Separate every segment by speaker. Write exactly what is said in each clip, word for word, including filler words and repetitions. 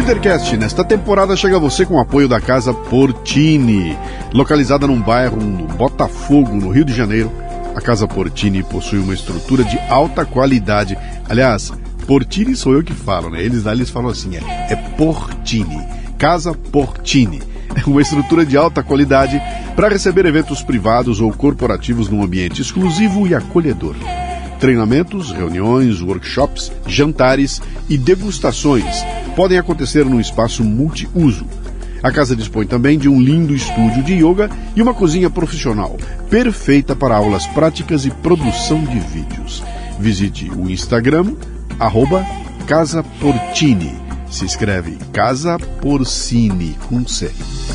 Speaker 1: Leadercast, nesta temporada, chega a você com o apoio da Casa Portini. Localizada num bairro no Botafogo, no Rio de Janeiro, a Casa Portini possui uma estrutura de alta qualidade. Aliás, Portini sou eu que falo, né? Eles lá eles falam assim, é, é Portini, Casa Portini. É uma estrutura de alta qualidade para receber eventos privados ou corporativos num ambiente exclusivo e acolhedor. Treinamentos, reuniões, workshops, jantares e degustações podem acontecer num espaço multiuso. A casa dispõe também de um lindo estúdio de yoga e uma cozinha profissional, perfeita para aulas práticas e produção de vídeos. Visite o Instagram, arroba Casa Portini. Se escreve Casa Porcini, com C.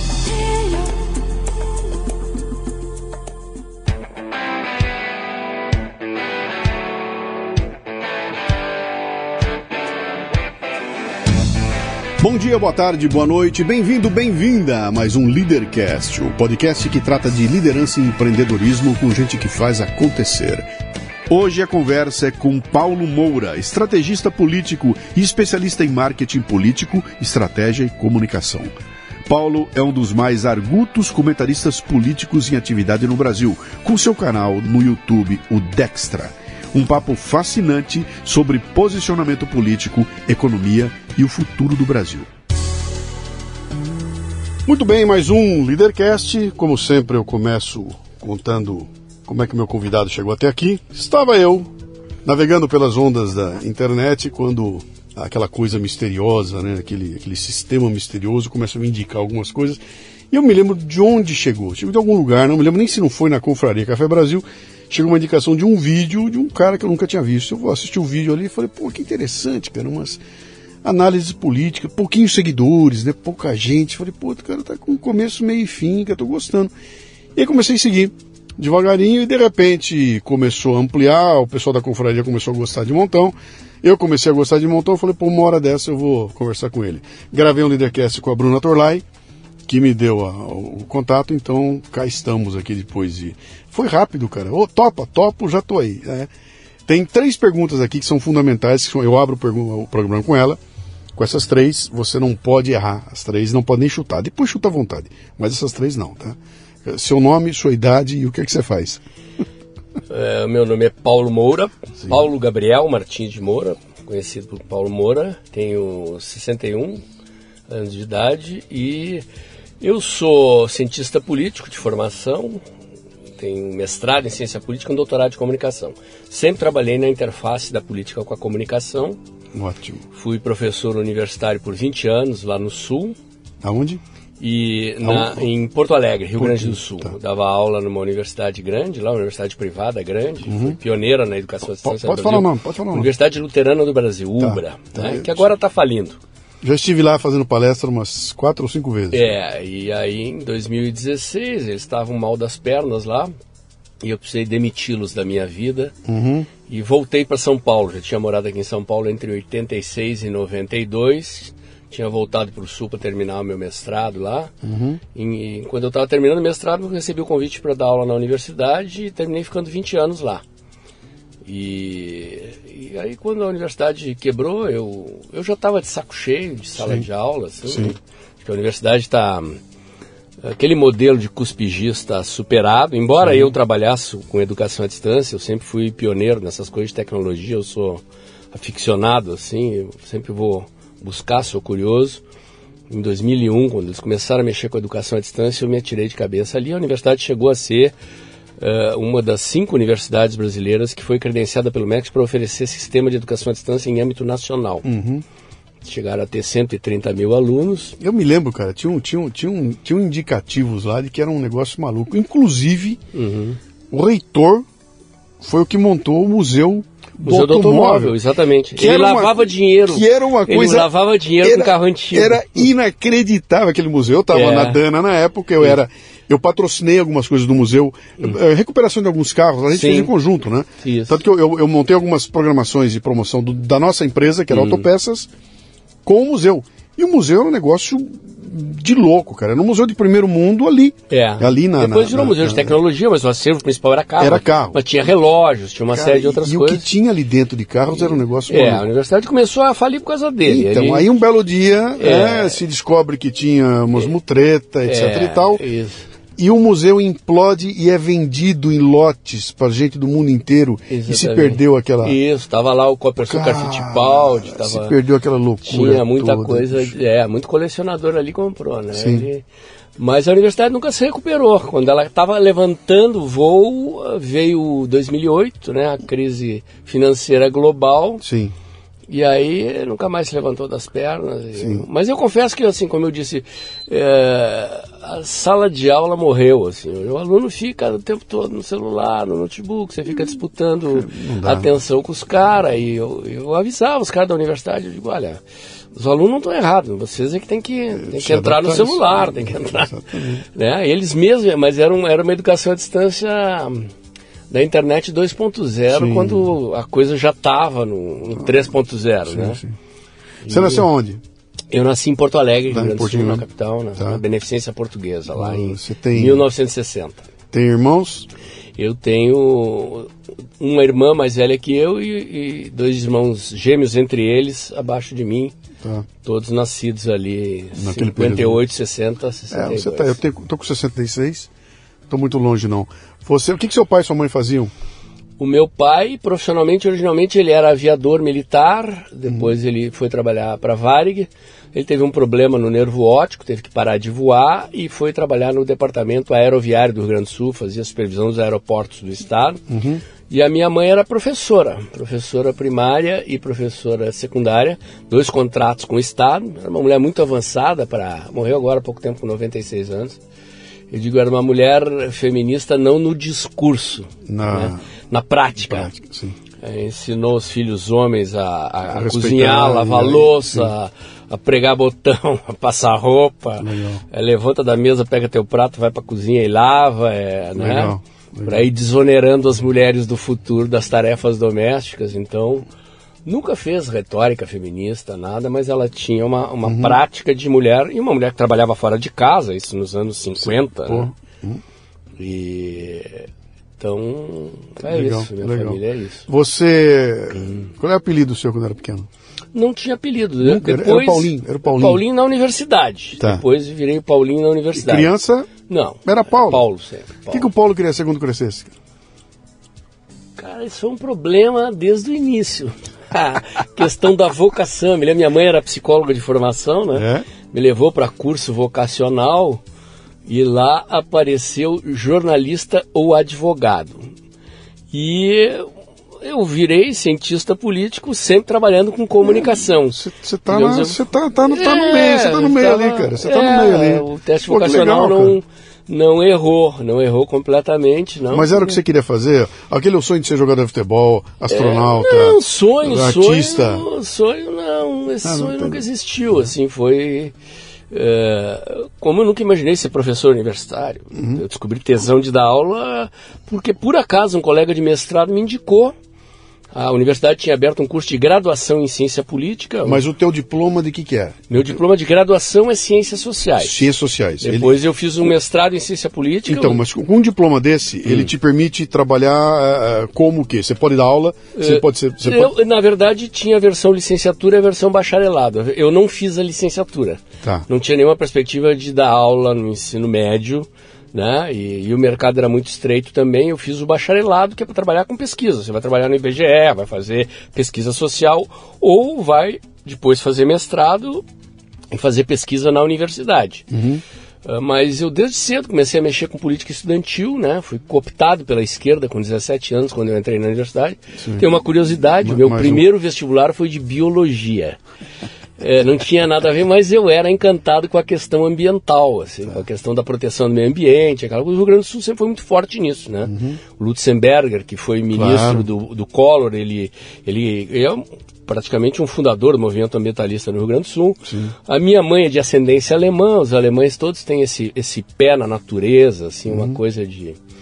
Speaker 1: Bom dia, boa tarde, boa noite, bem-vindo, bem-vinda a mais um Leadercast, o podcast que trata de liderança e empreendedorismo com gente que faz acontecer. Hoje a conversa é com Paulo Moura, estrategista político e especialista em marketing político, estratégia e comunicação. Paulo é um dos mais argutos comentaristas políticos em atividade no Brasil, com seu canal no YouTube, o Dextra. Um papo fascinante sobre posicionamento político, economia e o futuro do Brasil. Muito bem, mais um Leadercast. Como sempre, eu começo contando como é que meu convidado chegou até aqui. Estava eu navegando pelas ondas da internet quando aquela coisa misteriosa, né, aquele, aquele sistema misterioso começa a me indicar algumas coisas. E eu me lembro de onde chegou. Chegou de algum lugar, não me lembro nem se não foi na Confraria Café Brasil. Chegou uma indicação de um vídeo de um cara que eu nunca tinha visto. Eu vou assistir o vídeo ali e falei, pô, que interessante, cara, umas análises políticas, pouquinhos seguidores, né, pouca gente. Falei, pô, o cara tá com começo, meio e fim, que eu tô gostando. E aí comecei a seguir devagarinho e de repente começou a ampliar, o pessoal da confraria começou a gostar de montão. Eu comecei a gostar de montão, falei, pô, uma hora dessa eu vou conversar com ele. Gravei um Leadercast com a Bruna Torlai, que me deu a, o contato, então cá estamos aqui depois de... Foi rápido, cara. Ô, topa, topo, já tô aí. É. Tem três perguntas aqui que são fundamentais, que eu abro o programa com ela. Com essas três, você não pode errar. As três não pode nem chutar. Depois chuta à vontade. Mas essas três não, tá? Seu nome, sua idade e o que é que você faz?
Speaker 2: É, meu nome é Paulo Moura. Sim. Paulo Gabriel Martins de Moura, conhecido por Paulo Moura. Tenho sessenta e um anos de idade e eu sou cientista político de formação. Tenho mestrado em ciência política e um doutorado de comunicação. Sempre trabalhei na interface da política com a comunicação.
Speaker 1: Ótimo.
Speaker 2: Fui professor universitário por vinte anos lá no Sul.
Speaker 1: Aonde?
Speaker 2: E na, em Porto Alegre, Rio Grande do Sul.
Speaker 1: Tá.
Speaker 2: Dava aula numa universidade grande, lá, uma universidade privada grande. Uhum. Fui pioneira na educação à distância
Speaker 1: Pode
Speaker 2: no
Speaker 1: falar
Speaker 2: Brasil.
Speaker 1: não, pode falar não.
Speaker 2: Universidade Luterana do Brasil,
Speaker 1: Tá.
Speaker 2: UBRA,
Speaker 1: Tá.
Speaker 2: né, que agora está falindo.
Speaker 1: Já estive lá fazendo palestra umas quatro ou cinco vezes.
Speaker 2: É, e aí em dois mil e dezesseis eles estavam mal das pernas lá e eu precisei demiti-los da minha vida.
Speaker 1: Uhum.
Speaker 2: E voltei para São Paulo. Já tinha morado aqui em São Paulo entre oitenta e seis e noventa e dois. Tinha voltado para o Sul para terminar o meu mestrado lá. Uhum. E, e quando eu estava terminando o mestrado, eu recebi o convite para dar aula na universidade e terminei ficando vinte anos lá. E, e aí quando a universidade quebrou, eu, eu já estava de saco cheio de sala Sim. de aula. Assim,
Speaker 1: Sim.
Speaker 2: Acho que a universidade está... Aquele modelo de cuspigista superado. Embora Sim. eu trabalhasse com educação à distância, eu sempre fui pioneiro nessas coisas de tecnologia, eu sou aficionado, assim, eu sempre vou buscar, sou curioso. Em dois mil e um, quando eles começaram a mexer com a educação à distância, eu me atirei de cabeça ali. A universidade chegou a ser uh, uma das cinco universidades brasileiras que foi credenciada pelo M E C para oferecer sistema de educação à distância em âmbito nacional.
Speaker 1: Uhum.
Speaker 2: Chegaram a ter cento e trinta mil alunos.
Speaker 1: Eu me lembro, cara, tinha, um, tinha, um, tinha, um, tinha um indicativos lá de que era um negócio maluco. Inclusive, uhum. o reitor foi o que montou o museu do
Speaker 2: Museu do
Speaker 1: automóvel,
Speaker 2: automóvel, exatamente.
Speaker 1: Que
Speaker 2: ele
Speaker 1: era
Speaker 2: lavava
Speaker 1: uma,
Speaker 2: dinheiro.
Speaker 1: Que era uma coisa...
Speaker 2: Ele lavava dinheiro
Speaker 1: era,
Speaker 2: com carro antigo.
Speaker 1: Era inacreditável aquele museu. Eu estava
Speaker 2: é.
Speaker 1: na Dana na época, eu era... Eu patrocinei algumas coisas do museu, hum. recuperação de alguns carros, a gente Sim. fez em conjunto, né?
Speaker 2: Isso.
Speaker 1: Tanto que eu, eu, eu montei algumas programações de promoção do, da nossa empresa, que era hum. Autopeças, com o museu. E o museu era um negócio de louco, cara. Era um museu de primeiro mundo ali.
Speaker 2: É.
Speaker 1: Ali na,
Speaker 2: Depois
Speaker 1: na,
Speaker 2: virou
Speaker 1: na,
Speaker 2: museu de
Speaker 1: na,
Speaker 2: tecnologia, mas o acervo principal era carro.
Speaker 1: Era carro.
Speaker 2: Mas tinha relógios, tinha uma
Speaker 1: cara,
Speaker 2: série de outras
Speaker 1: e,
Speaker 2: coisas.
Speaker 1: E o que tinha ali dentro de carros era um negócio
Speaker 2: É,
Speaker 1: maluco.
Speaker 2: a universidade começou a falir por causa dele.
Speaker 1: Então,
Speaker 2: Ele...
Speaker 1: aí um belo dia
Speaker 2: É.
Speaker 1: é, se descobre que tinha umas mutretas, etc
Speaker 2: É,
Speaker 1: e tal.
Speaker 2: Isso.
Speaker 1: E o museu implode e é vendido em lotes para gente do mundo inteiro.
Speaker 2: Exatamente.
Speaker 1: E se perdeu aquela...
Speaker 2: Isso, tava lá o professor
Speaker 1: Cara,
Speaker 2: Fittipaldi. Tava...
Speaker 1: se perdeu aquela loucura.
Speaker 2: Tinha muita
Speaker 1: toda,
Speaker 2: coisa,
Speaker 1: bicho.
Speaker 2: é, muito colecionador ali comprou, né?
Speaker 1: Sim.
Speaker 2: Ele... Mas a universidade nunca se recuperou. Quando ela estava levantando o voo, veio dois mil e oito, né? A crise financeira global.
Speaker 1: Sim.
Speaker 2: E aí nunca mais se levantou das pernas. E...
Speaker 1: Sim.
Speaker 2: Mas eu confesso que, assim, como eu disse, é... a sala de aula morreu, assim. O aluno fica o tempo todo no celular, no notebook, você fica disputando atenção com os caras. E eu, eu avisava os caras da universidade, eu digo, olha, os alunos não estão errados, vocês é que tem que, tem que entrar no celular, tem que entrar. Né? Eles mesmos, mas era, um, era uma educação à distância... da internet dois ponto zero, quando a coisa já estava no, no três ponto zero, né?
Speaker 1: Sim. Você e nasceu onde?
Speaker 2: Eu nasci em Porto Alegre, Rio
Speaker 1: Tá,
Speaker 2: Grande do Sul,
Speaker 1: né?
Speaker 2: na capital, na,
Speaker 1: Tá.
Speaker 2: na Beneficência Portuguesa, lá em
Speaker 1: Você tem...
Speaker 2: mil novecentos e sessenta.
Speaker 1: Tem irmãos?
Speaker 2: Eu tenho uma irmã mais velha que eu e, e dois irmãos gêmeos entre eles, abaixo de mim,
Speaker 1: Tá.
Speaker 2: todos nascidos ali
Speaker 1: Naquele
Speaker 2: cinquenta e oito,
Speaker 1: período.
Speaker 2: sessenta, sessenta e dois.
Speaker 1: É, você tá, eu tenho, tô com sessenta e seis, tô muito longe não. Você, o que, que seu pai e sua mãe faziam?
Speaker 2: O meu pai, profissionalmente, originalmente, ele era aviador militar, depois uhum. ele foi trabalhar para a Varig, ele teve um problema no nervo óptico, teve que parar de voar e foi trabalhar no departamento aeroviário do Rio Grande do Sul, fazia supervisão dos aeroportos do estado. Uhum. E a minha mãe era professora, professora primária e professora secundária, dois contratos com o estado, era uma mulher muito avançada, para morreu agora há pouco tempo, com noventa e seis anos. Eu digo, era uma mulher feminista não no discurso,
Speaker 1: na,
Speaker 2: né? na prática.
Speaker 1: Na prática, sim.
Speaker 2: É, ensinou os filhos homens a, a, a cozinhar, a lavar louça, a, a pregar botão, a passar roupa. É, levanta da mesa, pega teu prato, vai para a cozinha e lava, é, né?
Speaker 1: Legal.
Speaker 2: Para ir desonerando as mulheres do futuro das tarefas domésticas. Então, nunca fez retórica feminista, nada, mas ela tinha uma, uma uhum. prática de mulher, e uma mulher que trabalhava fora de casa, isso nos anos cinquenta. Né? Uhum. E então, é legal, isso, minha legal. família é isso.
Speaker 1: Você, hum. qual é o apelido seu quando era pequeno?
Speaker 2: Não tinha apelido.
Speaker 1: Nunca,
Speaker 2: Depois,
Speaker 1: era o Paulinho, era o Paulinho.
Speaker 2: Paulinho na universidade. Tá. Depois virei o Paulinho na universidade.
Speaker 1: E criança?
Speaker 2: Não.
Speaker 1: Era Paulo?
Speaker 2: Paulo sempre. Paulo.
Speaker 1: O que, que o Paulo queria ser quando crescesse?
Speaker 2: Cara, isso foi um problema desde o início. A questão da vocação. Minha mãe era psicóloga de formação, né? É? Me levou para curso vocacional e lá apareceu jornalista ou advogado. E eu virei cientista político, sempre trabalhando com comunicação.
Speaker 1: Você é, tá, na, eu... tá, tá, no, tá no meio, você tá no meio tava, ali, cara. Você é, tá no meio ali.
Speaker 2: O teste Pô, vocacional legal, não, não errou, não errou completamente, não.
Speaker 1: Mas era o que você queria fazer? Aquele sonho de ser jogador de futebol, astronauta,
Speaker 2: é, não, sonho,
Speaker 1: artista?
Speaker 2: Sonho, sonho não, esse ah, sonho não nunca existiu, assim, foi... É, como eu nunca imaginei ser professor universitário, uhum. eu descobri tesão de dar aula porque por acaso um colega de mestrado me indicou. A universidade tinha aberto um curso de graduação em ciência política.
Speaker 1: Mas o teu diploma de que que é?
Speaker 2: Meu diploma de graduação é ciências sociais.
Speaker 1: Ciências sociais.
Speaker 2: Depois
Speaker 1: ele...
Speaker 2: eu fiz um mestrado em ciência política.
Speaker 1: Então, mas com um diploma desse, hum. ele te permite trabalhar uh, como o quê? Você pode dar aula, você uh, pode ser... Você
Speaker 2: eu,
Speaker 1: pode...
Speaker 2: na verdade, tinha a versão licenciatura e a versão bacharelado. Eu não fiz a licenciatura.
Speaker 1: Tá.
Speaker 2: Não tinha nenhuma perspectiva de dar aula no ensino médio. Né? E, e o mercado era muito estreito também. Eu fiz o bacharelado, que é para trabalhar com pesquisa. Você vai trabalhar no I B G E, vai fazer pesquisa social, ou vai depois fazer mestrado e fazer pesquisa na universidade. Uhum. Uh, mas eu desde cedo comecei a mexer com política estudantil, né? Fui cooptado pela esquerda com dezessete anos quando eu entrei na universidade. Sim. Tem uma curiosidade, mas, o meu primeiro um... vestibular foi de biologia. É, não tinha nada a ver, mas eu era encantado com a questão ambiental, assim, com a questão da proteção do meio ambiente. Aquela coisa. O Rio Grande do Sul sempre foi muito forte nisso, né? Uhum. O Lutzenberger, que foi ministro claro. do, do Collor, ele, ele, ele é praticamente um fundador do movimento ambientalista no Rio Grande do Sul. Sim. A minha mãe é de ascendência alemã, os alemães todos têm esse, esse pé na natureza, assim, uhum. uma coisa de...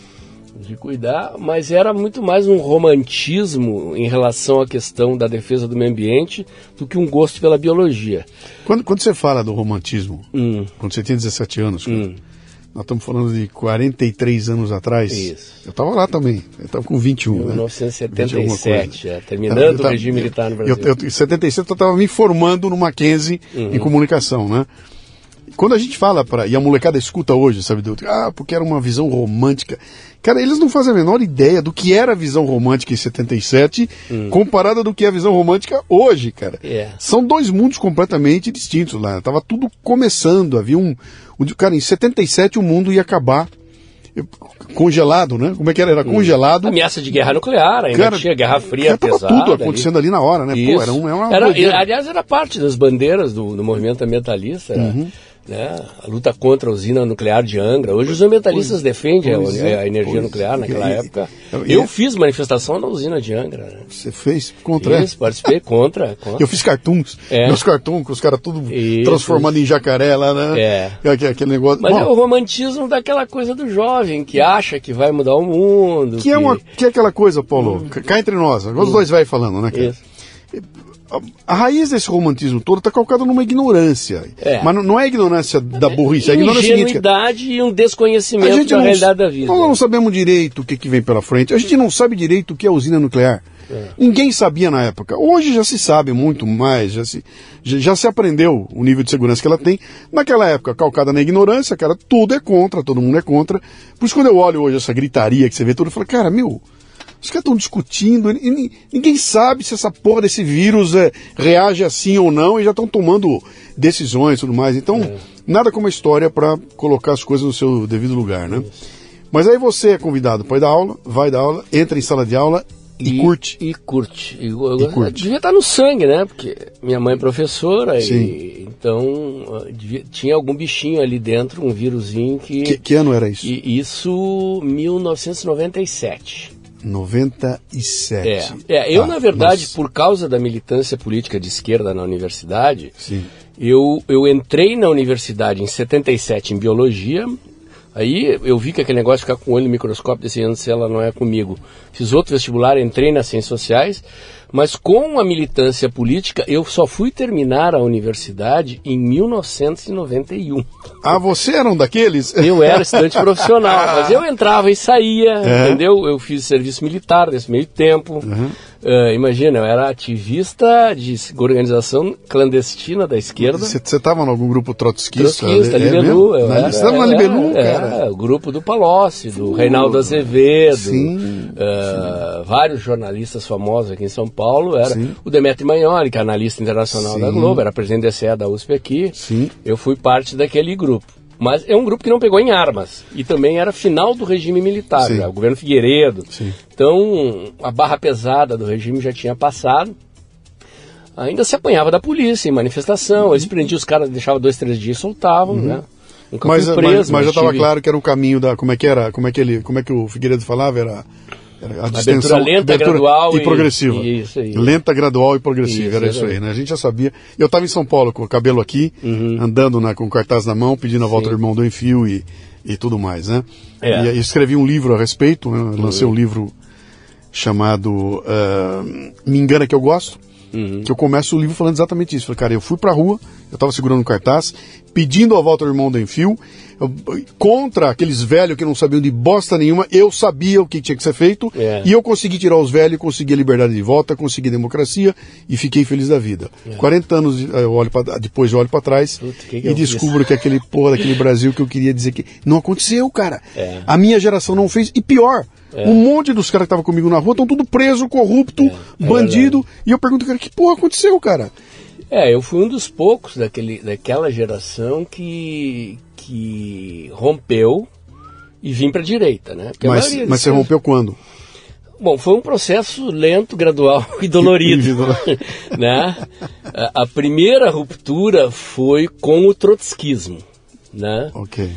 Speaker 2: de cuidar, mas era muito mais um romantismo em relação à questão da defesa do meio ambiente do que um gosto pela biologia.
Speaker 1: Quando, quando você fala do romantismo,
Speaker 2: Hum.
Speaker 1: quando você tinha dezessete anos,
Speaker 2: Hum.
Speaker 1: nós estamos falando de quarenta e três anos atrás.
Speaker 2: Isso.
Speaker 1: Eu estava lá também, eu estava com vinte e um.
Speaker 2: mil novecentos e setenta e sete,
Speaker 1: né?
Speaker 2: é, terminando eu, eu,
Speaker 1: o
Speaker 2: regime militar no Brasil.
Speaker 1: Eu, eu, em setenta e sete eu estava me formando no Mackenzie uhum. em comunicação, né? Quando a gente fala para e a molecada escuta hoje, sabe, do, ah, porque era uma visão romântica. Cara, eles não fazem a menor ideia do que era a visão romântica em setenta e sete hum. comparada do que é a visão romântica hoje, cara.
Speaker 2: Yeah.
Speaker 1: São dois mundos completamente distintos lá. Tava tudo começando, havia um, um cara, em setenta e sete o mundo ia acabar congelado, né? Como é que era? Era congelado.
Speaker 2: Ameaça de guerra nuclear, ainda cara, tinha Guerra Fria
Speaker 1: cara,
Speaker 2: pesada.
Speaker 1: Tudo acontecendo ali, ali na hora, né?
Speaker 2: Isso.
Speaker 1: Pô, era, um, era uma
Speaker 2: era, aliás, era parte das bandeiras do, do movimento ambientalista, era, uhum. né? A luta contra a usina nuclear de Angra. Hoje os ambientalistas pois, defendem pois, a, a energia pois, nuclear naquela e, época. E, eu e, fiz manifestação na usina de Angra. Né?
Speaker 1: Você fez? Contra?
Speaker 2: Isso, participei contra, contra.
Speaker 1: Eu fiz cartoons. É. Meus cartoons, com os caras tudo isso, transformando isso. em jacaré lá, né?
Speaker 2: É.
Speaker 1: Aquele, aquele negócio.
Speaker 2: Mas
Speaker 1: Bom,
Speaker 2: é o romantismo daquela coisa do jovem, que acha que vai mudar o mundo.
Speaker 1: Que,
Speaker 2: que...
Speaker 1: É, uma, que é aquela coisa, Paulo, hum. cá entre nós, agora os dois vai falando, né, cara?
Speaker 2: Isso.
Speaker 1: A raiz desse romantismo todo está calcada numa ignorância. É. Mas não é a ignorância da burrice, é a ignorância seguinte.
Speaker 2: Ingenuidade e um desconhecimento da
Speaker 1: não,
Speaker 2: realidade da vida.
Speaker 1: Nós não sabemos direito o que, que vem pela frente. A gente não sabe direito o que é usina nuclear. É. Ninguém sabia na época. Hoje já se sabe muito mais, já se, já, já se aprendeu o nível de segurança que ela tem. Naquela época, calcada na ignorância, cara, tudo é contra, todo mundo é contra. Por isso quando eu olho hoje essa gritaria que você vê tudo, eu falo, cara, meu... Os caras estão discutindo, e ninguém sabe se essa porra desse vírus é, reage assim ou não, e já estão tomando decisões e tudo mais. Então, é. nada como a história para colocar as coisas no seu devido lugar, né? Isso. Mas aí você é convidado para ir dar aula, vai dar aula, entra em sala de aula e, e curte.
Speaker 2: E curte. E, eu, e curte. Devia estar no sangue, né? Porque minha mãe é professora, e, então devia, tinha algum bichinho ali dentro, um vírusinho que...
Speaker 1: Que, que ano era isso?
Speaker 2: E, isso, mil novecentos e noventa e sete.
Speaker 1: noventa e sete.
Speaker 2: É, é eu,
Speaker 1: ah,
Speaker 2: na verdade,
Speaker 1: nossa.
Speaker 2: por causa da militância política de esquerda na universidade,
Speaker 1: Sim.
Speaker 2: Eu, eu entrei na universidade em setenta e sete em biologia. Aí eu vi que aquele negócio de ficar com o olho no microscópio desenhando se ela não é comigo. Fiz outro vestibular, entrei nas ciências sociais, mas com a militância política eu só fui terminar a universidade em mil novecentos e noventa e um.
Speaker 1: Ah, você era um daqueles?
Speaker 2: Eu era estudante profissional, mas eu entrava e saía, é. entendeu? Eu fiz serviço militar nesse meio tempo. Uhum. Uh, imagina, eu era ativista de organização clandestina da esquerda.
Speaker 1: Você estava em algum grupo trotskista?
Speaker 2: Trotskista,
Speaker 1: é,
Speaker 2: Libelu.
Speaker 1: É você estava na Libelu, cara?
Speaker 2: É, o grupo do Palocci, do Reinaldo Azevedo.
Speaker 1: Sim,
Speaker 2: uh,
Speaker 1: sim.
Speaker 2: Vários jornalistas famosos aqui em São Paulo. Era sim. o Demetrio Magnoli, que é analista internacional sim. da Globo, era presidente da E C E da U S P aqui.
Speaker 1: Sim.
Speaker 2: Eu fui parte daquele grupo. Mas é um grupo que não pegou em armas. E também era final do regime militar, já, o governo Figueiredo.
Speaker 1: Sim.
Speaker 2: Então, a barra pesada do regime já tinha passado. Ainda se apanhava da polícia em manifestação. Uhum. Eles prendiam os caras, deixavam dois, três dias e soltavam, uhum. né? Nunca
Speaker 1: mas,
Speaker 2: fui preso.
Speaker 1: Mas, mas já estava
Speaker 2: tive...
Speaker 1: claro que era o caminho da... Como é que era? Como é que, ele, como é que o Figueiredo falava? Era... Era a distensão,
Speaker 2: abertura lenta,
Speaker 1: abertura
Speaker 2: gradual
Speaker 1: e progressiva.
Speaker 2: E, isso aí.
Speaker 1: Lenta, gradual e progressiva, isso, era isso aí, né? A gente já sabia. Eu estava em São Paulo com o cabelo aqui, uhum. andando na, com o cartaz na mão, pedindo a volta Sim. do Irmão do Enfio e, e tudo mais, né? É. E, e escrevi um livro a respeito, né? Lancei uhum. um livro chamado uh, Me Engana Que Eu Gosto, uhum. que eu começo o livro falando exatamente isso. Falei, cara, eu fui pra rua, eu estava segurando um cartaz, pedindo a volta do Irmão do Enfio, eu, contra aqueles velhos que não sabiam de bosta nenhuma, eu sabia o que tinha que ser feito, é. e eu consegui tirar os velhos, consegui a liberdade de volta, consegui a democracia, e fiquei feliz da vida. É. quarenta anos eu olho pra, depois eu olho para trás, Puta, que que e descubro fiz? que aquele porra daquele Brasil que eu queria dizer que não aconteceu, cara. É. A minha geração não fez, e pior, É. um monte dos caras que estavam comigo na rua estão tudo preso, corrupto, é. É bandido, verdade. E eu pergunto, cara, que porra aconteceu, cara?
Speaker 2: É, eu fui um dos poucos daquele, daquela geração que, que rompeu e vim para a direita, né? Porque
Speaker 1: mas a mas você rompeu quando?
Speaker 2: Bom, foi um processo lento, gradual e dolorido, né? A, a primeira ruptura foi com o trotskismo, né?
Speaker 1: Ok.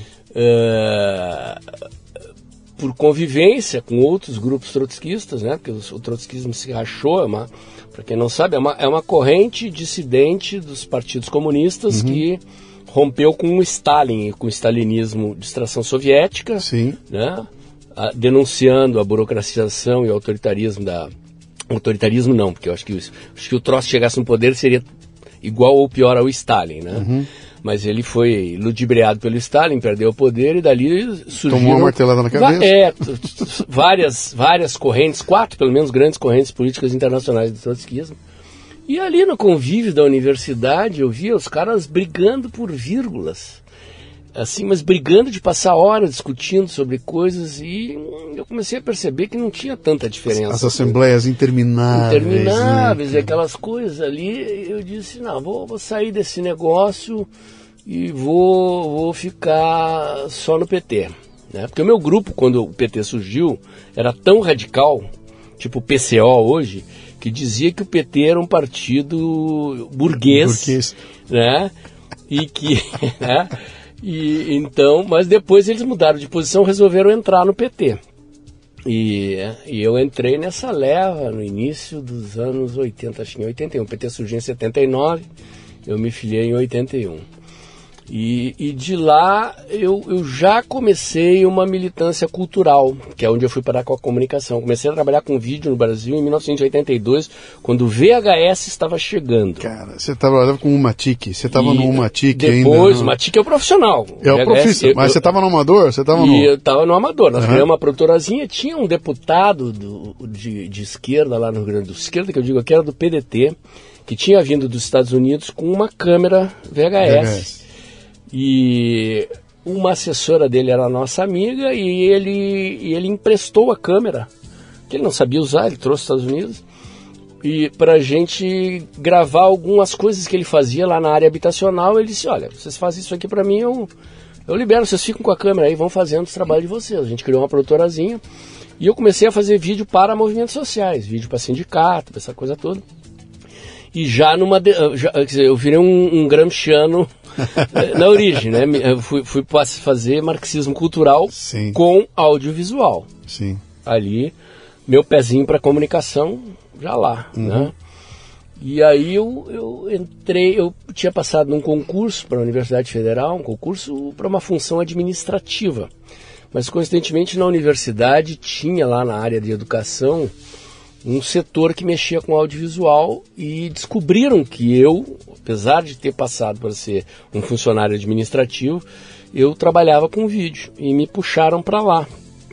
Speaker 2: Uh, por convivência com outros grupos trotskistas, né? Porque o, o trotskismo se rachou, é uma... Para quem não sabe, é uma, é uma corrente dissidente dos partidos comunistas uhum. que rompeu com o Stalin, com o stalinismo de extração soviética.
Speaker 1: Sim.
Speaker 2: Né? a, denunciando a burocratização e o autoritarismo da... Autoritarismo não, porque eu acho que, isso, acho que o troço chegasse no poder seria igual ou pior ao Stalin, né? Uhum. Mas ele foi ludibriado pelo Stalin, perdeu o poder e dali surgiram...
Speaker 1: Tomou uma martelada na cabeça.
Speaker 2: É, várias, várias correntes, quatro pelo menos grandes correntes políticas internacionais do trotskismo. E ali no convívio da universidade eu via os caras brigando por vírgulas. Assim, mas brigando de passar horas discutindo sobre coisas e eu comecei a perceber que não tinha tanta diferença.
Speaker 1: As assembleias intermináveis.
Speaker 2: Intermináveis,
Speaker 1: né?
Speaker 2: Aquelas coisas ali. Eu disse, não, vou, vou sair desse negócio e vou, vou ficar só no P T. Né? Porque o meu grupo, quando o P T surgiu, era tão radical, tipo o P C O hoje, que dizia que o P T era um partido burguês, burguês. Né? E que... né? E, então, mas depois eles mudaram de posição, resolveram entrar no P T. E, e eu entrei nessa leva no início dos anos oitenta, acho que em oitenta e um. O P T surgiu em setenta e nove, eu me filiei em oitenta e um. E, e de lá eu, eu já comecei uma militância cultural, que é onde eu fui parar com a comunicação. Comecei a trabalhar com vídeo no Brasil em mil novecentos e oitenta e dois, quando o V H S estava chegando.
Speaker 1: Cara, você estava com o Umatic, você estava no Umatic ainda.
Speaker 2: Depois, o Umatic é o profissional.
Speaker 1: É o profissional, mas eu, você estava no amador? Você tava no...
Speaker 2: E eu estava no amador. Nós criamos uma produtorazinha, tinha um deputado do, de, de esquerda lá no Rio Grande do Sul, esquerda que eu digo aqui era do P D T, que tinha vindo dos Estados Unidos com uma câmera V H S. V H S. E uma assessora dele era nossa amiga e ele, e ele emprestou a câmera, que ele não sabia usar, ele trouxe dos Estados Unidos, e para a gente gravar algumas coisas que ele fazia lá na área habitacional. Ele disse, olha, vocês fazem isso aqui para mim, eu, eu libero, vocês ficam com a câmera aí, vão fazendo os trabalhos de vocês. A gente criou uma produtorazinha e eu comecei a fazer vídeo para movimentos sociais, vídeo para sindicato, essa coisa toda. E já numa... De, já, quer dizer, eu virei um, um gramsciano na origem, né? Eu fui, fui fazer marxismo cultural. Sim. Com audiovisual.
Speaker 1: Sim.
Speaker 2: Ali, meu pezinho para comunicação, já lá, uhum. Né? E aí eu, eu entrei, eu tinha passado num concurso para a Universidade Federal, um concurso para uma função administrativa. Mas, coincidentemente, na universidade tinha lá na área de educação um setor que mexia com audiovisual e descobriram que eu, apesar de ter passado para ser um funcionário administrativo, eu trabalhava com vídeo e me puxaram para lá.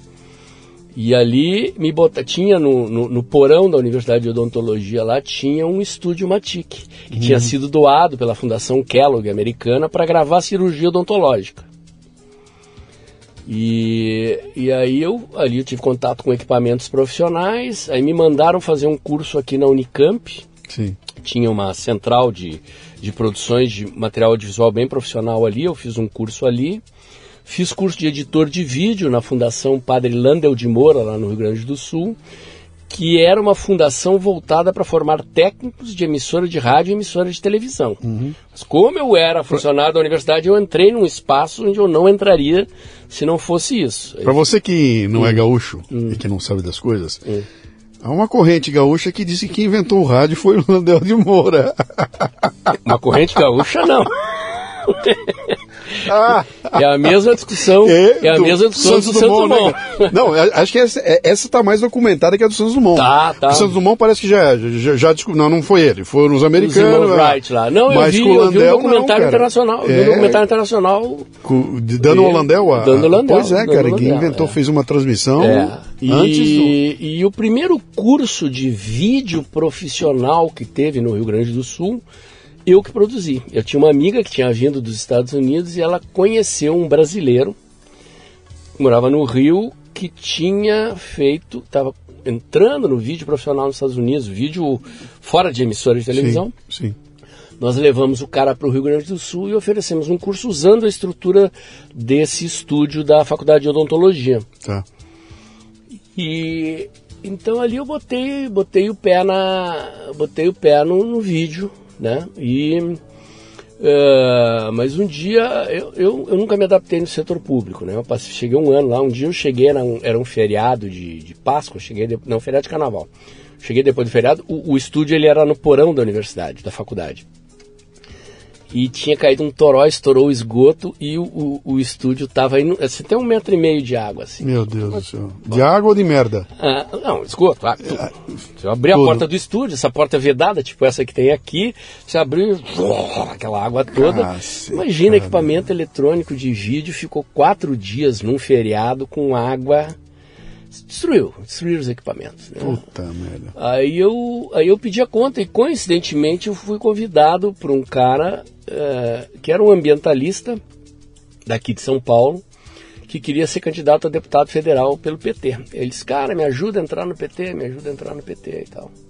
Speaker 2: E ali me bota, tinha no, no, no porão da Universidade de Odontologia lá, tinha um estúdio Umatic, que uhum. tinha sido doado pela Fundação Kellogg americana para gravar cirurgia odontológica. E, e aí eu, ali eu tive contato com equipamentos profissionais, aí me mandaram fazer um curso aqui na Unicamp.
Speaker 1: Sim.
Speaker 2: Tinha uma central de, de produções de material audiovisual bem profissional ali, eu fiz um curso ali. Fiz curso de editor de vídeo na Fundação Padre Landel de Moura, lá no Rio Grande do Sul, que era uma fundação voltada para formar técnicos de emissora de rádio e emissora de televisão. Uhum. Mas como eu era funcionário da universidade, eu entrei num espaço onde eu não entraria se não fosse isso.
Speaker 1: Para você que não hum. é gaúcho hum. e que não sabe das coisas, hum. há uma corrente gaúcha que disse que quem inventou o rádio foi o Landel de Moura.
Speaker 2: Uma corrente gaúcha, não. Ah, é a mesma discussão, é, é a mesma discussão Santos do Santos Dumont. Dumont.
Speaker 1: Né? Não, acho que essa, essa tá mais documentada que a do Santos Dumont.
Speaker 2: Tá, tá.
Speaker 1: O Santos Dumont parece que já, já, já não, não foi ele, foram os americanos.
Speaker 2: Os Wright lá. Não, eu vi, eu vi um documentário não, internacional, eu vi um documentário internacional.
Speaker 1: Dando o Landel a...
Speaker 2: Dando o Landel.
Speaker 1: Pois é, cara, que inventou, é. fez uma transmissão
Speaker 2: é. e,
Speaker 1: antes do...
Speaker 2: E o primeiro curso de vídeo profissional que teve no Rio Grande do Sul, eu que produzi. Eu tinha uma amiga que tinha vindo dos Estados Unidos e ela conheceu um brasileiro que morava no Rio, que tinha feito, estava entrando no vídeo profissional nos Estados Unidos, vídeo fora de emissora de televisão.
Speaker 1: Sim, sim.
Speaker 2: Nós levamos o cara para o Rio Grande do Sul e oferecemos um curso usando a estrutura desse estúdio da Faculdade de Odontologia.
Speaker 1: Tá.
Speaker 2: E então ali eu botei, botei o pé na, botei o pé no, no vídeo. Né? E, uh, mas um dia eu, eu, eu nunca me adaptei no setor público, né? Eu passei, cheguei um ano lá, um dia eu cheguei, era um, era um feriado de, de Páscoa, cheguei de, não, feriado de Carnaval. Cheguei depois do feriado, o, o estúdio ele era no porão da universidade, da faculdade. e tinha caído um toró, estourou o esgoto e o, o, o estúdio estava indo, assim, tem um metro e meio de água, assim.
Speaker 1: Meu Deus do céu. De água ou de merda?
Speaker 2: Ah, não, esgoto, ah, tudo. Se eu abrir
Speaker 1: Tudo.
Speaker 2: a porta do estúdio, essa porta é vedada, tipo essa que tem aqui, você abriu aquela água toda.
Speaker 1: Cacete,
Speaker 2: Imagina,
Speaker 1: cara.
Speaker 2: equipamento eletrônico de vídeo ficou quatro dias num feriado com água. Destruiu, destruiu os equipamentos. Né?
Speaker 1: Puta merda.
Speaker 2: Aí eu, aí eu pedi a conta e, coincidentemente, eu fui convidado por um cara uh, que era um ambientalista daqui de São Paulo, que queria ser candidato a deputado federal pelo P T. Ele disse, cara, me ajuda a entrar no P T, me ajuda a entrar no P T e tal.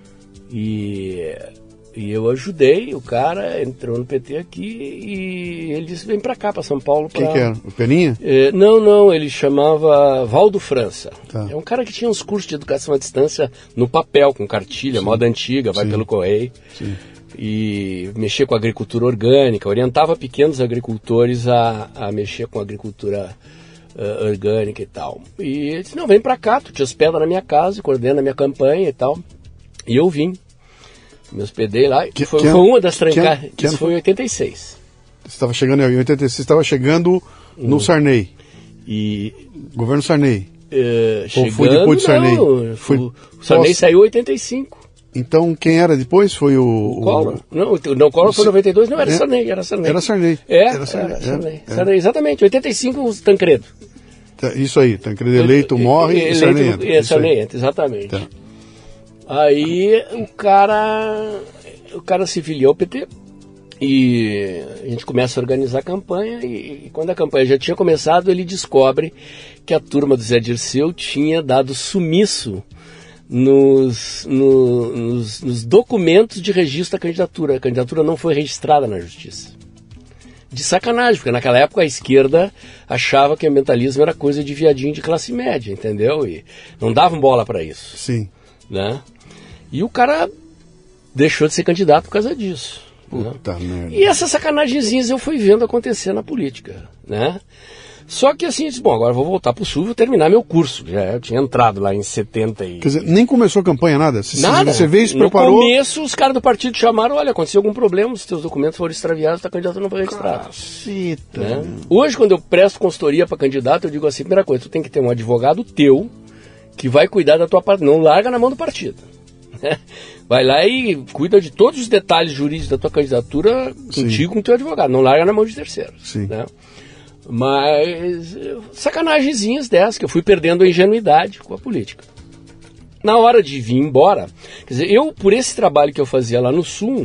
Speaker 2: E, e eu ajudei, o cara entrou no P T aqui e ele disse, vem pra cá, pra São Paulo. Pra...
Speaker 1: Quem que era? O Peninha?
Speaker 2: É, não, não, ele chamava Valdo França.
Speaker 1: Tá.
Speaker 2: É um cara que tinha uns cursos de educação à distância no papel, com cartilha,
Speaker 1: Sim.
Speaker 2: moda antiga, vai
Speaker 1: Sim.
Speaker 2: pelo correio.
Speaker 1: Sim.
Speaker 2: E mexia com agricultura orgânica, orientava pequenos agricultores a, a mexer com agricultura uh, orgânica e tal. E ele disse, não, vem pra cá, tu te hospeda na minha casa, coordena a minha campanha e tal. E eu vim, me hospedei lá,
Speaker 1: Que-
Speaker 2: foi,
Speaker 1: que
Speaker 2: foi
Speaker 1: ano-
Speaker 2: uma das trancadas,
Speaker 1: que ano- que ano
Speaker 2: isso foi em oitenta e seis.
Speaker 1: Você estava chegando em oitenta e seis, você estava chegando no Sarney,
Speaker 2: E
Speaker 1: governo Sarney.
Speaker 2: uh,
Speaker 1: Ou
Speaker 2: chegando,
Speaker 1: foi depois do Sarney?
Speaker 2: não,
Speaker 1: Foi
Speaker 2: o o Sarney
Speaker 1: pós-
Speaker 2: saiu em oitenta e cinco.
Speaker 1: Então quem era depois foi o...
Speaker 2: O Collor? Não, o- não, o Collor foi em noventa e dois, não, era
Speaker 1: É.
Speaker 2: Sarney, era Sarney.
Speaker 1: Era Sarney.
Speaker 2: É,
Speaker 1: Era Sarney,
Speaker 2: era
Speaker 1: é,
Speaker 2: Sarney.
Speaker 1: é.
Speaker 2: Sarney, exatamente, oitenta e cinco o Tancredo.
Speaker 1: Tá, isso aí, Tancredo eleito, morre e
Speaker 2: Eleito,
Speaker 1: Sarney entra.
Speaker 2: é,
Speaker 1: Isso
Speaker 2: Sarney
Speaker 1: aí.
Speaker 2: entra, exatamente.
Speaker 1: Tá.
Speaker 2: Aí o cara, o cara se filiou ao P T e a gente começa a organizar a campanha e, e quando a campanha já tinha começado, ele descobre que a turma do Zé Dirceu tinha dado sumiço nos, no- nos, nos documentos de registro da candidatura. A candidatura não foi registrada na justiça. De sacanagem, porque naquela época a esquerda achava que ambientalismo era coisa de viadinho de classe média, entendeu? E não davam bola para isso,
Speaker 1: Sim.
Speaker 2: né? E o cara deixou de ser candidato por causa disso. Né?
Speaker 1: Puta merda.
Speaker 2: E essas sacanagenzinhas eu fui vendo acontecer na política, né? Só que assim, eu disse, bom, agora eu vou voltar pro Sul e vou terminar meu curso. Já eu tinha entrado lá em setenta e...
Speaker 1: Quer dizer, nem começou a campanha, nada? Você,
Speaker 2: Nada.
Speaker 1: Você veio e se
Speaker 2: No
Speaker 1: preparou...
Speaker 2: começo, os caras do partido chamaram, olha, aconteceu algum problema, os teus documentos foram extraviados, tua candidatura não foi registrada.
Speaker 1: Caceta.
Speaker 2: Né? Hoje, quando eu presto consultoria para candidato, eu digo assim, primeira coisa, tu tem que ter um advogado teu que vai cuidar da tua parte, não larga na mão do partido. Vai lá e cuida de todos os detalhes jurídicos da tua candidatura contigo, com o teu advogado, não larga na mão de terceiros.
Speaker 1: Sim.
Speaker 2: Né? Mas sacanagenzinhas dessas, que eu fui perdendo a ingenuidade com a política. Na hora de vir embora, quer dizer, eu, por esse trabalho que eu fazia lá no Sul,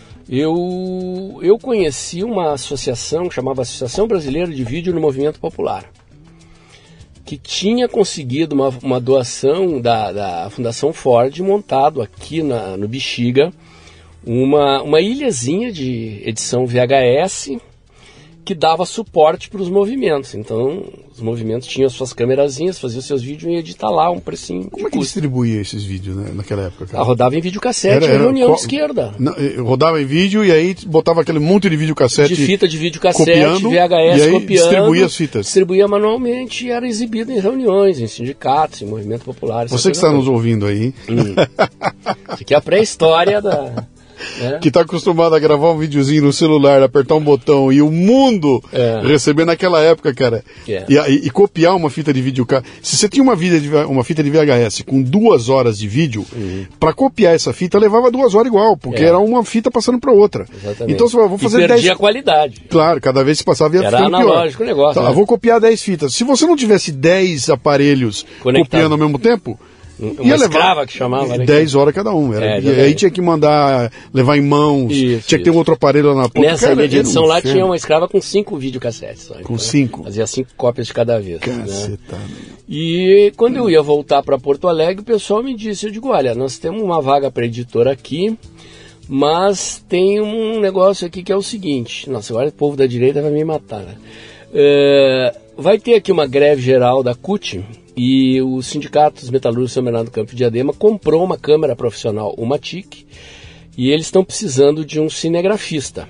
Speaker 2: eu, eu conheci uma associação que chamava Associação Brasileira de Vídeo no Movimento Popular, que tinha conseguido uma, uma doação da, da Fundação Ford, montado aqui na, no Bexiga, uma, uma ilhazinha de edição V H S que dava suporte para os movimentos. Então, os movimentos tinham as suas câmerazinhas, faziam seus vídeos e ia editar lá um precinho.
Speaker 1: Como é que distribuía esses vídeos, né, naquela época, cara?
Speaker 2: Ah, rodava em videocassete,
Speaker 1: Era-
Speaker 2: era,
Speaker 1: era
Speaker 2: reunião
Speaker 1: qual-
Speaker 2: de esquerda.
Speaker 1: Não, eu rodava em vídeo e aí botava aquele monte de videocassete
Speaker 2: De fita de videocassete,
Speaker 1: copiando,
Speaker 2: V H S
Speaker 1: e aí
Speaker 2: copiando.
Speaker 1: distribuía as fitas.
Speaker 2: Distribuía manualmente e era exibido em reuniões, em sindicatos, em movimento popular. essa
Speaker 1: Você que
Speaker 2: coisa
Speaker 1: está nos
Speaker 2: toda.
Speaker 1: ouvindo aí,
Speaker 2: Hum. Isso aqui é a pré-história da... né?
Speaker 1: que está acostumado a gravar um videozinho no celular, apertar um botão e o mundo
Speaker 2: É.
Speaker 1: receber naquela época, cara,
Speaker 2: É.
Speaker 1: e, e- e copiar uma fita de vídeo. Se você tinha uma, vida de, uma fita de V H S com duas horas de vídeo, para copiar essa fita levava duas horas igual, porque
Speaker 2: É.
Speaker 1: era uma fita passando para outra.
Speaker 2: Exatamente.
Speaker 1: Então você falou, vou fazer
Speaker 2: e perdia
Speaker 1: dez.
Speaker 2: a qualidade.
Speaker 1: Claro, cada vez que passava ia
Speaker 2: Era
Speaker 1: ficando pior.
Speaker 2: analógico o negócio,
Speaker 1: Então,
Speaker 2: né?
Speaker 1: eu vou copiar dez fitas. Se você não tivesse dez aparelhos
Speaker 2: Conectado.
Speaker 1: copiando ao mesmo tempo,
Speaker 2: Uma
Speaker 1: ia levar
Speaker 2: escrava que chamava, né?
Speaker 1: dez horas cada um. Era,
Speaker 2: É,
Speaker 1: e aí
Speaker 2: exatamente.
Speaker 1: tinha que mandar, levar em mãos,
Speaker 2: Isso,
Speaker 1: tinha que ter um
Speaker 2: isso.
Speaker 1: outro aparelho lá na ponta.
Speaker 2: Nessa
Speaker 1: Cara,
Speaker 2: ilha de
Speaker 1: era um
Speaker 2: edição lá
Speaker 1: inferno.
Speaker 2: tinha uma escrava com cinco videocassetes. Só,
Speaker 1: Com cinco?
Speaker 2: Fazia cinco cópias de cada vez. Né?
Speaker 1: Caceta.
Speaker 2: E quando eu ia voltar para Porto Alegre, o pessoal me disse, eu digo, olha, nós temos uma vaga para editora aqui, mas tem um negócio aqui que é o seguinte, nossa, agora o povo da direita vai me matar, né? É, vai ter aqui uma greve geral da C U T e o Sindicato dos Metalúrgicos São Bernardo do Campo de Diadema comprou uma câmera profissional, uma T I C, e eles estão precisando de um cinegrafista.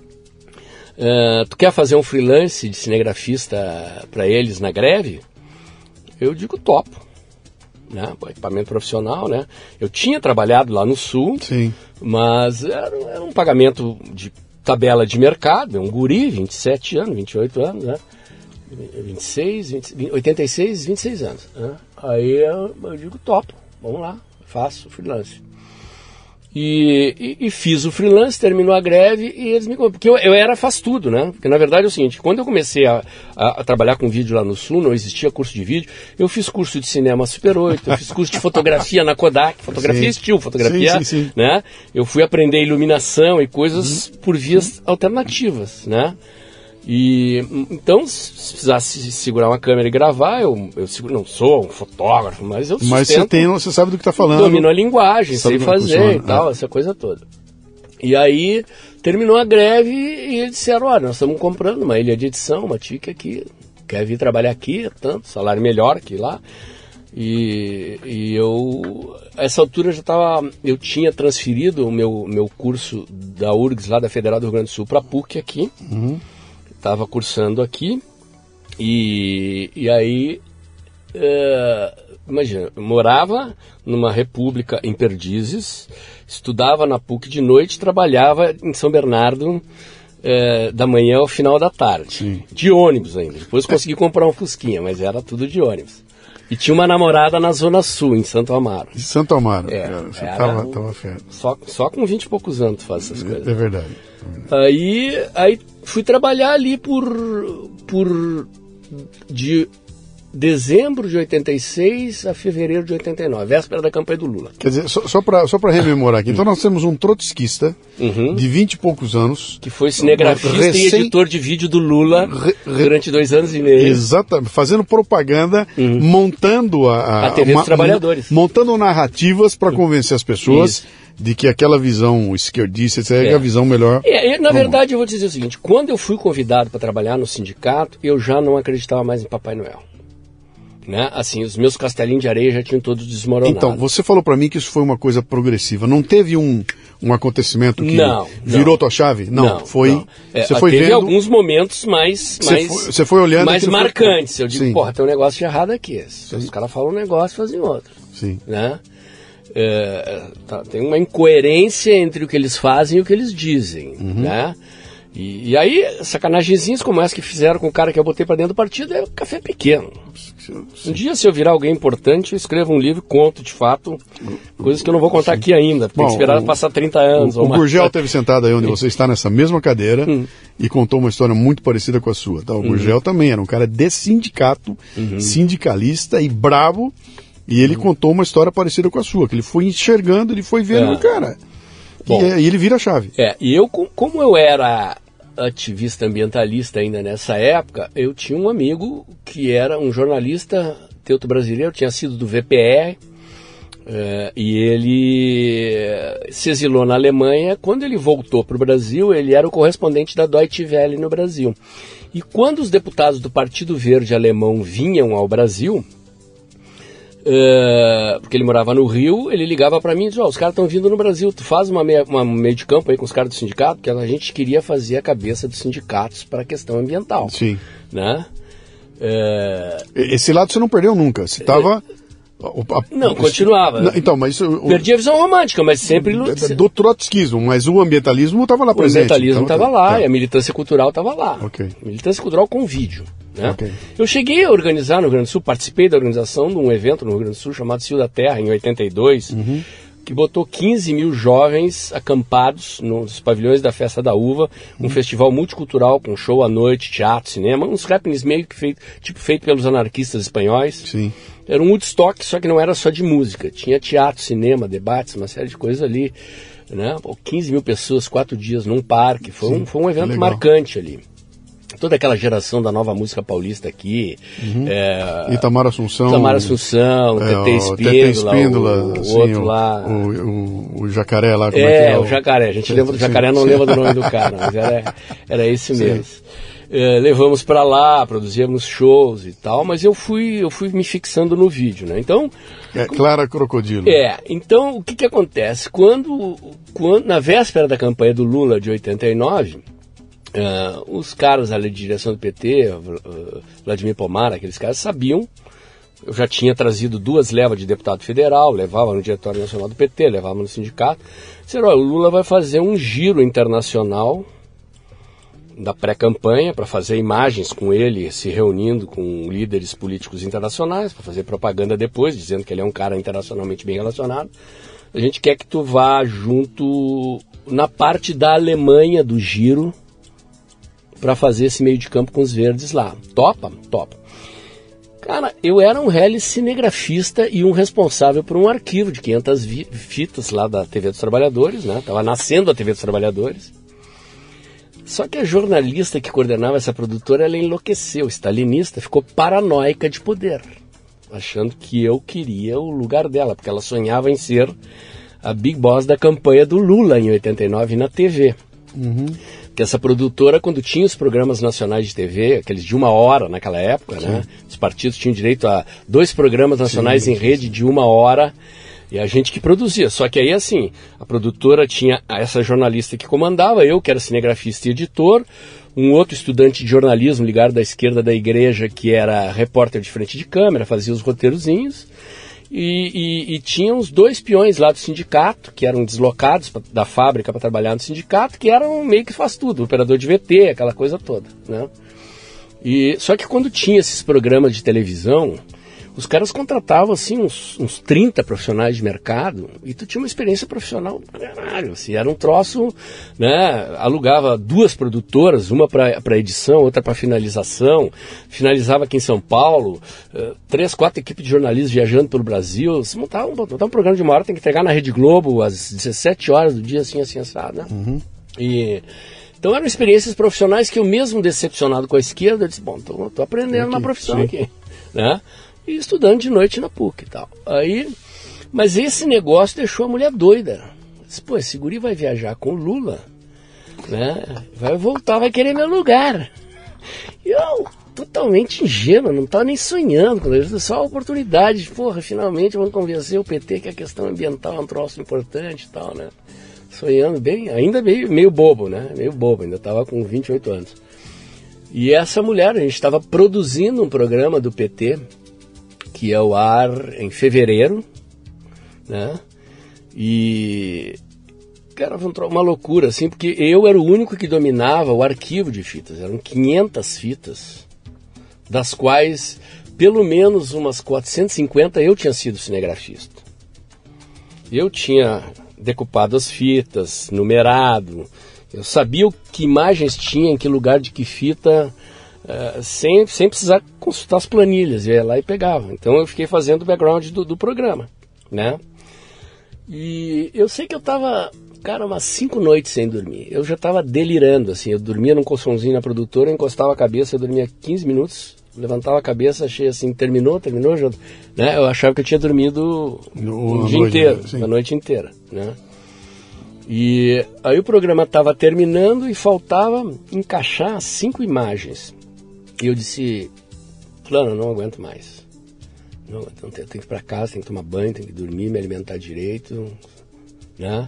Speaker 2: Uh, tu quer fazer um freelance de cinegrafista para eles na greve? Eu digo topo, né? Equipamento profissional, né? Eu tinha trabalhado lá no Sul,
Speaker 1: Sim.
Speaker 2: mas era, era um pagamento de tabela de mercado, é um guri, vinte e sete anos, vinte e oito anos, né? vinte e seis, vinte, oitenta e seis, vinte e seis anos. Né? Aí eu, eu digo, topo, vamos lá, faço freelance. E, e, e fiz o freelance, terminou a greve e eles me... Porque eu, eu era faz tudo, né? Porque na verdade é o seguinte, quando eu comecei a, a, a trabalhar com vídeo lá no Sul, não existia curso de vídeo, eu fiz curso de cinema Super oito, eu fiz curso de fotografia na Kodak, fotografia estilo, fotografia, sim, sim, sim. Né? Eu fui aprender iluminação e coisas uhum. por vias uhum. alternativas, né? E então, se precisasse segurar uma câmera e gravar, eu, eu seguro, não sou um fotógrafo, mas eu sustento.
Speaker 1: Mas você tem, você sabe do que está falando.
Speaker 2: Domino a linguagem, sei fazer e tal, é. essa coisa toda. E aí, terminou a greve e eles disseram, olha, nós estamos comprando uma ilha de edição, uma tica aqui, quer vir trabalhar aqui, tanto, salário melhor que lá. E, e eu, a essa altura já estava, eu tinha transferido o meu, meu curso da U R G S, lá da Federal do Rio Grande do Sul, para a PUC aqui. Uhum. Estava cursando aqui e, e aí, é, imagina, eu morava numa república em Perdizes, estudava na PUC de noite, trabalhava em São Bernardo é, da manhã ao final da tarde, Sim. de ônibus ainda. Depois consegui comprar um Fusquinha, mas era tudo de ônibus. E tinha uma namorada na Zona Sul, em Santo Amaro.
Speaker 1: Em Santo Amaro,
Speaker 2: é,
Speaker 1: cara, você tava, tava fera.
Speaker 2: Só, só com vinte e poucos anos tu faz essas
Speaker 1: é,
Speaker 2: coisas.
Speaker 1: É verdade.
Speaker 2: Aí, aí fui trabalhar ali por, por de dezembro de oitenta e seis a fevereiro de oitenta e nove, véspera da campanha do Lula.
Speaker 1: Quer dizer, só, só para só rememorar aqui, então nós temos um trotskista
Speaker 2: uhum.
Speaker 1: de vinte e poucos anos.
Speaker 2: Que foi cinegrafista recém... e editor de vídeo do Lula re, re... durante dois anos e meio.
Speaker 1: Exatamente, fazendo propaganda, uhum. montando a... A,
Speaker 2: a T V uma, dos Trabalhadores.
Speaker 1: Montando narrativas para convencer as pessoas... Isso. De que aquela visão esquerdista é, é a visão melhor.
Speaker 2: É, na verdade, eu vou te dizer o seguinte: quando eu fui convidado para trabalhar no sindicato, eu já não acreditava mais em Papai Noel. Né? Assim, os meus castelinhos de areia já tinham todos desmoronado.
Speaker 1: Então, você falou para mim que isso foi uma coisa progressiva. Não teve um, um acontecimento que
Speaker 2: não,
Speaker 1: virou
Speaker 2: não.
Speaker 1: tua chave? Não, não foi. Não.
Speaker 2: É,
Speaker 1: você foi
Speaker 2: teve
Speaker 1: vendo,
Speaker 2: alguns momentos mais, mais,
Speaker 1: você foi, você foi olhando
Speaker 2: mais marcantes.
Speaker 1: Foi...
Speaker 2: Eu digo,
Speaker 1: Sim.
Speaker 2: porra, tem um negócio de errado aqui. Sim. Os caras falam um negócio e fazem outro.
Speaker 1: Sim.
Speaker 2: Né? É, tá, tem uma incoerência entre o que eles fazem e o que eles dizem, uhum. né? E, e aí, sacanagenzinhas como essa que fizeram com o cara que eu botei pra dentro do partido é um café pequeno. Sim. Um dia, se eu virar alguém importante, eu escrevo um livro e conto, de fato, coisas que eu não vou contar Sim. aqui ainda, porque tem que esperar o, passar trinta anos.
Speaker 1: O,
Speaker 2: ou
Speaker 1: o
Speaker 2: mais.
Speaker 1: Gurgel esteve sentado aí onde você está, nessa mesma cadeira, hum. e contou uma história muito parecida com a sua. Tá? O uhum. Gurgel também era um cara de sindicato, uhum. sindicalista e bravo. E ele uhum. contou uma história parecida com a sua, que ele foi enxergando, ele foi vendo, é. cara. Bom, e, e ele vira a chave.
Speaker 2: É, e eu, como eu era ativista ambientalista ainda nessa época, eu tinha um amigo que era um jornalista teuto-brasileiro, tinha sido do V P R, é, e ele se exilou na Alemanha. Quando ele voltou para o Brasil, ele era o correspondente da Deutsche Welle no Brasil. E quando os deputados do Partido Verde alemão vinham ao Brasil... Uh, porque ele morava no Rio, ele ligava para mim e dizia, oh, os caras estão vindo no Brasil, tu faz uma meia, uma meio de campo aí com os caras do sindicato, porque a gente queria fazer a cabeça dos sindicatos para a questão ambiental.
Speaker 1: Sim.
Speaker 2: Né? Uh,
Speaker 1: Esse lado você não perdeu nunca, você estava...
Speaker 2: Não, continuava.
Speaker 1: Não, então, mas isso,
Speaker 2: perdi a visão romântica, mas sempre...
Speaker 1: Do, do trotskismo, mas o ambientalismo estava lá
Speaker 2: o
Speaker 1: presente.
Speaker 2: O ambientalismo estava
Speaker 1: então,
Speaker 2: lá,
Speaker 1: tá.
Speaker 2: e a militância cultural estava lá.
Speaker 1: Okay.
Speaker 2: Militância cultural com vídeo. Né?
Speaker 1: Okay.
Speaker 2: Eu cheguei a organizar no Rio Grande do Sul, participei da organização de um evento no Rio Grande do Sul chamado Cio da Terra, em oitenta e dois, uhum. que botou quinze mil jovens acampados nos pavilhões da Festa da Uva, um uhum. festival multicultural com show à noite, teatro, cinema, uns happenings meio que feito, tipo feito pelos anarquistas espanhóis.
Speaker 1: Sim.
Speaker 2: Era um Woodstock, só que não era só de música, tinha teatro, cinema, debates, uma série de coisas ali. Né? quinze mil pessoas, quatro dias num parque, foi, um, foi um evento marcante ali. Toda aquela geração da nova música paulista aqui. Uhum. É,
Speaker 1: Itamar Assunção.
Speaker 2: Itamar Assunção,
Speaker 1: é,
Speaker 2: T T Espíndola,
Speaker 1: Espíndola,
Speaker 2: o, o
Speaker 1: sim,
Speaker 2: outro lá.
Speaker 1: O, o, o Jacaré lá, como
Speaker 2: é,
Speaker 1: é que é?
Speaker 2: o Jacaré. A gente sim, lembra do Jacaré, sim, não sim. lembra do nome do cara, mas era, era esse mesmo. É, levamos para lá, produzíamos shows e tal, mas eu fui, eu fui me fixando no vídeo, né? Então...
Speaker 1: É, Clara Crocodilo.
Speaker 2: É, então o que que acontece? Quando, quando, na véspera da campanha do Lula de oitenta e nove... Uh, os caras ali de direção do P T, uh, Vladimir Pomar, aqueles caras sabiam. Eu já tinha trazido duas levas de deputado federal, levava no Diretório Nacional do P T, levava no sindicato. Disseram, olha, o Lula vai fazer um giro internacional da pré-campanha para fazer imagens com ele, se reunindo com líderes políticos internacionais, para fazer propaganda depois, dizendo que ele é um cara internacionalmente bem relacionado. A gente quer que tu vá junto na parte da Alemanha do Giro para fazer esse meio de campo com os verdes lá. Topa? Topa. Cara, eu era um rally cinegrafista e um responsável por um arquivo de quinhentas vi- fitas lá da T V dos Trabalhadores, né? Tava nascendo a T V dos Trabalhadores. Só que a jornalista que coordenava essa produtora, ela enlouqueceu, stalinista, ficou paranoica de poder, achando que eu queria o lugar dela, porque ela sonhava em ser a Big Boss da campanha do Lula em oitenta e nove na T V. Uhum. Que essa produtora, quando tinha os programas nacionais de T V, aqueles de uma hora naquela época, né? Os partidos tinham direito a dois programas nacionais sim, em rede de uma hora, e a gente que produzia. Só que aí, assim, a produtora tinha essa jornalista que comandava, eu que era cinegrafista e editor, um outro estudante de jornalismo ligado da esquerda da igreja, que era repórter de frente de câmera, fazia os roteirozinhos, e, e, e tinha uns dois peões lá do sindicato, que eram deslocados pra, da fábrica para trabalhar no sindicato, que eram meio que faz tudo, operador de V T, aquela coisa toda, né? E, só que quando tinha esses programas de televisão, os caras contratavam assim uns, uns trinta profissionais de mercado e tu tinha uma experiência profissional do caralho, assim, era um troço, né? Alugava duas produtoras, uma para edição, outra para finalização, finalizava aqui em São Paulo, uh, três, quatro equipes de jornalistas viajando pelo Brasil, se montava um, montar um programa de uma hora, tem que entregar na Rede Globo às dezessete horas do dia, assim, assim, assado, né? Uhum. E... Então eram experiências profissionais que eu mesmo decepcionado com a esquerda, eu disse, bom, tô, tô aprendendo uma profissão sim. aqui, né? E estudando de noite na P U C e tal. Aí, mas esse negócio deixou a mulher doida. Disse, pô, esse guri vai viajar com o Lula, né? Vai voltar, vai querer meu lugar. E eu, totalmente ingênuo, não estava nem sonhando com isso, só a oportunidade. Porra, finalmente vamos convencer o P T que a questão ambiental é um troço importante e tal, né? Sonhando bem, ainda meio, meio bobo, né? Meio bobo, ainda estava com vinte e oito anos. E essa mulher, a gente estava produzindo um programa do P T, que é o ar em fevereiro, né? E, cara, uma loucura, assim, porque eu era o único que dominava o arquivo de fitas. Eram quinhentas fitas, das quais, pelo menos umas quatrocentas e cinquenta eu tinha sido cinegrafista. Eu tinha decupado as fitas, numerado, eu sabia o que imagens tinha, em que lugar de que fita... Uh, sem, sem precisar consultar as planilhas, ia lá e pegava. Então eu fiquei fazendo o background do, do programa, né? E eu sei que eu tava, cara, umas cinco noites sem dormir. Eu já tava delirando, assim. Eu dormia num colchãozinho na produtora, eu encostava a cabeça, eu dormia quinze minutos, levantava a cabeça, achei assim, terminou, terminou, já, né? Eu achava que eu tinha dormido o dia inteiro, a noite inteira, né? E aí o programa tava terminando e faltava encaixar cinco imagens. E eu disse, fulano, eu não aguento mais. Não, então, tenho que ir para casa, tenho que tomar banho, tenho que dormir, me alimentar direito, né?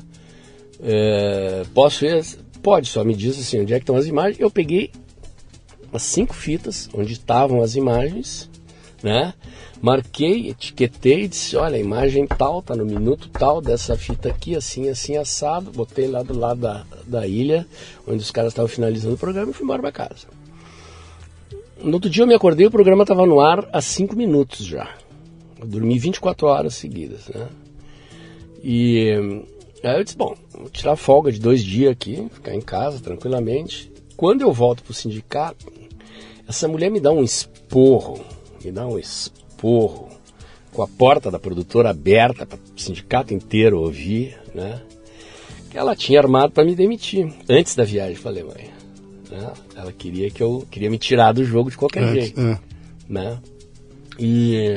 Speaker 2: É, posso ir? Pode, só me diz assim, onde é que estão as imagens. Eu peguei as cinco fitas, onde estavam as imagens, né? Marquei, etiquetei e disse, olha, a imagem tal, tá no minuto tal dessa fita aqui, assim, assim, assado. Botei lá do lado da, da ilha, onde os caras estavam finalizando o programa e fui embora para casa. No outro dia eu me acordei e o programa estava no ar há cinco minutos já. Eu dormi vinte e quatro horas seguidas, né? E aí eu disse, bom, vou tirar folga de dois dias aqui, ficar em casa tranquilamente. Quando eu volto pro sindicato, essa mulher me dá um esporro, me dá um esporro, com a porta da produtora aberta para o sindicato inteiro ouvir, né? Que ela tinha armado para me demitir. Antes da viagem, falei, mãe, né? Ela queria que eu queria me tirar do jogo de qualquer é, jeito, é. Né? E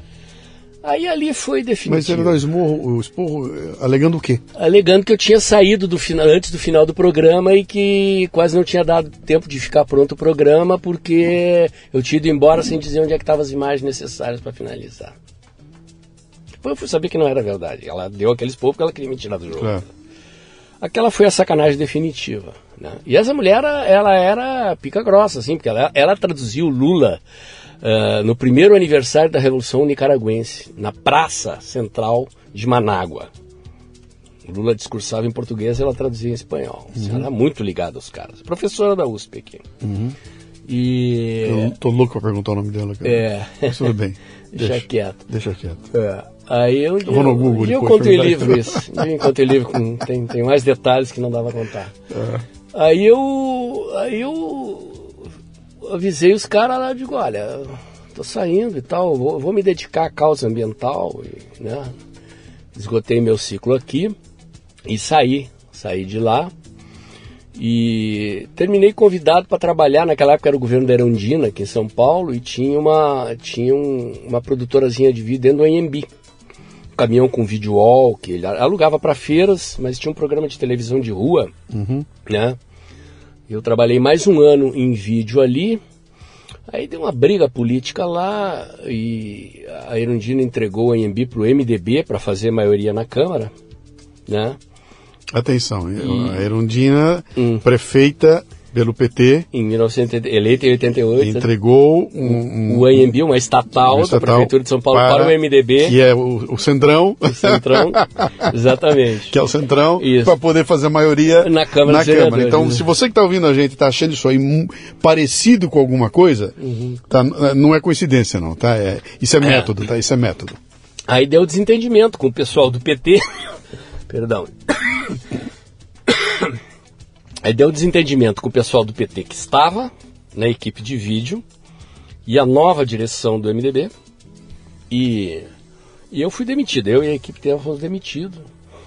Speaker 2: aí ali foi definitivo.
Speaker 1: Mas ele dá o esporro, o esporro alegando o quê?
Speaker 2: Alegando que eu tinha saído do final, antes do final do programa e que quase não tinha dado tempo de ficar pronto o programa porque eu tinha ido embora sem dizer onde é que estavam as imagens necessárias para finalizar. Depois eu fui saber que não era verdade. Ela deu aquele esporro porque ela queria me tirar do jogo. Claro. Aquela foi a sacanagem definitiva, né? E essa mulher, ela era pica grossa, assim, porque ela, ela traduziu Lula uh, no primeiro aniversário da Revolução Nicaragüense, na Praça Central de Manágua. O Lula discursava em português e ela traduzia em espanhol. Uhum. Ela era muito ligada aos caras. Professora da U S P aqui.
Speaker 1: Uhum.
Speaker 2: E...
Speaker 1: Eu tô louco pra perguntar o nome dela, cara.
Speaker 2: É.
Speaker 1: Mas tudo bem.
Speaker 2: Deixa, deixa quieto.
Speaker 1: Deixa quieto.
Speaker 2: É. Aí eu,
Speaker 1: eu vou no Google.
Speaker 2: Eu, eu contei livro isso. Eu contei livro com tem, tem mais detalhes que não dava a contar. É. Aí eu aí eu avisei os caras lá, digo, olha, tô saindo e tal, vou, vou me dedicar à causa ambiental, e, né? Esgotei meu ciclo aqui e saí, saí de lá e terminei convidado para trabalhar. Naquela época era o governo da Erundina aqui em São Paulo e tinha uma tinha um, uma produtorazinha de vídeo dentro do Anhembi. Caminhão com video wall, que ele alugava para feiras, mas tinha um programa de televisão de rua, uhum. né? Eu trabalhei mais um ano em vídeo ali, aí deu uma briga política lá e a Erundina entregou o Anhembi para o M D B para fazer maioria na Câmara, né? Atenção,
Speaker 1: e... a Erundina, hum. prefeita pelo P T,
Speaker 2: em mil novecentos e oitenta, eleita em oitenta e oito,
Speaker 1: entregou um, um,
Speaker 2: o Anhembi, uma estatal, uma estatal da Prefeitura de São Paulo para, para o M D B,
Speaker 1: que é o, o Centrão,
Speaker 2: o Centrão, exatamente,
Speaker 1: que é o Centrão, para poder fazer a maioria
Speaker 2: na Câmara.
Speaker 1: Na Câmara. Então, se você que está ouvindo a gente está achando isso aí parecido com alguma coisa, uhum. tá, não é coincidência, não, tá? É, isso é método, é. tá? Isso é método.
Speaker 2: Aí deu desentendimento com o pessoal do P T, perdão. Aí deu desentendimento com o pessoal do P T que estava na equipe de vídeo e a nova direção do M D B. E, e eu fui demitido, eu e a equipe inteira fomos demitidos.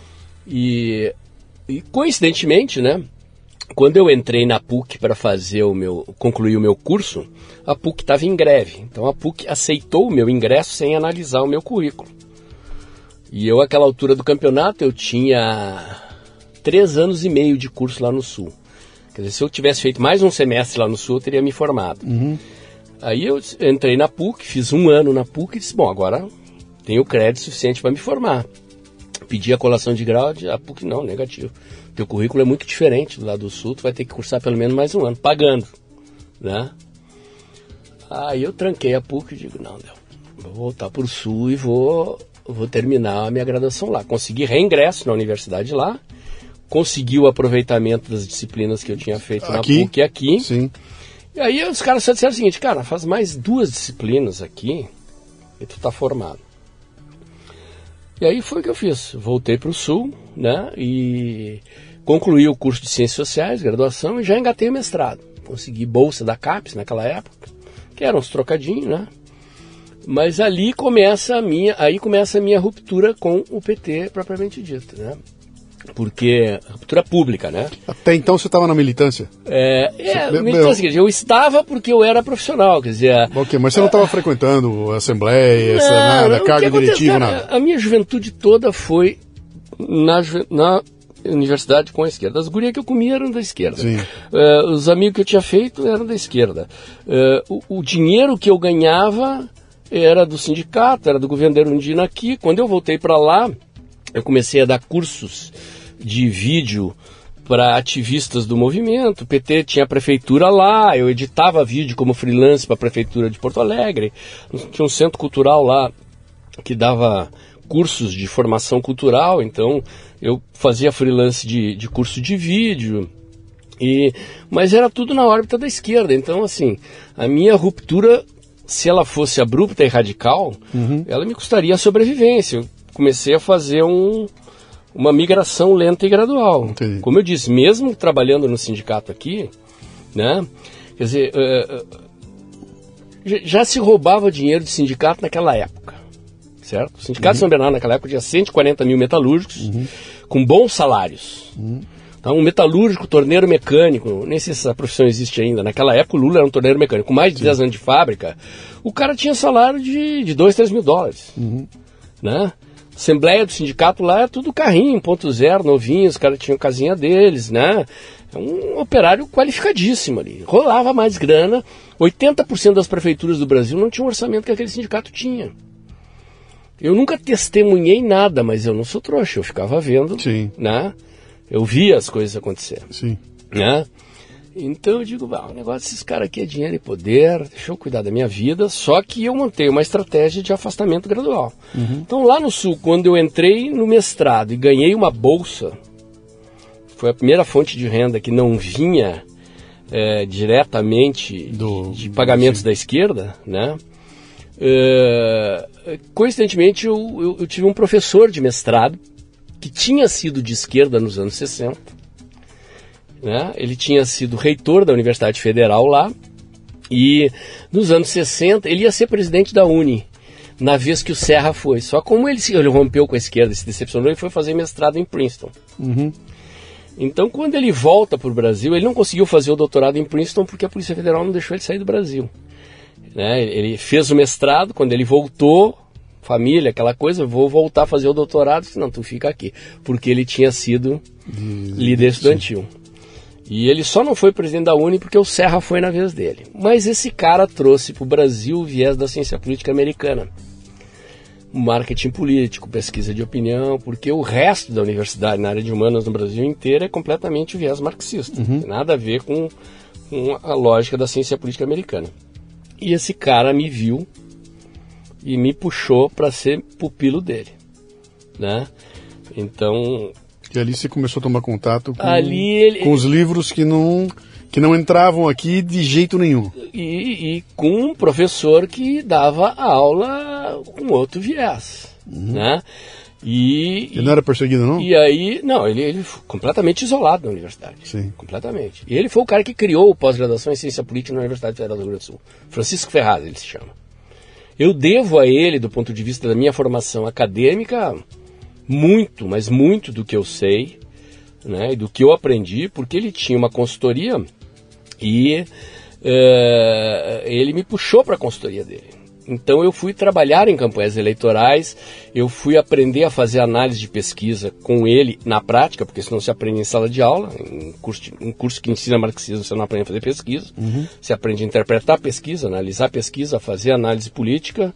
Speaker 2: E, e coincidentemente, né, quando eu entrei na P U C para fazer o meu, concluir o meu curso, a P U C estava em greve. Então a P U C aceitou o meu ingresso sem analisar o meu currículo. E eu, àquela altura do campeonato, eu tinha três anos e meio de curso lá no Sul. Quer dizer, se eu tivesse feito mais um semestre lá no Sul, eu teria me formado. Uhum. Aí eu entrei na P U C, fiz um ano na P U C e disse, bom, agora tenho crédito suficiente para me formar. Pedi a colação de grau, a P U C não, negativo. Teu currículo é muito diferente do lado do Sul, tu vai ter que cursar pelo menos mais um ano, pagando, né? Aí eu tranquei a P U C e digo, não, não, vou voltar para o Sul e vou, vou terminar a minha graduação lá. Consegui reingresso na universidade lá, consegui o aproveitamento das disciplinas que eu tinha feito aqui, na P U C aqui.
Speaker 1: Sim.
Speaker 2: E aí os caras só disseram o seguinte, cara, faz mais duas disciplinas aqui e tu tá formado. E aí foi o que eu fiz. Voltei para o Sul, né, e concluí o curso de Ciências Sociais, graduação, e já engatei o mestrado. Consegui bolsa da CAPES naquela época, que eram uns trocadinhos, né? Mas ali começa a minha, aí começa a minha ruptura com o P T propriamente dito, né? Porque ruptura pública, né?
Speaker 1: Até então você estava na militância?
Speaker 2: É, é você, militância, quer dizer, eu estava porque eu era profissional, quer dizer...
Speaker 1: Ok, mas você não estava uh, frequentando a Assembleia, essa, não, nada, cargo diretivo, nada?
Speaker 2: A minha juventude toda foi na, na universidade com a esquerda. As gurias que eu comia eram da esquerda. Uh, os amigos que eu tinha feito eram da esquerda. Uh, o, o dinheiro que eu ganhava era do sindicato, era do governo da Erundina aqui. Quando eu voltei para lá, eu comecei a dar cursos de vídeo para ativistas do movimento. O P T tinha a prefeitura lá, eu editava vídeo como freelance para a prefeitura de Porto Alegre. Tinha um centro cultural lá que dava cursos de formação cultural, então eu fazia freelance de, de curso de vídeo. E, mas era tudo na órbita da esquerda. Então, assim, a minha ruptura, se ela fosse abrupta e radical, uhum. ela me custaria a sobrevivência. Eu comecei a fazer um, uma migração lenta e gradual. Entendi. Como eu disse, mesmo trabalhando no sindicato aqui, né, quer dizer, uh, uh, já se roubava dinheiro de sindicato naquela época, certo? O sindicato uhum. de São Bernardo naquela época tinha cento e quarenta mil metalúrgicos uhum. com bons salários. Uhum. Então, um metalúrgico, torneiro mecânico, nem sei se essa profissão existe ainda, naquela época o Lula era um torneiro mecânico, com mais de Sim. dez anos de fábrica, o cara tinha salário de, de dois, três mil dólares, uhum. né? Assembleia do sindicato lá é tudo carrinho, ponto zero, novinho, os caras tinham casinha deles, né? É um operário qualificadíssimo ali. Rolava mais grana, oitenta por cento das prefeituras do Brasil não tinha um orçamento que aquele sindicato tinha. Eu nunca testemunhei nada, mas eu não sou trouxa, eu ficava vendo, Sim. né? Eu via as coisas acontecerem.
Speaker 1: Sim.
Speaker 2: Né? Então eu digo, ah, o negócio desses caras aqui é dinheiro e poder, deixa eu cuidar da minha vida, só que eu montei uma estratégia de afastamento gradual. Uhum. Então lá no Sul, quando eu entrei no mestrado e ganhei uma bolsa, foi a primeira fonte de renda que não vinha é, diretamente Do, de, de pagamentos sim. da esquerda, né? É, coincidentemente eu, eu, eu tive um professor de mestrado que tinha sido de esquerda nos anos sessenta, né? Ele tinha sido reitor da Universidade Federal lá, e nos anos sessenta ele ia ser presidente da Uni, na vez que o Serra foi. Só como ele, se, ele rompeu com a esquerda, se decepcionou, ele foi fazer mestrado em Princeton. Uhum. Então, quando ele volta para o Brasil, ele não conseguiu fazer o doutorado em Princeton porque a Polícia Federal não deixou ele sair do Brasil. Né? Ele fez o mestrado, quando ele voltou, família, aquela coisa, vou voltar a fazer o doutorado. Disse, não, tu fica aqui, porque ele tinha sido hum, líder estudantil. Sim. E ele só não foi presidente da Uni porque o Serra foi na vez dele. Mas esse cara trouxe para o Brasil o viés da ciência política americana. Marketing político, pesquisa de opinião, porque o resto da universidade na área de humanas no Brasil inteiro é completamente o viés marxista. Uhum. Não tem nada a ver com, com a lógica da ciência política americana. E esse cara me viu e me puxou para ser pupilo dele, né? Então...
Speaker 1: E ali você começou a tomar contato com,
Speaker 2: ali ele,
Speaker 1: com os livros que não, que não entravam aqui de jeito nenhum.
Speaker 2: E, e com um professor que dava aula com outro viés, uhum. né? E,
Speaker 1: ele não era perseguido, não?
Speaker 2: E aí, não, ele, ele foi completamente isolado da universidade.
Speaker 1: Sim.
Speaker 2: Completamente. E ele foi o cara que criou o pós-graduação em ciência política na Universidade Federal do Rio Grande do Sul. Francisco Ferraz, ele se chama. Eu devo a ele, do ponto de vista da minha formação acadêmica, muito, mas muito do que eu sei, né, e do que eu aprendi, porque ele tinha uma consultoria e é, ele me puxou para a consultoria dele. Então eu fui trabalhar em campanhas eleitorais, eu fui aprender a fazer análise de pesquisa com ele na prática, porque senão se aprende em sala de aula, em curso, de, um curso que ensina marxismo você não aprende a fazer pesquisa, uhum. Você aprende a interpretar pesquisa, analisar pesquisa, fazer análise política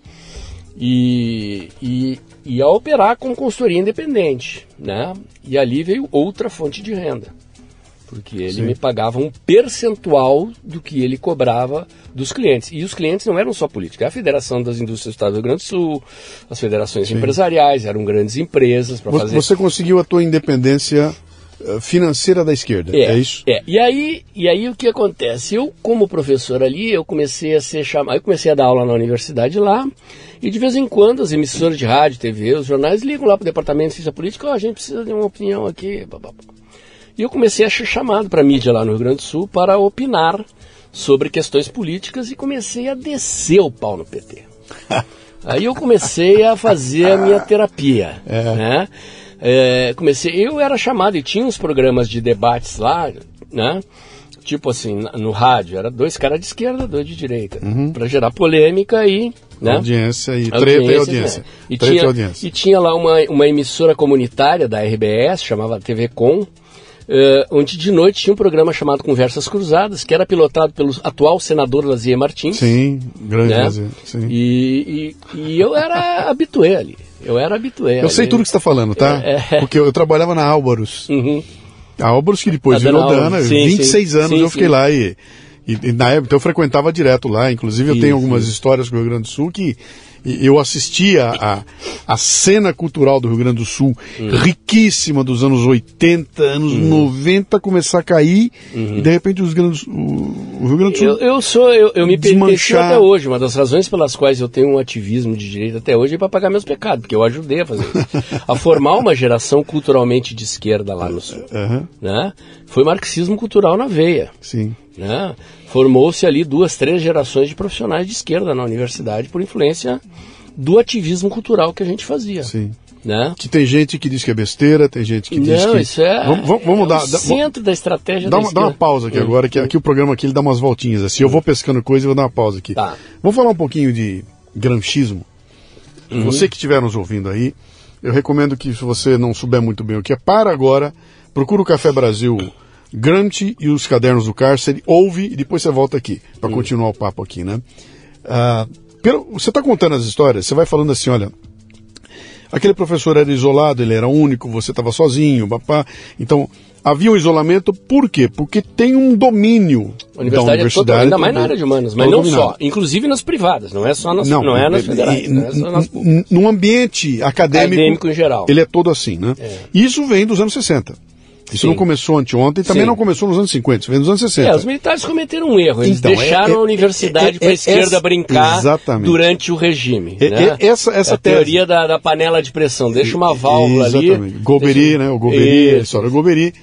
Speaker 2: e, e, e a operar com consultoria independente, né? E ali veio outra fonte de renda. Porque ele Sim. me pagava um percentual do que ele cobrava dos clientes. E os clientes não eram só políticos. A Federação das Indústrias do Estado do Rio Grande do Sul, as federações Sim. empresariais, eram grandes empresas para fazer...
Speaker 1: Você conseguiu a tua independência financeira da esquerda, é, é isso?
Speaker 2: É, e aí, e aí o que acontece? Eu, como professor ali, eu comecei a ser chamado... Eu comecei a dar aula na universidade lá, e de vez em quando as emissoras de rádio, T V, os jornais ligam lá para o departamento de ciência política, oh, a gente precisa de uma opinião aqui, babá. E eu comecei a ser chamado para a mídia lá no Rio Grande do Sul para opinar sobre questões políticas e comecei a descer o pau no P T. Aí eu comecei a fazer a minha terapia, é. né? É, comecei, eu era chamado e tinha uns programas de debates lá, né? Tipo assim, no rádio, era dois caras de esquerda, dois de direita, uhum. para gerar polêmica e... Né?
Speaker 1: Audiência e treta e audiência.
Speaker 2: Né? E, treta tinha, e audiência. E tinha lá uma, uma emissora comunitária da R B S, chamava T V Com, Uh, onde de noite tinha um programa chamado Conversas Cruzadas, que era pilotado pelo atual senador Lazier Martins.
Speaker 1: Sim, grande né? Lazier. Sim.
Speaker 2: E, e, e eu era habitué ali. Eu era habitué.
Speaker 1: Eu ali. sei tudo que você está falando, tá? É, é. Porque eu, eu trabalhava na Álvaros. Uhum. A Álvaros que depois virou Dana. Sim, vinte e seis sim. anos sim, eu fiquei sim. lá e, e, e na época então eu frequentava direto lá. Inclusive eu sim, tenho algumas sim. histórias com o Rio Grande do Sul que eu assistia a, a cena cultural do Rio Grande do Sul, uhum. riquíssima dos anos oitenta, anos uhum. noventa, começar a cair, uhum. e de repente os grandes, o, o Rio Grande do Sul...
Speaker 2: Eu, eu, sou, eu, eu me penitencio até hoje, uma das razões pelas quais eu tenho um ativismo de direita até hoje é para pagar meus pecados, porque eu ajudei a fazer isso. A formar uma geração culturalmente de esquerda lá no Sul. Uhum. Né? Foi marxismo cultural na veia.
Speaker 1: Sim.
Speaker 2: Né? Formou-se ali duas, três gerações de profissionais de esquerda na universidade por influência do ativismo cultural que a gente fazia.
Speaker 1: Sim.
Speaker 2: Né?
Speaker 1: Que tem gente que diz que é besteira, tem gente que diz
Speaker 2: Não,
Speaker 1: que...
Speaker 2: isso é,
Speaker 1: vamos, vamos, vamos
Speaker 2: é
Speaker 1: dar,
Speaker 2: o centro da estratégia
Speaker 1: dá
Speaker 2: da
Speaker 1: uma, dá uma pausa aqui hum. agora, que aqui o programa aqui ele dá umas voltinhas assim. Eu vou pescando coisa e vou dar uma pausa aqui.
Speaker 2: Tá.
Speaker 1: Vamos falar um pouquinho de gramscismo. Uhum. Você que estiver nos ouvindo aí, eu recomendo que, se você não souber muito bem o que é, para agora, procura o Café Brasil Gramsci e os Cadernos do Cárcere, ouve e depois você volta aqui, para uhum. continuar o papo aqui, né? Ah, pelo, você está contando as histórias, você vai falando assim, olha, aquele professor era isolado, ele era único, você estava sozinho, papá. Então, Havia um isolamento, por quê? Porque tem um domínio
Speaker 2: a universidade
Speaker 1: da universidade.
Speaker 2: É total, ainda mais na área de humanas, mas não
Speaker 1: dominado.
Speaker 2: Só, inclusive nas privadas, não é só nas,
Speaker 1: não,
Speaker 2: não é nas federais. Não é só nas públicas.
Speaker 1: No ambiente acadêmico,
Speaker 2: acadêmico em geral.
Speaker 1: Ele é todo assim, né?
Speaker 2: É.
Speaker 1: Isso vem dos anos sessenta. Isso
Speaker 2: Sim.
Speaker 1: não começou anteontem, também
Speaker 2: Sim.
Speaker 1: não começou nos anos cinquenta, isso vem dos anos sessenta.
Speaker 2: É, os militares cometeram um erro, eles
Speaker 1: então,
Speaker 2: deixaram
Speaker 1: é, é,
Speaker 2: a universidade
Speaker 1: é, é,
Speaker 2: para a esquerda
Speaker 1: essa,
Speaker 2: brincar
Speaker 1: exatamente.
Speaker 2: durante o regime.
Speaker 1: É,
Speaker 2: né?
Speaker 1: é, essa essa
Speaker 2: a
Speaker 1: tese.
Speaker 2: teoria da, da panela de pressão, deixa uma válvula
Speaker 1: exatamente.
Speaker 2: ali.
Speaker 1: Golbery,
Speaker 2: deixa...
Speaker 1: né? O Golbery, a história do Golbery.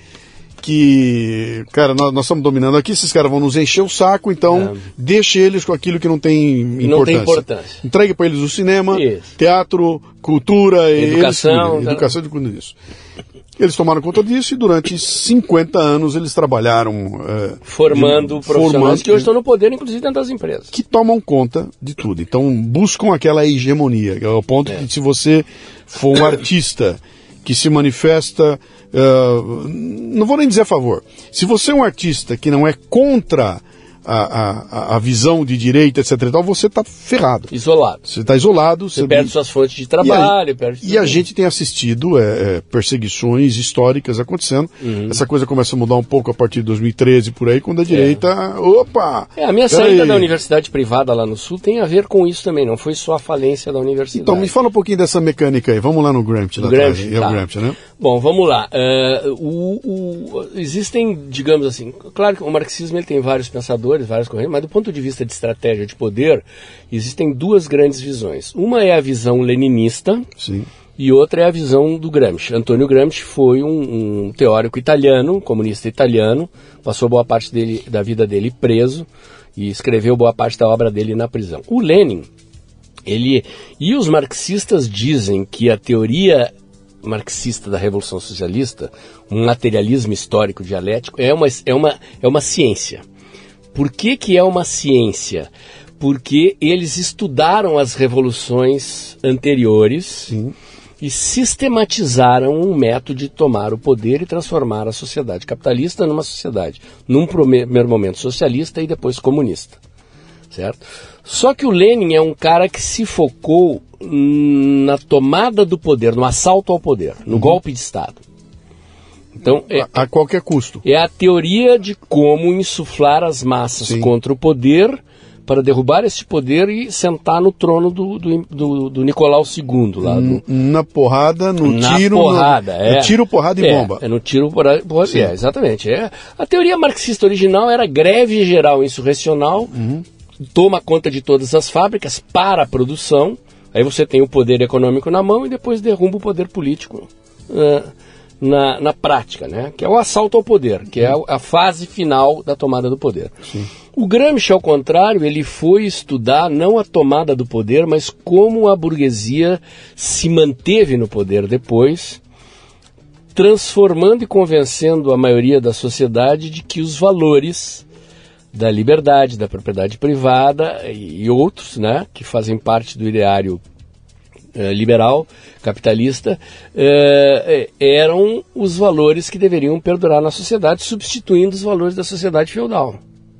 Speaker 1: Que, cara, nós, nós estamos dominando aqui, esses caras vão nos encher o saco, então
Speaker 2: é.
Speaker 1: deixe eles com aquilo que não tem importância.
Speaker 2: Não tem importância.
Speaker 1: Entregue para eles o cinema,
Speaker 2: isso.
Speaker 1: teatro, cultura,
Speaker 2: educação,
Speaker 1: eles, educação de tudo isso. Eles tomaram conta disso e durante cinquenta anos eles trabalharam é,
Speaker 2: formando
Speaker 1: de,
Speaker 2: profissionais
Speaker 1: formando,
Speaker 2: que hoje estão no poder, inclusive dentro das empresas.
Speaker 1: Que tomam conta de tudo. Então buscam aquela hegemonia, ao ponto é. que se você for um artista que se manifesta, uh, não vou nem dizer a favor, se você é um artista que não é contra a, a, a visão de direita, etc e tal, você está ferrado.
Speaker 2: Isolado.
Speaker 1: Você está isolado.
Speaker 2: Você, você perde suas fontes de trabalho.
Speaker 1: E a,
Speaker 2: perde
Speaker 1: e a gente tem assistido é, é, perseguições históricas acontecendo. Uhum. Essa coisa começa a mudar um pouco a partir de dois mil e treze, por aí, quando a direita... É. Opa!
Speaker 2: É, a minha saída aí. da universidade privada lá no Sul tem a ver com isso também, não foi só a falência da universidade.
Speaker 1: Então, me fala um pouquinho dessa mecânica aí. Vamos lá no Gramsci.
Speaker 2: No Gramsci,
Speaker 1: é
Speaker 2: tá.
Speaker 1: o Gramsci, né?
Speaker 2: Bom, vamos lá. Uh, o, o, existem, digamos assim, claro que o marxismo ele tem vários pensadores, várias correntes, mas do ponto de vista de estratégia de poder, existem duas grandes visões. Uma é a visão leninista.
Speaker 1: Sim.
Speaker 2: E outra é a visão do Gramsci. Antônio Gramsci foi um, um teórico italiano, um comunista italiano, passou boa parte dele, da vida dele preso e escreveu boa parte da obra dele na prisão. O Lenin, ele... E os marxistas dizem que a teoria marxista da Revolução Socialista, um materialismo histórico dialético, é uma, é uma, é uma ciência. Por que que é uma ciência? Porque eles estudaram as revoluções anteriores Sim. e sistematizaram um método de tomar o poder e transformar a sociedade capitalista numa sociedade, num primeiro momento socialista e depois comunista. Certo? Só que o Lenin é um cara que se focou na tomada do poder, no assalto ao poder, no uhum. golpe de Estado. Então, é,
Speaker 1: a, a qualquer custo.
Speaker 2: É a teoria de como insuflar as massas Sim. contra o poder para derrubar esse poder e sentar no trono do, do, do, do Nicolau segundo. Lá do,
Speaker 1: na porrada, no
Speaker 2: na
Speaker 1: tiro...
Speaker 2: Porrada,
Speaker 1: no,
Speaker 2: é.
Speaker 1: no tiro, porrada e
Speaker 2: é,
Speaker 1: bomba.
Speaker 2: É, no tiro, porrada e bomba. É, exatamente. É. A teoria marxista original era greve geral insurrecional, uhum. toma conta de todas as fábricas para a produção, aí você tem o poder econômico na mão e depois derruba o poder político uh, na, na prática, né? Que é o assalto ao poder, que é a, a fase final da tomada do poder. Sim. O Gramsci, ao contrário, ele foi estudar não a tomada do poder, mas como a burguesia se manteve no poder depois, transformando e convencendo a maioria da sociedade de que os valores da liberdade, da propriedade privada e outros, né, que fazem parte do ideário eh, liberal, capitalista, eh, eram os valores que deveriam perdurar na sociedade, substituindo os valores da sociedade feudal.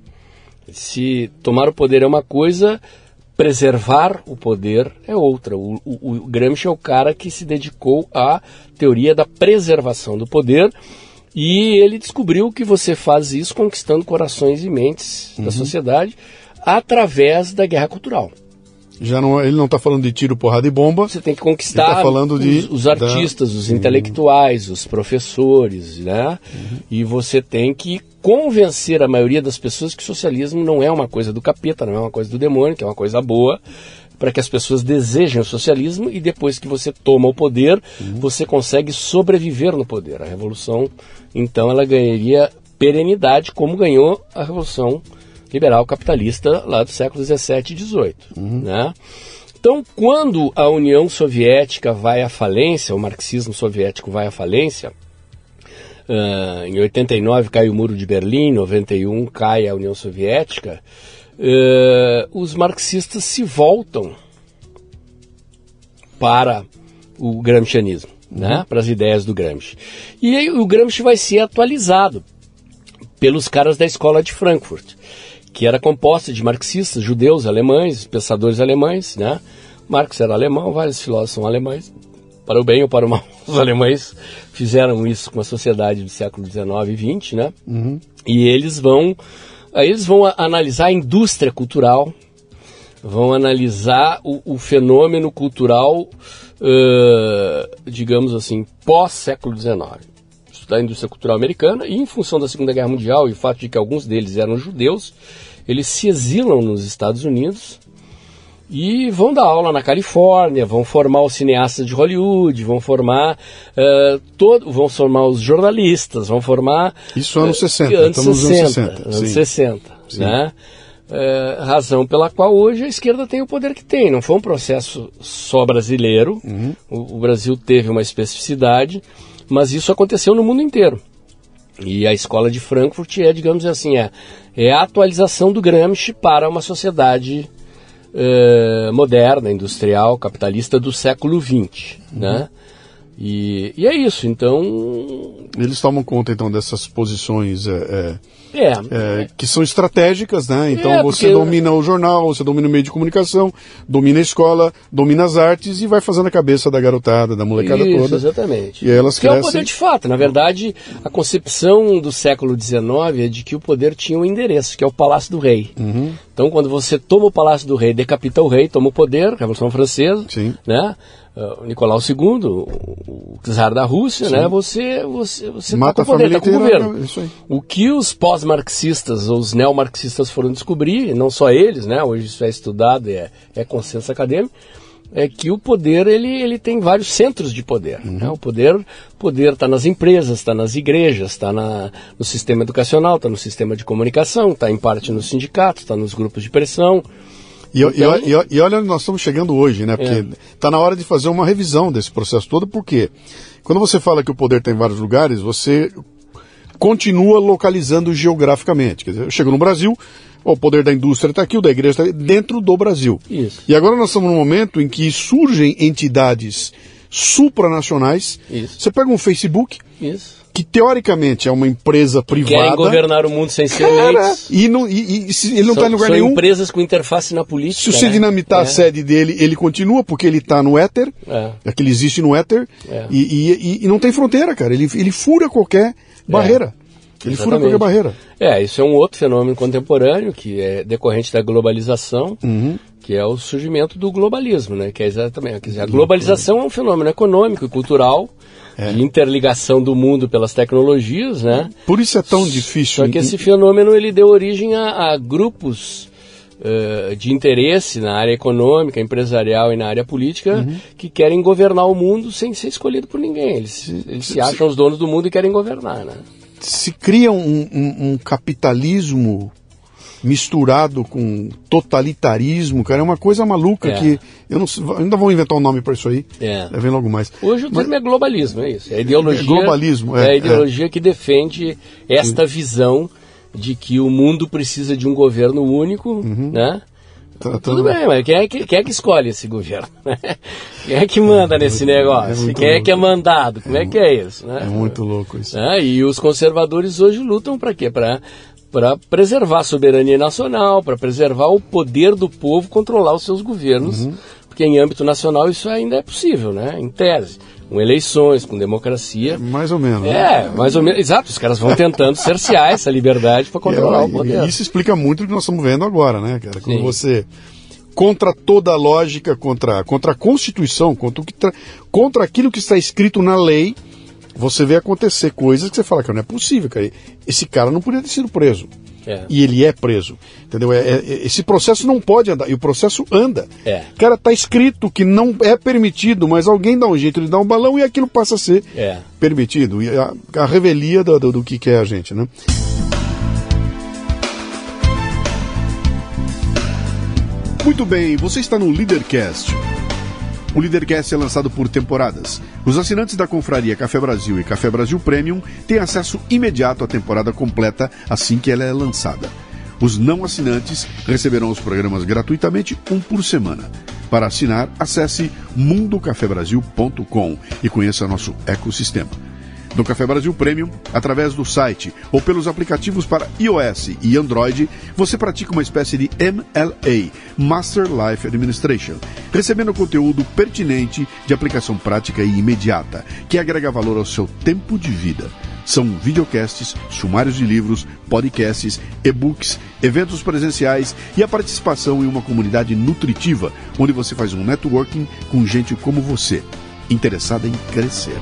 Speaker 2: Se tomar o poder é uma coisa, preservar o poder é outra. O, o, o Gramsci é o cara que se dedicou à teoria da preservação do poder e ele descobriu que você faz isso conquistando corações e mentes uhum. da sociedade através da guerra cultural.
Speaker 1: Já não, ele não está falando de tiro, porrada e bomba.
Speaker 2: Você tem que conquistar
Speaker 1: tá falando de,
Speaker 2: os, os artistas, da... os intelectuais, os professores, né? Uhum. E você tem que convencer a maioria das pessoas que o socialismo não é uma coisa do capeta, não é uma coisa do demônio, que é uma coisa boa, para que as pessoas desejem o socialismo e depois que você toma o poder, uhum. você consegue sobreviver no poder. A revolução, então, ela ganharia perenidade, como ganhou a revolução liberal capitalista lá do século dezessete e dezoito. Uhum. Né? Então, quando a União Soviética vai à falência, o marxismo soviético vai à falência, uh, em oitenta e nove cai o Muro de Berlim, em noventa e um cai a União Soviética, uh, os marxistas se voltam para o gramscianismo, uhum. né? Para as ideias do Gramsci. E aí o Gramsci vai ser atualizado pelos caras da escola de Frankfurt, que era composta de marxistas, judeus, alemães, pensadores alemães, né? Marx era alemão, vários filósofos são alemães. para o bem ou para o mal, os alemães fizeram isso com a sociedade do século dezenove e vinte, né?
Speaker 1: Uhum.
Speaker 2: E eles vão, aí eles vão analisar a indústria cultural, vão analisar o, o fenômeno cultural, uh, digamos assim, pós-século dezenove. Estudar a indústria cultural americana e, em função da Segunda Guerra Mundial e o fato de que alguns deles eram judeus, eles se exilam nos Estados Unidos e vão dar aula na Califórnia, vão formar os cineastas de Hollywood, vão formar uh, todo, vão formar os jornalistas, vão formar...
Speaker 1: Isso anos
Speaker 2: uh,
Speaker 1: sessenta,
Speaker 2: anos
Speaker 1: estamos nos anos
Speaker 2: sessenta.
Speaker 1: sessenta.
Speaker 2: Anos
Speaker 1: Sim.
Speaker 2: sessenta,
Speaker 1: Sim.
Speaker 2: né? Uh, razão pela qual hoje a esquerda tem o poder que tem. Não foi um processo só brasileiro, uhum. o, o Brasil teve uma especificidade, mas isso aconteceu no mundo inteiro. E a escola de Frankfurt é, digamos assim, é, é a atualização do Gramsci para uma sociedade uh, moderna, industrial, capitalista do século vinte, uhum. né? E, e é isso, então...
Speaker 1: Eles tomam conta, então, dessas posições é, é,
Speaker 2: é,
Speaker 1: é, que são estratégicas, né? Então
Speaker 2: é,
Speaker 1: você
Speaker 2: porque...
Speaker 1: domina o jornal, você domina o meio de comunicação, domina a escola, domina as artes e vai fazendo a cabeça da garotada, da molecada
Speaker 2: isso,
Speaker 1: toda.
Speaker 2: Exatamente.
Speaker 1: E aí elas
Speaker 2: que
Speaker 1: crescem...
Speaker 2: é o poder de fato. Na verdade, a concepção do século dezenove é de que o poder tinha um endereço, que é o Palácio do Rei. Uhum. Então, quando você toma o Palácio do Rei, decapita o rei, toma o poder, Revolução Francesa, Sim. né? Uh, Nicolau segundo, o czar da Rússia, Sim. né? Você, você, você
Speaker 1: mata
Speaker 2: tá com o poder, tá com o governo.
Speaker 1: Isso aí.
Speaker 2: O que os pós-marxistas, ou os neomarxistas foram descobrir, não só eles, né? Hoje isso é estudado, é, é consenso acadêmico, é que o poder ele, ele tem vários centros de poder. Uhum. Né? O poder poder está nas empresas, está nas igrejas, está no sistema educacional, está no sistema de comunicação, está em parte nos sindicatos, está nos grupos de pressão.
Speaker 1: E, então, e, e, e olha onde nós estamos chegando hoje, né? Porque está é. na hora de fazer uma revisão desse processo todo, porque quando você fala que o poder está em vários lugares, você continua localizando geograficamente. Quer dizer, eu chego no Brasil, o poder da indústria está aqui, o da igreja está dentro do Brasil.
Speaker 2: Isso.
Speaker 1: E agora nós estamos num momento em que surgem entidades supranacionais. Isso. Você pega um Facebook...
Speaker 2: Isso.
Speaker 1: que teoricamente é uma empresa privada.
Speaker 2: Querem governar o mundo sem ser eleitos.
Speaker 1: E, não, e, e se ele não está em lugar
Speaker 2: são
Speaker 1: nenhum.
Speaker 2: São empresas com interface na política.
Speaker 1: Se você
Speaker 2: né?
Speaker 1: dinamitar
Speaker 2: é.
Speaker 1: a sede dele, ele continua, porque ele está no éter,
Speaker 2: é.
Speaker 1: é que ele existe no éter, é. e, e, e não tem fronteira, cara. Ele, ele fura qualquer barreira. É. Ele Exatamente. fura qualquer barreira.
Speaker 2: É, isso é um outro fenômeno contemporâneo, que é decorrente da globalização,
Speaker 1: uhum.
Speaker 2: que é o surgimento do globalismo, né? Que é exatamente, quer dizer, a globalização é um fenômeno econômico e cultural, É. de interligação do mundo pelas tecnologias, né?
Speaker 1: Por isso é tão difícil.
Speaker 2: Só que esse fenômeno ele deu origem a, a grupos uh, de interesse na área econômica, empresarial e na área política uhum. que querem governar o mundo sem ser escolhido por ninguém. Eles, eles se, se acham os donos do mundo e querem governar, né?
Speaker 1: Se cria um, um, um capitalismo misturado com totalitarismo, cara, é uma coisa maluca é. que eu não sei, ainda vão inventar um nome para isso aí.
Speaker 2: É.
Speaker 1: Vem logo mais.
Speaker 2: Hoje o termo Mas, é globalismo, é isso. É a ideologia,
Speaker 1: é globalismo, é,
Speaker 2: é a ideologia
Speaker 1: é.
Speaker 2: que defende esta Sim. visão de que o mundo precisa de um governo único, uhum. né? Tá, tá. Tudo bem, mas quem é, que, quem é que escolhe esse governo? Quem é que manda é, nesse é negócio? É quem louco. é que é mandado? Como é, é que é isso? Né?
Speaker 1: É muito louco isso.
Speaker 2: É, e os conservadores hoje lutam para quê? Para para preservar a soberania nacional, para preservar o poder do povo controlar os seus governos, uhum. porque em âmbito nacional isso ainda é possível, né? Em tese, com eleições, com democracia.
Speaker 1: É, mais ou menos.
Speaker 2: É,
Speaker 1: né?
Speaker 2: mais ou menos. Exato, os caras vão tentando cercear essa liberdade para controlar
Speaker 1: é,
Speaker 2: o poder.
Speaker 1: E isso explica muito o que nós estamos vendo agora, né, cara? Quando
Speaker 2: Sim.
Speaker 1: você, contra toda a lógica, contra, contra a Constituição, contra, o que tra... contra aquilo que está escrito na lei, você vê acontecer coisas que você fala que não é possível, cara. Esse cara não podia ter sido preso.
Speaker 2: É.
Speaker 1: E ele é preso. Entendeu? É, é, esse processo não pode andar. E o processo anda.
Speaker 2: É.
Speaker 1: Cara, tá escrito que não é permitido, mas alguém dá um jeito de dar um balão e aquilo passa a ser
Speaker 2: é.
Speaker 1: permitido. E a, a revelia do, do, do que, que é a gente, né? Muito bem, você está no Leadercast. O Leadercast é lançado por temporadas. Os assinantes da Confraria Café Brasil e Café Brasil Premium têm acesso imediato à temporada completa assim que ela é lançada. Os não assinantes receberão os programas gratuitamente, um por semana. Para assinar, acesse mundo café brasil ponto com e conheça nosso ecossistema. No Café Brasil Premium, através do site ou pelos aplicativos para iOS e Android, você pratica uma espécie de M L A, Master Life Administration, recebendo conteúdo pertinente de aplicação prática e imediata, que agrega valor ao seu tempo de vida. São videocasts, sumários de livros, podcasts, e-books, eventos presenciais e a participação em uma comunidade nutritiva, onde você faz um networking com gente como você, interessada em crescer.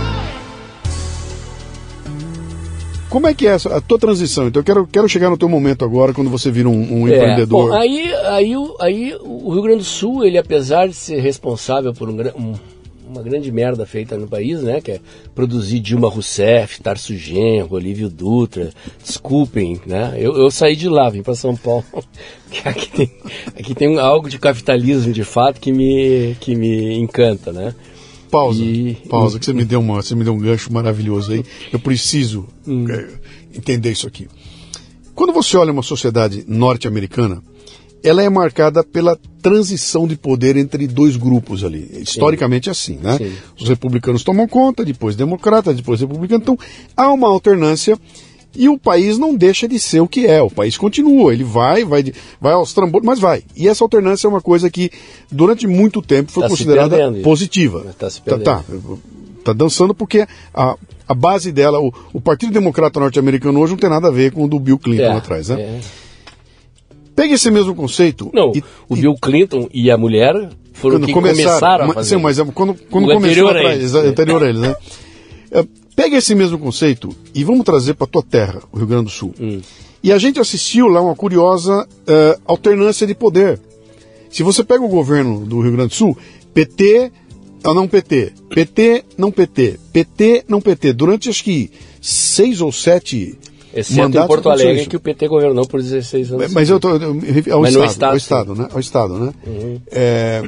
Speaker 1: Como é que é essa, a tua transição? Então eu quero, quero chegar no teu momento agora, quando você vira um, um é, empreendedor.
Speaker 2: Bom, aí, aí, aí o Rio Grande do Sul, ele apesar de ser responsável por um, um, uma grande merda feita no país, né, que é produzir Dilma Rousseff, Tarso Genro, Olívio Dutra, desculpem, né, eu, eu saí de lá, vim para São Paulo, que aqui tem, aqui tem algo de capitalismo de fato que me, que me encanta, né.
Speaker 1: Pausa,
Speaker 2: e...
Speaker 1: pausa, que você me deu uma, você me deu um gancho maravilhoso aí. Eu preciso hum. é, entender isso aqui. Quando você olha uma sociedade norte-americana, ela é marcada pela transição de poder entre dois grupos ali. Historicamente é assim, né? Sim. Os republicanos tomam conta, depois democratas, depois republicanos. Então, há uma alternância. E o país não deixa de ser o que é, o país continua, ele vai, vai, vai aos trambolhos, mas vai. E essa alternância é uma coisa que durante muito tempo foi tá considerada positiva. Está se perdendo. Tá, tá, tá dançando porque a, a base dela, o, o Partido Democrata Norte-Americano hoje não tem nada a ver com o do Bill Clinton é, lá atrás, né? É. Pega esse mesmo conceito...
Speaker 2: Não,
Speaker 1: e,
Speaker 2: o Bill Clinton e a mulher foram quem começaram, começaram a fazer.
Speaker 1: Sim, mas quando, quando começou
Speaker 2: anterior a eles,
Speaker 1: anterior a eles, né? É, pega esse mesmo conceito e vamos trazer para a tua terra, o Rio Grande do Sul. Hum. E a gente assistiu lá uma curiosa uh, alternância de poder. Se você pega o governo do Rio Grande do Sul, P T, ah, não P T, P T, não P T, P T, não P T, durante acho que seis ou sete
Speaker 2: Exceto mandatos... em Porto Alegre, que o P T governou por dezesseis anos.
Speaker 1: Mas eu tô, eu, ao, Mas estado, estado, ao Estado, né? Ao Estado, né?
Speaker 2: Uhum.
Speaker 1: É...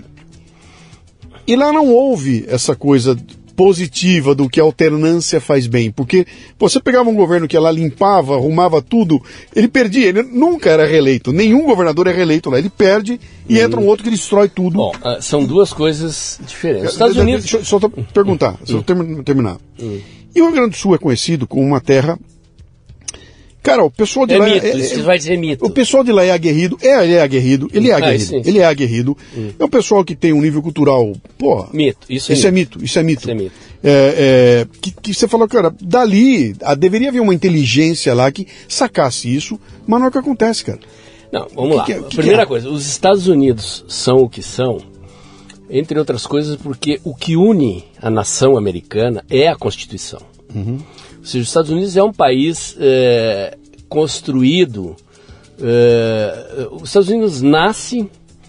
Speaker 1: E lá não houve essa coisa positiva do que a alternância faz bem, porque pô, você pegava um governo que ela limpava, arrumava tudo, ele perdia, ele nunca era reeleito, nenhum governador é reeleito lá, ele perde e hum. entra um outro que destrói tudo.
Speaker 2: Bom, uh, são duas coisas diferentes. Os Estados Unidos...
Speaker 1: Deixa eu só perguntar, hum. só terminar.
Speaker 2: Hum.
Speaker 1: E o Rio Grande do Sul é conhecido como uma terra... Cara, o pessoal de
Speaker 2: é
Speaker 1: lá...
Speaker 2: Mito,
Speaker 1: é,
Speaker 2: isso
Speaker 1: é,
Speaker 2: vai dizer mito.
Speaker 1: O pessoal de lá é aguerrido, é, ele é aguerrido, ele é aguerrido, ah, ele é aguerrido. Hum. É um pessoal que tem um nível cultural, pô...
Speaker 2: Mito, isso é
Speaker 1: isso
Speaker 2: mito.
Speaker 1: É mito. Isso é mito,
Speaker 2: isso é mito.
Speaker 1: É, é, que, que você falou, cara, dali, a, deveria haver uma inteligência lá que sacasse isso, mas não é o que acontece, cara.
Speaker 2: Não, vamos lá.
Speaker 1: Que, que,
Speaker 2: Primeira
Speaker 1: que é?
Speaker 2: coisa, os Estados Unidos são o que são, entre outras coisas, porque o que une a nação americana é a Constituição.
Speaker 1: Uhum.
Speaker 2: Ou seja, os Estados Unidos é um país... É, construído, uh, os Estados Unidos nasce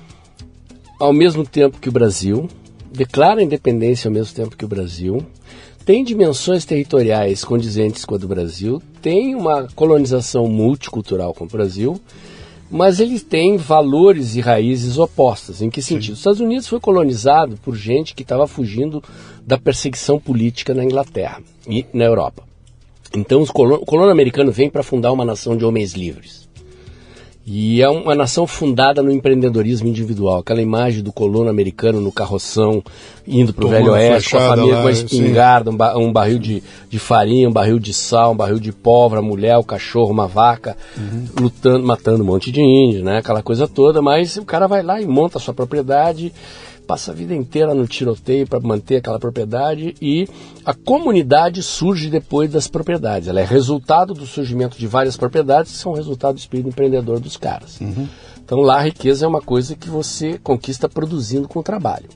Speaker 2: ao mesmo tempo que o Brasil, declara a independência ao mesmo tempo que o Brasil, tem dimensões territoriais condizentes com a do Brasil, tem uma colonização multicultural com o Brasil, mas ele tem valores e raízes opostas. Em que sentido? Sim. Os Estados Unidos foi colonizado por gente que estava fugindo da perseguição política na Inglaterra e na Europa. Então os colonos, o colono americano vem para fundar uma nação de homens livres. E é uma nação fundada no empreendedorismo individual. Aquela imagem do colono americano no carroção, indo para o Velho Oeste, com a família, lá, com uma espingarda, um, ba, um barril de, de farinha, um barril de sal, um barril de pólvora, a mulher, o cachorro, uma vaca, uhum. lutando, matando um monte de índio, né? Aquela coisa toda. Mas o cara vai lá e monta a sua propriedade, passa a vida inteira no tiroteio para manter aquela propriedade e a comunidade surge depois das propriedades. Ela é resultado do surgimento de várias propriedades que são resultado do espírito empreendedor dos caras.
Speaker 1: Uhum.
Speaker 2: Então lá a riqueza é uma coisa que você conquista produzindo com o trabalho.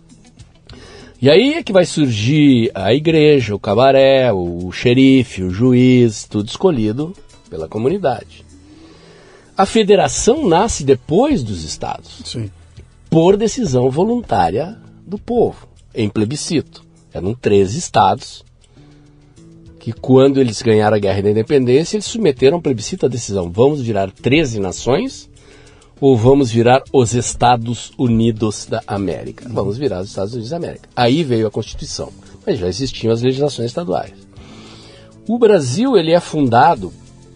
Speaker 2: E aí é que vai surgir a igreja, o cabaré, o xerife, o juiz, tudo escolhido pela comunidade. A federação nasce depois dos estados.
Speaker 1: Sim.
Speaker 2: Por decisão voluntária do povo, em plebiscito. Eram treze estados que, quando eles ganharam a Guerra da Independência, eles submeteram a plebiscito a decisão: vamos virar treze nações ou vamos virar os Estados Unidos da América? Vamos virar os Estados Unidos da América. Aí veio a Constituição, mas já existiam as legislações estaduais. O Brasil, ele é fundado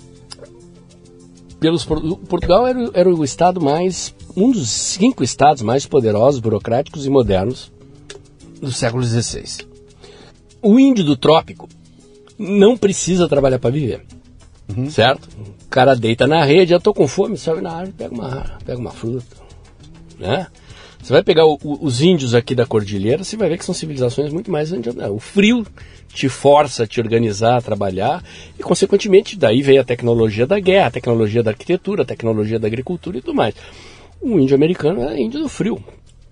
Speaker 2: pelos... Portugal era, era o estado mais... um dos cinco estados mais poderosos, burocráticos e modernos do século dezesseis. O índio do trópico não precisa trabalhar para viver, uhum. certo? O cara deita na rede, eu tô com fome, sobe na árvore, pega uma, pega uma fruta, né? Você vai pegar o, o, os índios aqui da cordilheira, você vai ver que são civilizações muito mais antigas. O frio te força a te organizar, a trabalhar, e consequentemente daí vem a tecnologia da guerra, a tecnologia da arquitetura, a tecnologia da agricultura e tudo mais. O índio americano é índio do frio,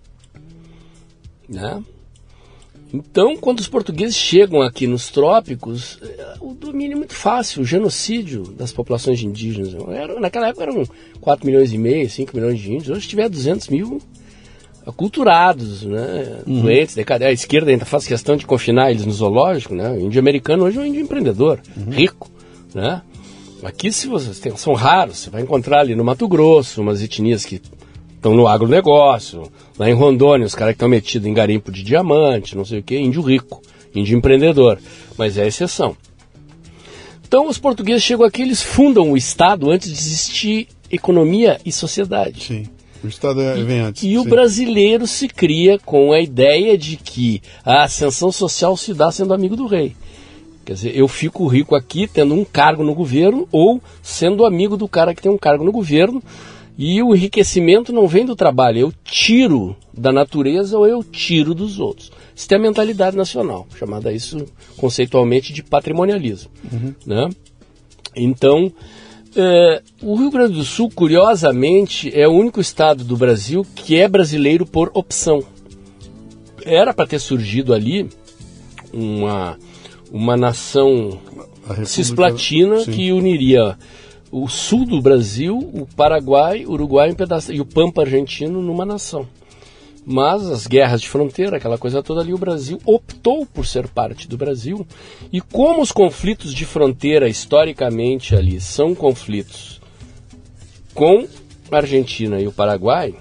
Speaker 2: né? Então, quando os portugueses chegam aqui nos trópicos, o domínio é muito fácil, o genocídio das populações indígenas. Era, naquela época eram quatro milhões e meio, cinco milhões de índios, hoje tiver duzentos mil aculturados, né? Uhum. Doentes, decadentes. A esquerda ainda faz questão de confinar eles no zoológico, né? O índio americano hoje é um índio empreendedor, uhum. rico, né? Aqui, se vocês tem, são raros, você vai encontrar ali no Mato Grosso umas etnias que estão no agronegócio, lá em Rondônia, os caras que estão metidos em garimpo de diamante, não sei o que, índio rico, índio empreendedor, mas é a exceção. Então, os portugueses chegam aqui, eles fundam o Estado antes de existir economia e sociedade.
Speaker 1: Sim. O Estado é, vem antes.
Speaker 2: E
Speaker 1: sim.
Speaker 2: o brasileiro se cria com a ideia de que a ascensão social se dá sendo amigo do rei. Quer dizer, eu fico rico aqui tendo um cargo no governo ou sendo amigo do cara que tem um cargo no governo, e o enriquecimento não vem do trabalho, eu tiro da natureza ou eu tiro dos outros. Isso tem a mentalidade nacional, chamada isso conceitualmente de patrimonialismo. Uhum. Né? Então, é, o Rio Grande do Sul, curiosamente, é o único estado do Brasil que é brasileiro por opção. Era para ter surgido ali uma, uma nação cisplatina que uniria o sul do Brasil, o Paraguai, o Uruguai um pedaço, e o Pampa argentino numa nação. Mas as guerras de fronteira, aquela coisa toda ali, o Brasil optou por ser parte do Brasil. E como os conflitos de fronteira, historicamente ali, são conflitos com a Argentina e o Paraguai,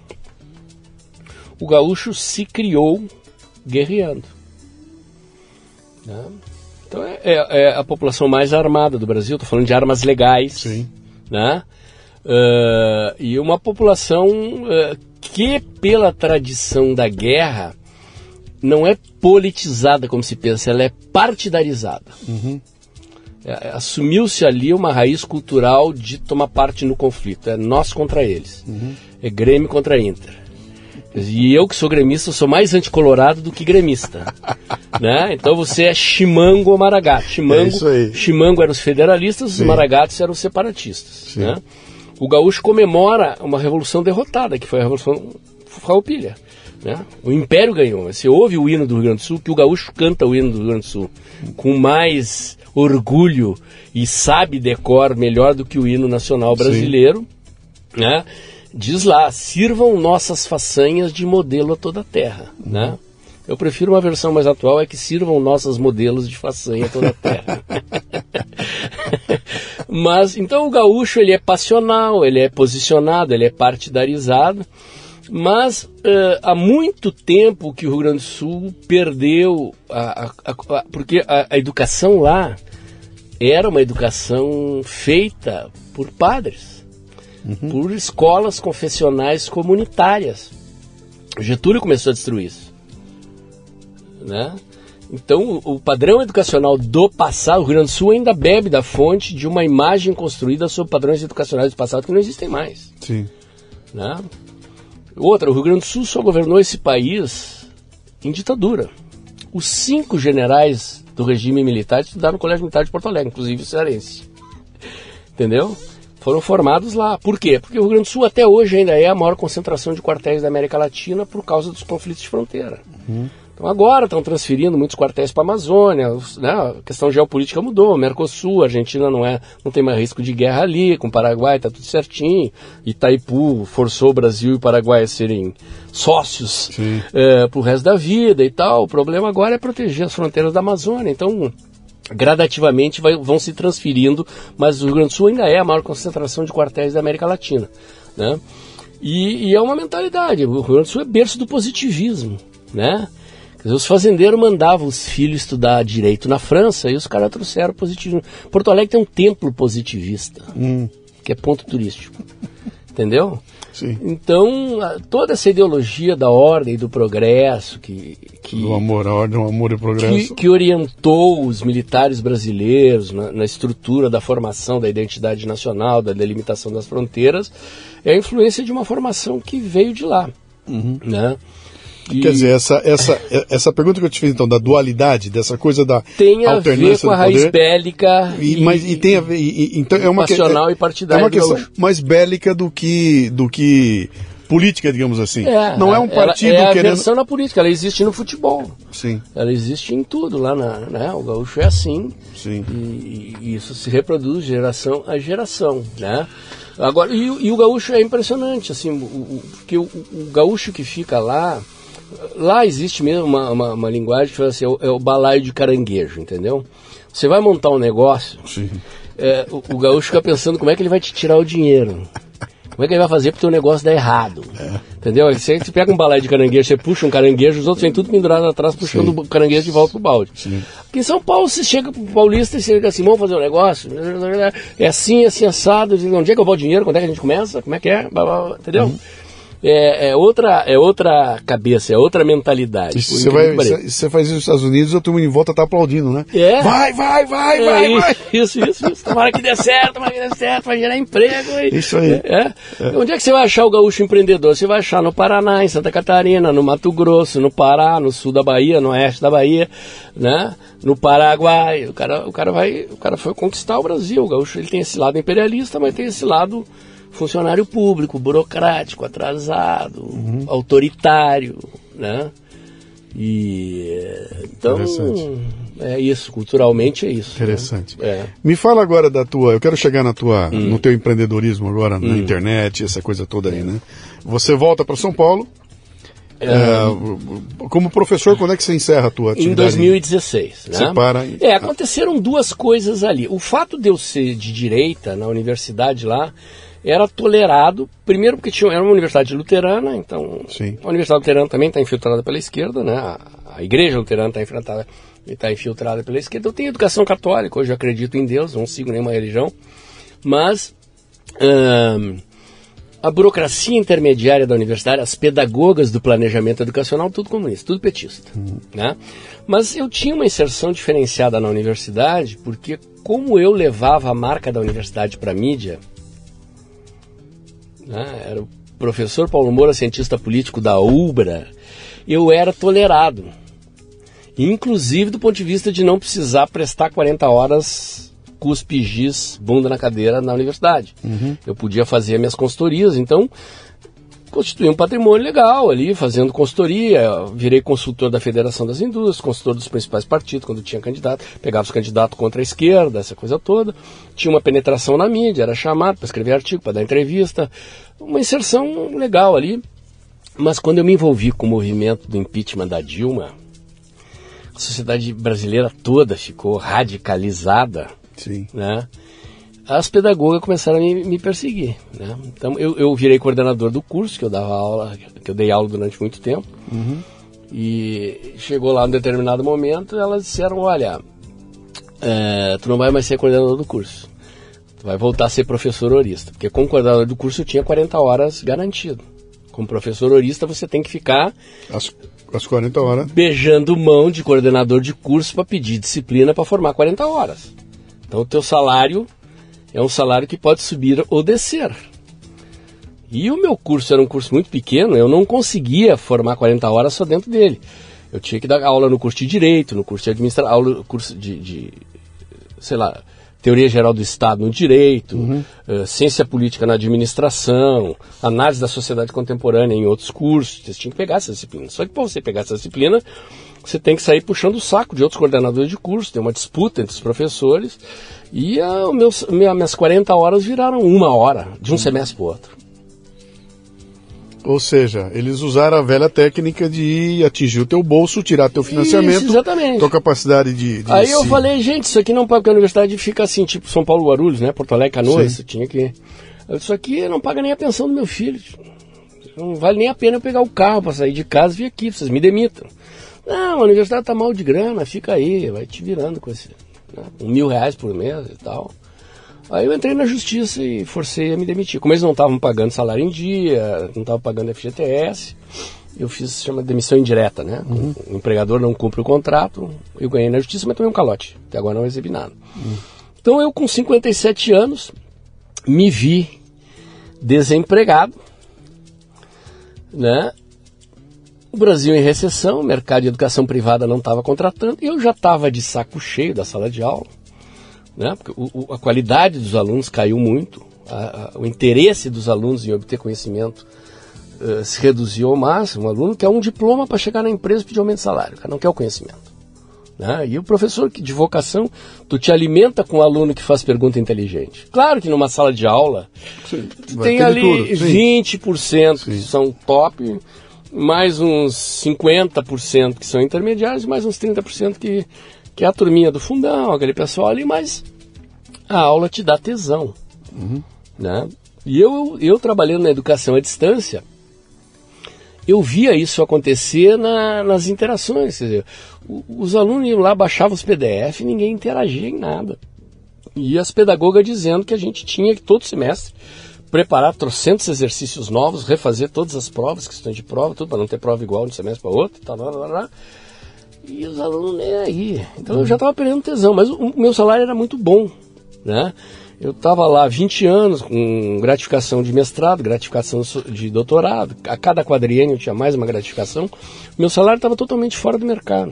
Speaker 2: o gaúcho se criou guerreando. Né? Então é, é a população mais armada do Brasil, estou falando de armas legais.
Speaker 1: Sim.
Speaker 2: Né? Uh, e uma população uh, que, pela tradição da guerra, não é politizada como se pensa, ela é partidarizada. Uhum. É, assumiu-se ali uma raiz cultural de tomar parte no conflito. É nós contra eles. Uhum. É Grêmio contra Inter. E eu, que sou gremista, sou mais anticolorado do que gremista. Né? Então você é Chimango ou Maragato. Chimango,
Speaker 1: é
Speaker 2: Chimango eram os federalistas, Sim. os Maragatos eram os separatistas. Né? O gaúcho comemora uma revolução derrotada, que foi a Revolução Farroupilha. Né? O Império ganhou. Você ouve o hino do Rio Grande do Sul, que o gaúcho canta o hino do Rio Grande do Sul com mais orgulho e sabe decor melhor do que o hino nacional brasileiro. Né? Diz lá, sirvam nossas façanhas de modelo a toda a terra. Uhum. Né? Eu prefiro uma versão mais atual, é que sirvam nossos modelos de façanha a toda a terra. Mas, então o gaúcho, ele é passional, ele é posicionado, ele é partidarizado, mas uh, há muito tempo que o Rio Grande do Sul perdeu, a, a, a, porque a, a educação lá era uma educação feita por padres. Uhum. Por escolas confessionais comunitárias. O Getúlio começou a destruir isso. Né? Então, o, o padrão educacional do passado, o Rio Grande do Sul ainda bebe da fonte de uma imagem construída sobre padrões educacionais do passado que não existem mais.
Speaker 1: Sim.
Speaker 2: Né? Outra, o Rio Grande do Sul só governou esse país em ditadura. Os cinco generais do regime militar estudaram no Colégio Militar de Porto Alegre, inclusive o cearense. Entendeu? Foram formados lá. Por quê? Porque o Rio Grande do Sul até hoje ainda é a maior concentração de quartéis da América Latina por causa dos conflitos de fronteira. Uhum. Então agora estão transferindo muitos quartéis para a Amazônia, né? A questão geopolítica mudou, Mercosul, a Argentina não, é, não tem mais risco de guerra ali, com o Paraguai está tudo certinho, Itaipu forçou o Brasil e o Paraguai a serem sócios é, para o resto da vida e tal. O problema agora é proteger as fronteiras da Amazônia, então gradativamente vai, vão se transferindo, mas o Rio Grande do Sul ainda é a maior concentração de quartéis da América Latina. Né? E, e é uma mentalidade, o Rio Grande do Sul é berço do positivismo, né? Quer dizer, os fazendeiros mandavam os filhos estudar direito na França e os caras trouxeram positivismo. Porto Alegre tem um templo positivista, hum. que é ponto turístico. entendeu?
Speaker 1: Sim.
Speaker 2: Então, toda essa ideologia da ordem e do progresso, que, que,
Speaker 1: do amor à ordem, do amor e progresso,
Speaker 2: que, que orientou os militares brasileiros na, na estrutura da formação da identidade nacional, da delimitação das fronteiras, é a influência de uma formação que veio de lá. Uhum. Né? E
Speaker 1: quer dizer, essa, essa, essa pergunta que eu te fiz, então, da dualidade, dessa coisa da
Speaker 2: tem a
Speaker 1: alternância
Speaker 2: ver com a
Speaker 1: do
Speaker 2: raiz
Speaker 1: poder,
Speaker 2: bélica
Speaker 1: e,
Speaker 2: e,
Speaker 1: mas, e tem a ver, e, e, então é uma,
Speaker 2: nacional
Speaker 1: é,
Speaker 2: e partidária.
Speaker 1: É uma questão
Speaker 2: gaúcho.
Speaker 1: mais bélica do que, do que política, digamos assim.
Speaker 2: É,
Speaker 1: não é um partido
Speaker 2: ela, é a
Speaker 1: querendo...
Speaker 2: versão na política, ela existe no futebol.
Speaker 1: Sim.
Speaker 2: Ela existe em tudo lá, na, né? O gaúcho é assim.
Speaker 1: Sim.
Speaker 2: E, e isso se reproduz de geração a geração, né? Agora, e, e o gaúcho é impressionante, assim, o, o, porque o, o gaúcho que fica lá, lá existe mesmo uma, uma, uma linguagem que fala assim, é o, é o balaio de caranguejo, entendeu? Você vai montar um negócio, é, o, o gaúcho fica pensando como é que ele vai te tirar o dinheiro. Como é que ele vai fazer para o teu negócio dar errado? É. Entendeu? Você, você pega um balaio de caranguejo, você puxa um caranguejo, os outros vêm tudo pendurado atrás, puxando Sim. o caranguejo de volta pro balde. Sim. Aqui em São Paulo, você chega pro paulista e você chega assim, vamos fazer um negócio? É assim, assim, assado. Onde é que eu vou o dinheiro? Quando é que a gente começa? Como é que é? Entendeu? Uhum. É, é, outra, é outra cabeça, é outra mentalidade.
Speaker 1: Você, vai, você faz isso nos Estados Unidos, a turma em volta tá aplaudindo, né?
Speaker 2: É.
Speaker 1: Vai, vai, vai,
Speaker 2: é,
Speaker 1: vai,
Speaker 2: isso,
Speaker 1: vai.
Speaker 2: Isso, isso, isso. Tomara que dê certo, tomara que dê certo, vai gerar emprego. E,
Speaker 1: isso aí.
Speaker 2: É, é. Onde é que você vai achar o gaúcho empreendedor? Você vai achar no Paraná, em Santa Catarina, no Mato Grosso, no Pará, no sul da Bahia, no oeste da Bahia, né? No Paraguai. O cara, o cara vai, o cara foi conquistar o Brasil. O gaúcho, ele tem esse lado imperialista, mas tem esse lado funcionário público, burocrático, atrasado, uhum. autoritário, né? E então é isso, culturalmente é isso.
Speaker 1: Interessante.
Speaker 2: Né? É.
Speaker 1: Me fala agora da tua, eu quero chegar na tua,
Speaker 2: hum.
Speaker 1: no teu empreendedorismo agora hum. na internet, essa coisa toda aí, né? Você volta para São Paulo. É, é, como professor, quando é que você encerra a tua atividade?
Speaker 2: Em dois mil e dezesseis. Né?
Speaker 1: Você para...
Speaker 2: É, aconteceram duas coisas ali. O fato de eu ser de direita na universidade lá era tolerado, primeiro porque tinha, era uma universidade luterana, então Sim. a universidade luterana também está infiltrada pela esquerda, né? a, a igreja luterana está infiltrada, tá infiltrada pela esquerda. Eu tenho educação católica, hoje eu acredito em Deus, não sigo nenhuma religião, mas hum, a burocracia intermediária da universidade, as pedagogas do planejamento educacional, tudo comunista, tudo petista. Uhum. Né? Mas eu tinha uma inserção diferenciada na universidade, porque como eu levava a marca da universidade para a mídia, né, era o professor Paulo Moura, cientista político da UBRA, eu era tolerado. Inclusive do ponto de vista de não precisar prestar quarenta horas cuspe, giz, bunda na cadeira na universidade. Uhum. Eu podia fazer minhas consultorias, então constituí um patrimônio legal ali, fazendo consultoria. Virei consultor da Federação das Indústrias, consultor dos principais partidos quando tinha candidato, pegava os candidatos contra a esquerda, essa coisa toda. Tinha uma penetração na mídia, era chamado para escrever artigo, para dar entrevista, uma inserção legal ali. Mas quando eu me envolvi com o movimento do impeachment da Dilma, a sociedade brasileira toda ficou radicalizada.
Speaker 1: Sim.
Speaker 2: Né? As pedagogas começaram a me, me perseguir, né? Então eu, eu virei coordenador do curso, que eu dava aula, que eu dei aula durante muito tempo. Uhum. E chegou lá um determinado momento, elas disseram, olha, é, tu não vai mais ser coordenador do curso, tu vai voltar a ser professor horista, porque como coordenador do curso eu tinha quarenta horas garantido. Como professor horista você tem que ficar
Speaker 1: as, as quarenta horas
Speaker 2: beijando mão de coordenador de curso para pedir disciplina para formar quarenta horas. Então o teu salário é um salário que pode subir ou descer. E o meu curso era um curso muito pequeno, eu não conseguia formar quarenta horas só dentro dele. Eu tinha que dar aula no curso de Direito, no curso de Administração, aula no curso de, de, sei lá, Teoria Geral do Estado no Direito, uhum. uh, Ciência Política na Administração, Análise da Sociedade Contemporânea em outros cursos. Você tinha que pegar essa disciplina. Só que para você pegar essa disciplina, você tem que sair puxando o saco de outros coordenadores de curso, tem uma disputa entre os professores, e a, meus, minha, minhas quarenta horas viraram uma hora, de um uhum. semestre para o outro.
Speaker 1: Ou seja, eles usaram a velha técnica de atingir o teu bolso, tirar teu financiamento,
Speaker 2: isso, exatamente.
Speaker 1: tua capacidade de... de
Speaker 2: Aí
Speaker 1: se...
Speaker 2: eu falei, gente, isso aqui não paga, porque a universidade fica assim, tipo São Paulo, Guarulhos, né, Porto Alegre, Canoas, isso tinha que... Isso aqui não paga nem a pensão do meu filho, não vale nem a pena eu pegar o carro para sair de casa e vir aqui, vocês me demitam. Não, a universidade tá mal de grana, fica aí, vai te virando com esse, né, um mil reais por mês e tal. Aí eu entrei na justiça e forcei a me demitir. Como eles não estavam pagando salário em dia, não estavam pagando F G T S, eu fiz, chama demissão indireta, né? Uhum. O empregador não cumpre o contrato, eu ganhei na justiça, mas tomei um calote. Até agora não recebi nada. Uhum. Então eu, com cinquenta e sete anos, me vi desempregado, né? O Brasil em recessão, o mercado de educação privada não estava contratando, e eu já estava de saco cheio da sala de aula, né? Porque o, o, a qualidade dos alunos caiu muito, a, a, o interesse dos alunos em obter conhecimento uh, se reduziu ao máximo. Um aluno quer um diploma para chegar na empresa e pedir aumento de salário, o cara não quer o conhecimento, né? E o professor de vocação, tu te alimenta com um aluno que faz pergunta inteligente. Claro que numa sala de aula, sim, tem ali tudo, vinte por cento sim. que são top, mais uns cinquenta por cento que são intermediários, mais uns trinta por cento que, que é a turminha do fundão, aquele pessoal ali, mas a aula te dá tesão. Uhum. Né? E eu, eu trabalhando na educação à distância, eu via isso acontecer na, nas interações. Quer dizer, os alunos iam lá, baixavam os P D F e ninguém interagia em nada. E as pedagogas dizendo que a gente tinha que todo semestre preparar trocentos exercícios novos, refazer todas as provas, questões de prova, tudo para não ter prova igual de um semestre para outro, tal, lá, lá, lá. E os alunos nem aí. Então eu já estava perdendo tesão, mas o, o meu salário era muito bom, né? Eu estava lá vinte anos com gratificação de mestrado, gratificação de doutorado, a cada quadriênio eu tinha mais uma gratificação, meu salário estava totalmente fora do mercado,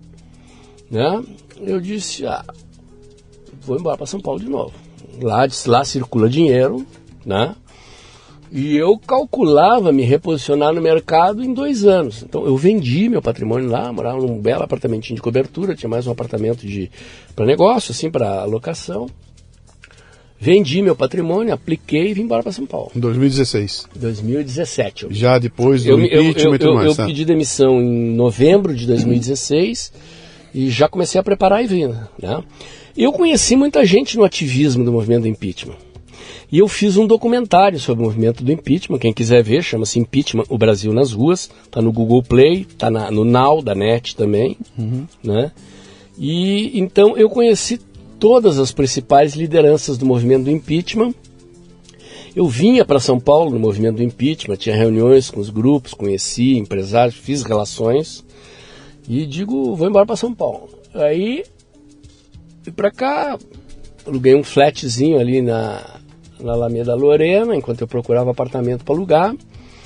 Speaker 2: né? Eu disse, ah, vou embora para São Paulo de novo. Lá, lá circula dinheiro, né? E eu calculava me reposicionar no mercado em dois anos. Então eu vendi meu patrimônio lá, morava num belo apartamentinho de cobertura, tinha mais um apartamento de para negócio, assim, para alocação. Vendi meu patrimônio, apliquei e vim embora para São Paulo.
Speaker 1: Em dois mil e dezesseis.
Speaker 2: dois mil e dezessete. Eu... Já
Speaker 1: depois do
Speaker 2: eu,
Speaker 1: impeachment
Speaker 2: eu, eu,
Speaker 1: e tudo
Speaker 2: eu,
Speaker 1: mais.
Speaker 2: Eu
Speaker 1: tá?
Speaker 2: pedi demissão em novembro de dois mil e dezesseis e já comecei a preparar e vir, né? Eu conheci muita gente no ativismo do movimento do impeachment. E eu fiz um documentário sobre o movimento do impeachment, quem quiser ver, chama-se Impeachment, o Brasil nas Ruas, está no Google Play, está no Now da Net também, uhum. né? E então eu conheci todas as principais lideranças do movimento do impeachment. Eu vinha para São Paulo no movimento do impeachment, tinha reuniões com os grupos, conheci empresários, fiz relações e digo, vou embora para São Paulo. Aí fui para cá, aluguei um flatzinho ali na, na Alameda Lorena, enquanto eu procurava apartamento para alugar,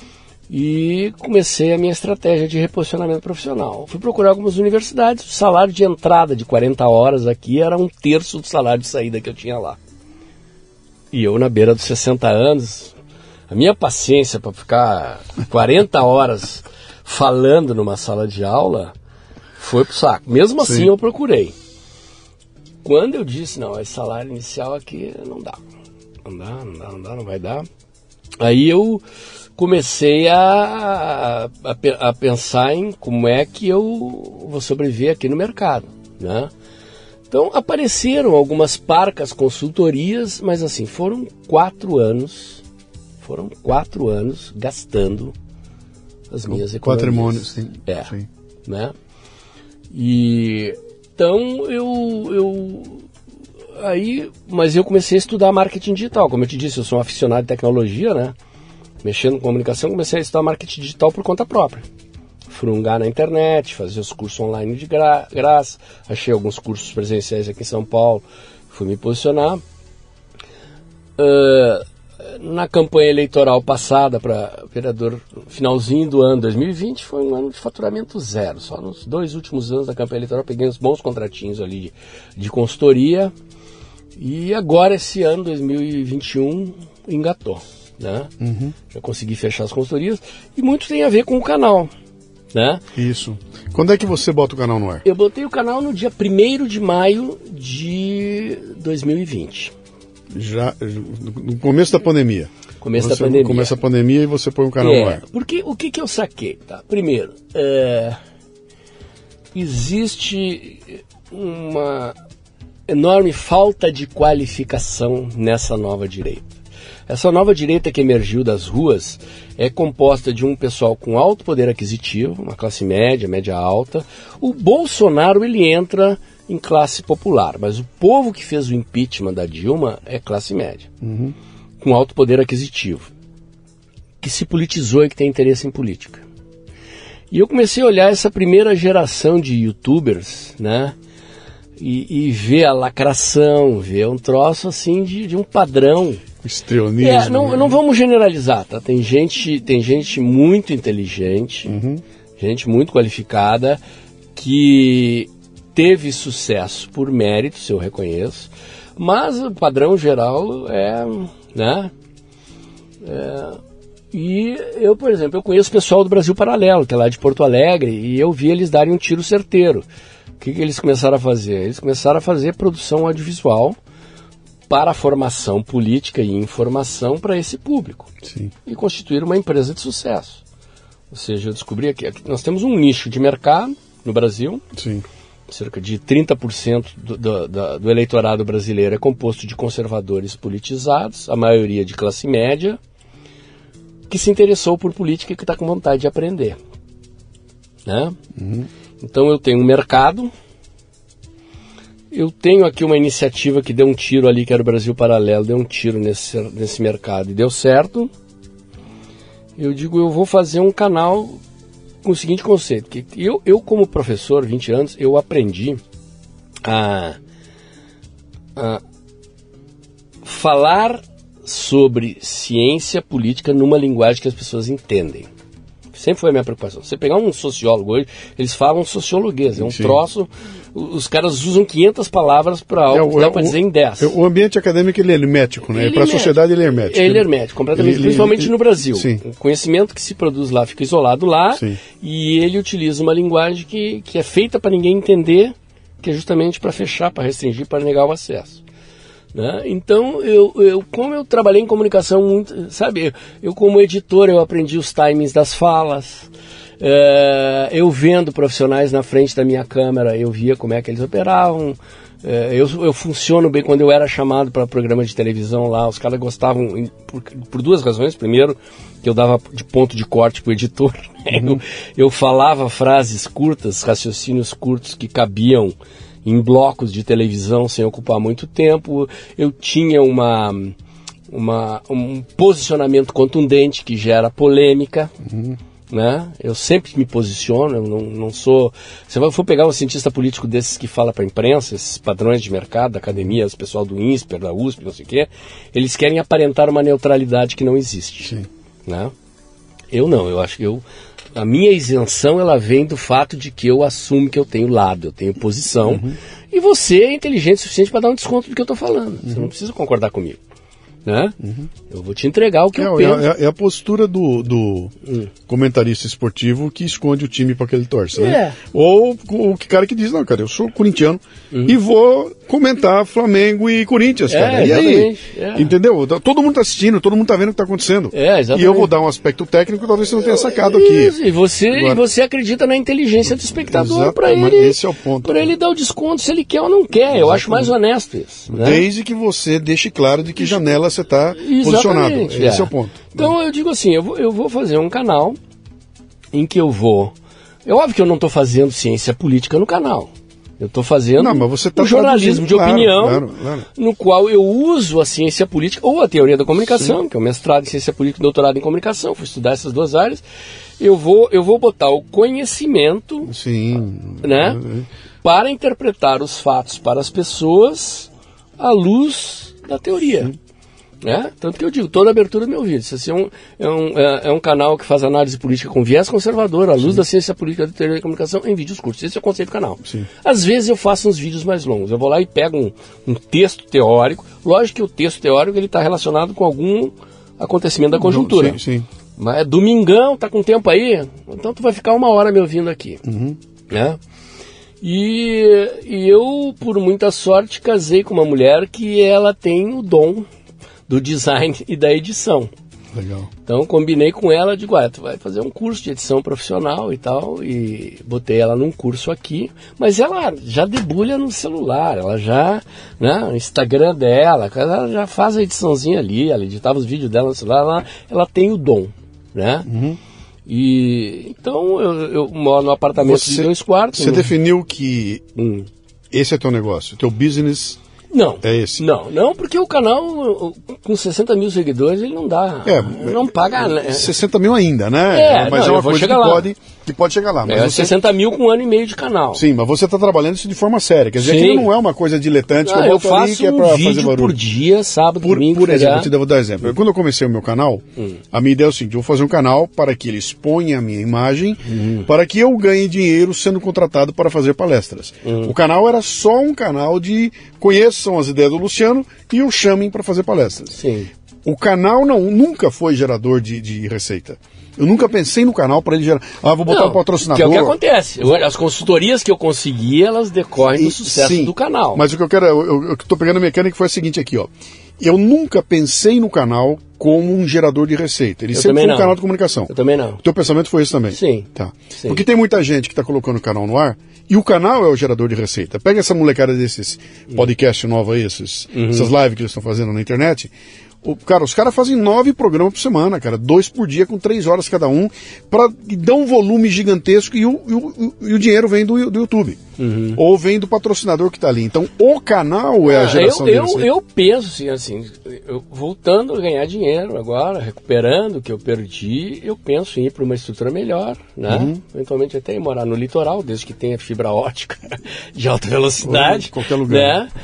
Speaker 2: e comecei a minha estratégia de reposicionamento profissional. Fui procurar algumas universidades, o salário de entrada de quarenta horas aqui era um terço do salário de saída que eu tinha lá. E eu na beira dos sessenta anos, a minha paciência para ficar quarenta horas falando numa sala de aula foi pro saco. Mesmo assim Sim. eu procurei. Quando eu disse, não, esse salário inicial aqui não dá. Não dá, não dá, não dá, não vai dar. Aí eu comecei a, a, a pensar em como é que eu vou sobreviver aqui no mercado, né? Então apareceram algumas parcas consultorias, mas assim, foram quatro anos, foram quatro anos gastando as minhas economias.
Speaker 1: Patrimônio, sim.
Speaker 2: É,
Speaker 1: sim.
Speaker 2: Né? E então eu, eu aí, mas eu comecei a estudar marketing digital, como eu te disse, eu sou um aficionado de tecnologia, né? Mexendo com comunicação, comecei a estudar marketing digital por conta própria. Frungar na internet, fazer os cursos online de gra- graça, achei alguns cursos presenciais aqui em São Paulo, fui me posicionar. Uh, na campanha eleitoral passada para vereador, finalzinho do ano dois mil e vinte, foi um ano de faturamento zero. Só nos dois últimos anos da campanha eleitoral peguei uns bons contratinhos ali de, de consultoria. E agora esse ano, dois mil e vinte e um, engatou. Né? Uhum. Já consegui fechar as consultorias e muito tem a ver com o canal, né?
Speaker 1: Isso. Quando é que você bota o canal no ar?
Speaker 2: Eu botei o canal no dia primeiro de maio de dois mil e vinte.
Speaker 1: Já no começo da pandemia.
Speaker 2: Começo
Speaker 1: você,
Speaker 2: da pandemia.
Speaker 1: Começa a pandemia e você põe o canal
Speaker 2: é,
Speaker 1: no ar.
Speaker 2: Porque o que, que eu saquei? Tá? Primeiro, é, existe uma enorme falta de qualificação nessa nova direita. Essa nova direita que emergiu das ruas é composta de um pessoal com alto poder aquisitivo, uma classe média, média alta. O Bolsonaro, ele entra em classe popular, mas o povo que fez o impeachment da Dilma é classe média,
Speaker 1: Uhum.
Speaker 2: com alto poder aquisitivo, que se politizou e que tem interesse em política. E eu comecei a olhar essa primeira geração de youtubers, né, e, e ver a lacração, ver um troço assim de, de um padrão.
Speaker 1: Estreonismo.
Speaker 2: É, não, não vamos generalizar, tá? Tem gente, tem gente muito inteligente,
Speaker 1: Uhum. gente
Speaker 2: muito qualificada, que teve sucesso por mérito, se eu reconheço, mas o padrão geral é, né? É, e eu, por exemplo, eu conheço o pessoal do Brasil Paralelo, que é lá de Porto Alegre, e eu vi eles darem um tiro certeiro. O que, que eles começaram a fazer? Eles começaram a fazer produção audiovisual para a formação política e informação para esse público.
Speaker 1: Sim.
Speaker 2: E constituir uma empresa de sucesso. Ou seja, eu descobri que nós temos um nicho de mercado no Brasil.
Speaker 1: Sim.
Speaker 2: Cerca de trinta por cento do, do, do, do eleitorado brasileiro é composto de conservadores politizados, a maioria de classe média, que se interessou por política e que está com vontade de aprender. Né?
Speaker 1: Uhum.
Speaker 2: Então eu tenho um mercado, eu tenho aqui uma iniciativa que deu um tiro ali, que era o Brasil Paralelo, deu um tiro nesse, nesse mercado e deu certo. Eu digo, eu vou fazer um canal com o seguinte conceito, que eu, eu como professor, vinte anos, eu aprendi a, a falar sobre ciência política numa linguagem que as pessoas entendem. Sempre foi a minha preocupação. Você pegar um sociólogo hoje, eles falam sociologuês, é um Sim. troço, os caras usam quinhentas palavras para algo é, que dá é, para dizer em dez.
Speaker 1: O ambiente acadêmico ele é hermético, né? Para a sociedade ele é hermético.
Speaker 2: Ele é hermético, completamente, ele, principalmente ele, no Brasil.
Speaker 1: Sim.
Speaker 2: O conhecimento que se produz lá fica isolado lá,
Speaker 1: Sim.
Speaker 2: e ele utiliza uma linguagem que, que é feita para ninguém entender, que é justamente para fechar, para restringir, para negar o acesso. Né? Então, eu, eu, como eu trabalhei em comunicação, muito, sabe, eu como editor, eu aprendi os timings das falas, é, eu vendo profissionais na frente da minha câmera, eu via como é que eles operavam, é, eu, eu funciono bem quando eu era chamado para programa de televisão lá, os caras gostavam por, por duas razões. Primeiro, que eu dava de ponto de corte para o editor, né?
Speaker 1: Uhum.
Speaker 2: eu, eu falava frases curtas, raciocínios curtos que cabiam em blocos de televisão sem ocupar muito tempo. Eu tinha uma, uma, um posicionamento contundente que gera polêmica, uhum. né? Eu sempre me posiciono, eu não, não sou... Se eu for pegar um cientista político desses que fala para a imprensa, esses padrões de mercado, da academia, os pessoal do INSPER, da U S P, não sei o quê, eles querem aparentar uma neutralidade que não existe.
Speaker 1: Sim.
Speaker 2: Né? Eu não, eu acho que eu... A minha isenção, ela vem do fato de que eu assumo que eu tenho lado, eu tenho posição, uhum. e você é inteligente o suficiente para dar um desconto do que eu estou falando. Uhum. Você não precisa concordar comigo. Né? Uhum. Eu vou te entregar o que
Speaker 1: é,
Speaker 2: eu penso.
Speaker 1: É, é a postura do, do hum. comentarista esportivo que esconde o time para que ele torce, né?
Speaker 2: É.
Speaker 1: Ou o cara que diz, não, cara, eu sou corintiano hum. e vou comentar Flamengo e Corinthians,
Speaker 2: é,
Speaker 1: cara. E aí?
Speaker 2: É.
Speaker 1: Entendeu? Todo mundo tá assistindo, todo mundo tá vendo o que tá acontecendo.
Speaker 2: É, exatamente.
Speaker 1: E eu vou dar um aspecto técnico que talvez você não tenha sacado aqui.
Speaker 2: Isso, e você, Agora, e você acredita na inteligência do espectador para ele,
Speaker 1: esse é o ponto,
Speaker 2: para ele dar o desconto se ele quer ou não quer. Exatamente. Eu acho mais honesto isso. Né?
Speaker 1: Desde que você deixe claro de que janela você está posicionado. Esse é. é o ponto.
Speaker 2: Então eu digo assim, eu vou, eu vou fazer um canal em que eu vou... É óbvio que eu não estou fazendo ciência política no canal. Eu estou fazendo
Speaker 1: não, mas você tá
Speaker 2: um jornalismo de
Speaker 1: claro,
Speaker 2: opinião,
Speaker 1: claro, claro.
Speaker 2: no qual eu uso a ciência política, ou a teoria da comunicação, Sim. que é o mestrado em ciência política e doutorado em comunicação, fui estudar essas duas áreas. Eu vou, eu vou botar o conhecimento
Speaker 1: Sim.
Speaker 2: Né, para interpretar os fatos para as pessoas à luz da teoria. Sim. Né? Tanto que eu digo, toda a abertura do meu vídeo, esse é um, é, um, é, é um canal que faz análise política com viés conservador, à luz Sim. da ciência política da teoria da comunicação, em vídeos curtos. Esse é o conceito do canal.
Speaker 1: Sim.
Speaker 2: Às vezes eu faço uns vídeos mais longos, eu vou lá e pego um, um texto teórico, lógico que o texto teórico está relacionado com algum acontecimento da conjuntura.
Speaker 1: Sim, sim.
Speaker 2: Mas é domingão, tá com tempo aí? Então tu vai ficar uma hora me ouvindo aqui.
Speaker 1: Uhum.
Speaker 2: Né? E, e eu, por muita sorte, casei com uma mulher que ela tem o dom do design e da edição.
Speaker 1: Legal.
Speaker 2: Então combinei com ela, digo, ah, tu vai fazer um curso de edição profissional e tal, e botei ela num curso aqui, mas ela já debulha no celular, ela já, né, no Instagram dela, ela já faz a ediçãozinha ali, ela editava os vídeos dela no celular, ela, ela tem o dom, né?
Speaker 1: Uhum.
Speaker 2: E então eu, eu moro num apartamento
Speaker 1: você,
Speaker 2: de dois quartos.
Speaker 1: Você
Speaker 2: né?
Speaker 1: definiu que...
Speaker 2: Hum.
Speaker 1: Esse é teu negócio, teu business...
Speaker 2: Não,
Speaker 1: é esse.
Speaker 2: não, não, porque o canal com sessenta mil seguidores ele não dá,
Speaker 1: é,
Speaker 2: não paga...
Speaker 1: Né? sessenta mil ainda, né?
Speaker 2: É,
Speaker 1: mas
Speaker 2: não,
Speaker 1: é uma coisa que
Speaker 2: lá.
Speaker 1: pode, que pode chegar lá. Mas
Speaker 2: é,
Speaker 1: você...
Speaker 2: sessenta mil com um ano e meio de canal.
Speaker 1: Sim, mas você está trabalhando isso de forma séria, quer dizer,
Speaker 2: Sim.
Speaker 1: aquilo não é uma coisa diletante que
Speaker 2: ah,
Speaker 1: eu
Speaker 2: eu
Speaker 1: boto
Speaker 2: faço
Speaker 1: ali que é
Speaker 2: um
Speaker 1: para
Speaker 2: vídeo
Speaker 1: fazer barulho.
Speaker 2: por dia, sábado,
Speaker 1: por,
Speaker 2: domingo,
Speaker 1: Por exemplo,
Speaker 2: feriado.
Speaker 1: eu vou dar exemplo. Quando eu comecei o meu canal, hum. a minha ideia é o seguinte, eu vou fazer um canal para que ele exponha a minha imagem, hum. para que eu ganhe dinheiro sendo contratado para fazer palestras. Hum. O canal era só um canal de conheçam as ideias do Luciano e o chamem para fazer palestras.
Speaker 2: Sim.
Speaker 1: O canal não, nunca foi gerador de, de receita. Eu nunca pensei no canal para ele gerar. Ah, vou botar
Speaker 2: não,
Speaker 1: um patrocinador.
Speaker 2: Que é o que acontece. As consultorias que eu consegui, elas decorrem do sucesso
Speaker 1: sim,
Speaker 2: do canal.
Speaker 1: Mas o que eu quero, eu estou pegando a mecânica que foi a seguinte aqui, ó. Eu nunca pensei no canal como um gerador de receita. Ele
Speaker 2: eu
Speaker 1: sempre foi um
Speaker 2: não.
Speaker 1: canal de comunicação.
Speaker 2: Eu também não.
Speaker 1: O teu pensamento foi esse também?
Speaker 2: Sim.
Speaker 1: Tá.
Speaker 2: Sim.
Speaker 1: Porque tem muita gente que está colocando o canal no ar e o canal é o gerador de receita. Pega essa molecada desses uhum. podcasts novos aí, esses, uhum. essas lives que eles estão fazendo na internet. O, cara, os caras fazem nove programas por semana, cara, dois por dia com três horas cada um, para dar um volume gigantesco e o, e o, e o dinheiro vem do, do YouTube. Uhum. Ou vem do patrocinador que está ali. Então, o canal é ah, a geração
Speaker 2: eu,
Speaker 1: de
Speaker 2: eu, eu penso assim, assim eu, voltando a ganhar dinheiro agora, recuperando o que eu perdi, eu penso em ir para uma estrutura melhor, né? Uhum. Eventualmente até ir morar no litoral, desde que tenha fibra ótica de alta velocidade.
Speaker 1: Ou qualquer lugar.
Speaker 2: Né?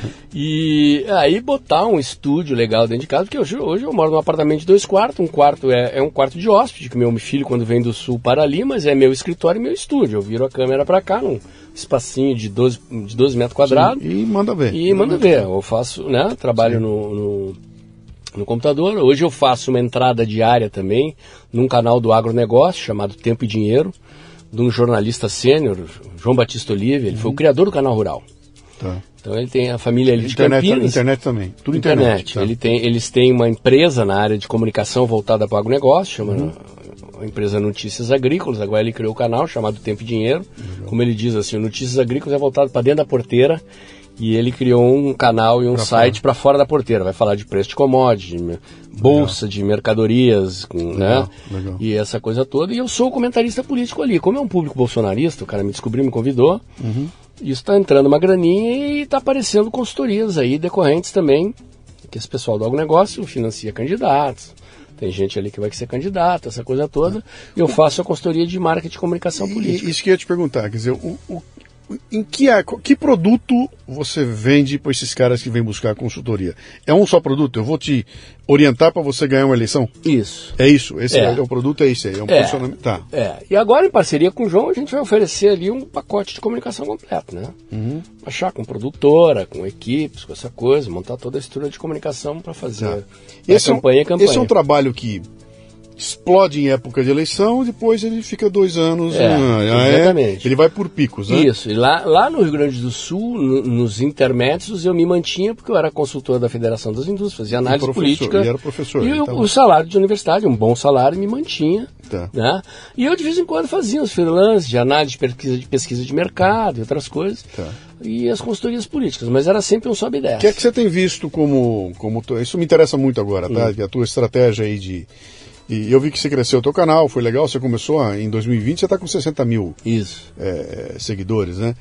Speaker 2: E aí botar um estúdio legal dentro de casa, porque hoje, hoje eu moro num apartamento de dois quartos, um quarto é, é um quarto de hóspede, que meu filho quando vem do sul para ali, mas é meu escritório e meu estúdio. Eu viro a câmera para cá, num espacinho de doze, de doze metros quadrados.
Speaker 1: Sim, e manda ver.
Speaker 2: E manda ver. Eu faço, né? Trabalho no, no, no computador. Hoje eu faço uma entrada diária também num canal do agronegócio chamado Tempo e Dinheiro, de um jornalista sênior, João Batista Olive. Ele uhum. foi o criador do Canal Rural.
Speaker 1: Tá.
Speaker 2: Então ele tem a família ali de
Speaker 1: internet,
Speaker 2: Campinas.
Speaker 1: Internet também. Tudo
Speaker 2: internet.
Speaker 1: internet. Tá.
Speaker 2: Ele tem, eles têm uma empresa na área de comunicação voltada para o agronegócio, chama uhum. a empresa Notícias Agrícolas. Agora ele criou o canal chamado Tempo e Dinheiro. Uhum. Como ele diz assim, o Notícias Agrícolas é voltado para dentro da porteira. E ele criou um canal e um pra site para fora da porteira. Vai falar de preço de commodity, de bolsa legal. De mercadorias, com,
Speaker 1: legal,
Speaker 2: né?
Speaker 1: Legal.
Speaker 2: E essa coisa toda. E eu sou comentarista político ali. Como é um público bolsonarista, o cara me descobriu, me convidou. Uhum. Isso está entrando uma graninha e está aparecendo consultorias aí decorrentes também, que esse pessoal do agronegócio financia candidatos. Tem gente ali que vai ser candidato, essa coisa toda. E eu faço a consultoria de marketing de comunicação política.
Speaker 1: Isso que eu ia te perguntar, quer dizer, o, o, em que, que produto você vende para esses caras que vêm buscar a consultoria? É um só produto? Eu vou te orientar para você ganhar uma eleição?
Speaker 2: Isso.
Speaker 1: É isso? Esse é,
Speaker 2: é.
Speaker 1: é o produto, é isso aí? É um
Speaker 2: é.
Speaker 1: posicionamento? Tá.
Speaker 2: É. E agora, em parceria com o João, a gente vai oferecer ali um pacote de comunicação completo, né? Uhum. Achar com produtora, com equipes, com essa coisa, montar toda a estrutura de comunicação para fazer tá.
Speaker 1: esse
Speaker 2: campanha
Speaker 1: é um,
Speaker 2: e campanha.
Speaker 1: Esse é um trabalho que explode em época de eleição e depois ele fica dois anos.
Speaker 2: É,
Speaker 1: ah,
Speaker 2: exatamente.
Speaker 1: É, ele vai por picos, né?
Speaker 2: Isso. E lá, lá no Rio Grande do Sul, no, nos intermédios, eu me mantinha porque eu era consultor da Federação das Indústrias, fazia análise
Speaker 1: e
Speaker 2: política.
Speaker 1: E era professor.
Speaker 2: E
Speaker 1: então...
Speaker 2: o, o salário de universidade, um bom salário, me mantinha.
Speaker 1: Tá.
Speaker 2: Né? E eu de vez em quando fazia os freelances de análise de pesquisa, de pesquisa de mercado e outras coisas.
Speaker 1: Tá.
Speaker 2: E as consultorias políticas, mas era sempre um sobe e desce.
Speaker 1: O que é que você tem visto como... como isso me interessa muito agora, tá? Hum. A tua estratégia aí de... E eu vi que você cresceu o teu canal, foi legal, você começou a, em dois mil e vinte, você está com sessenta mil
Speaker 2: Isso.
Speaker 1: É, seguidores, né?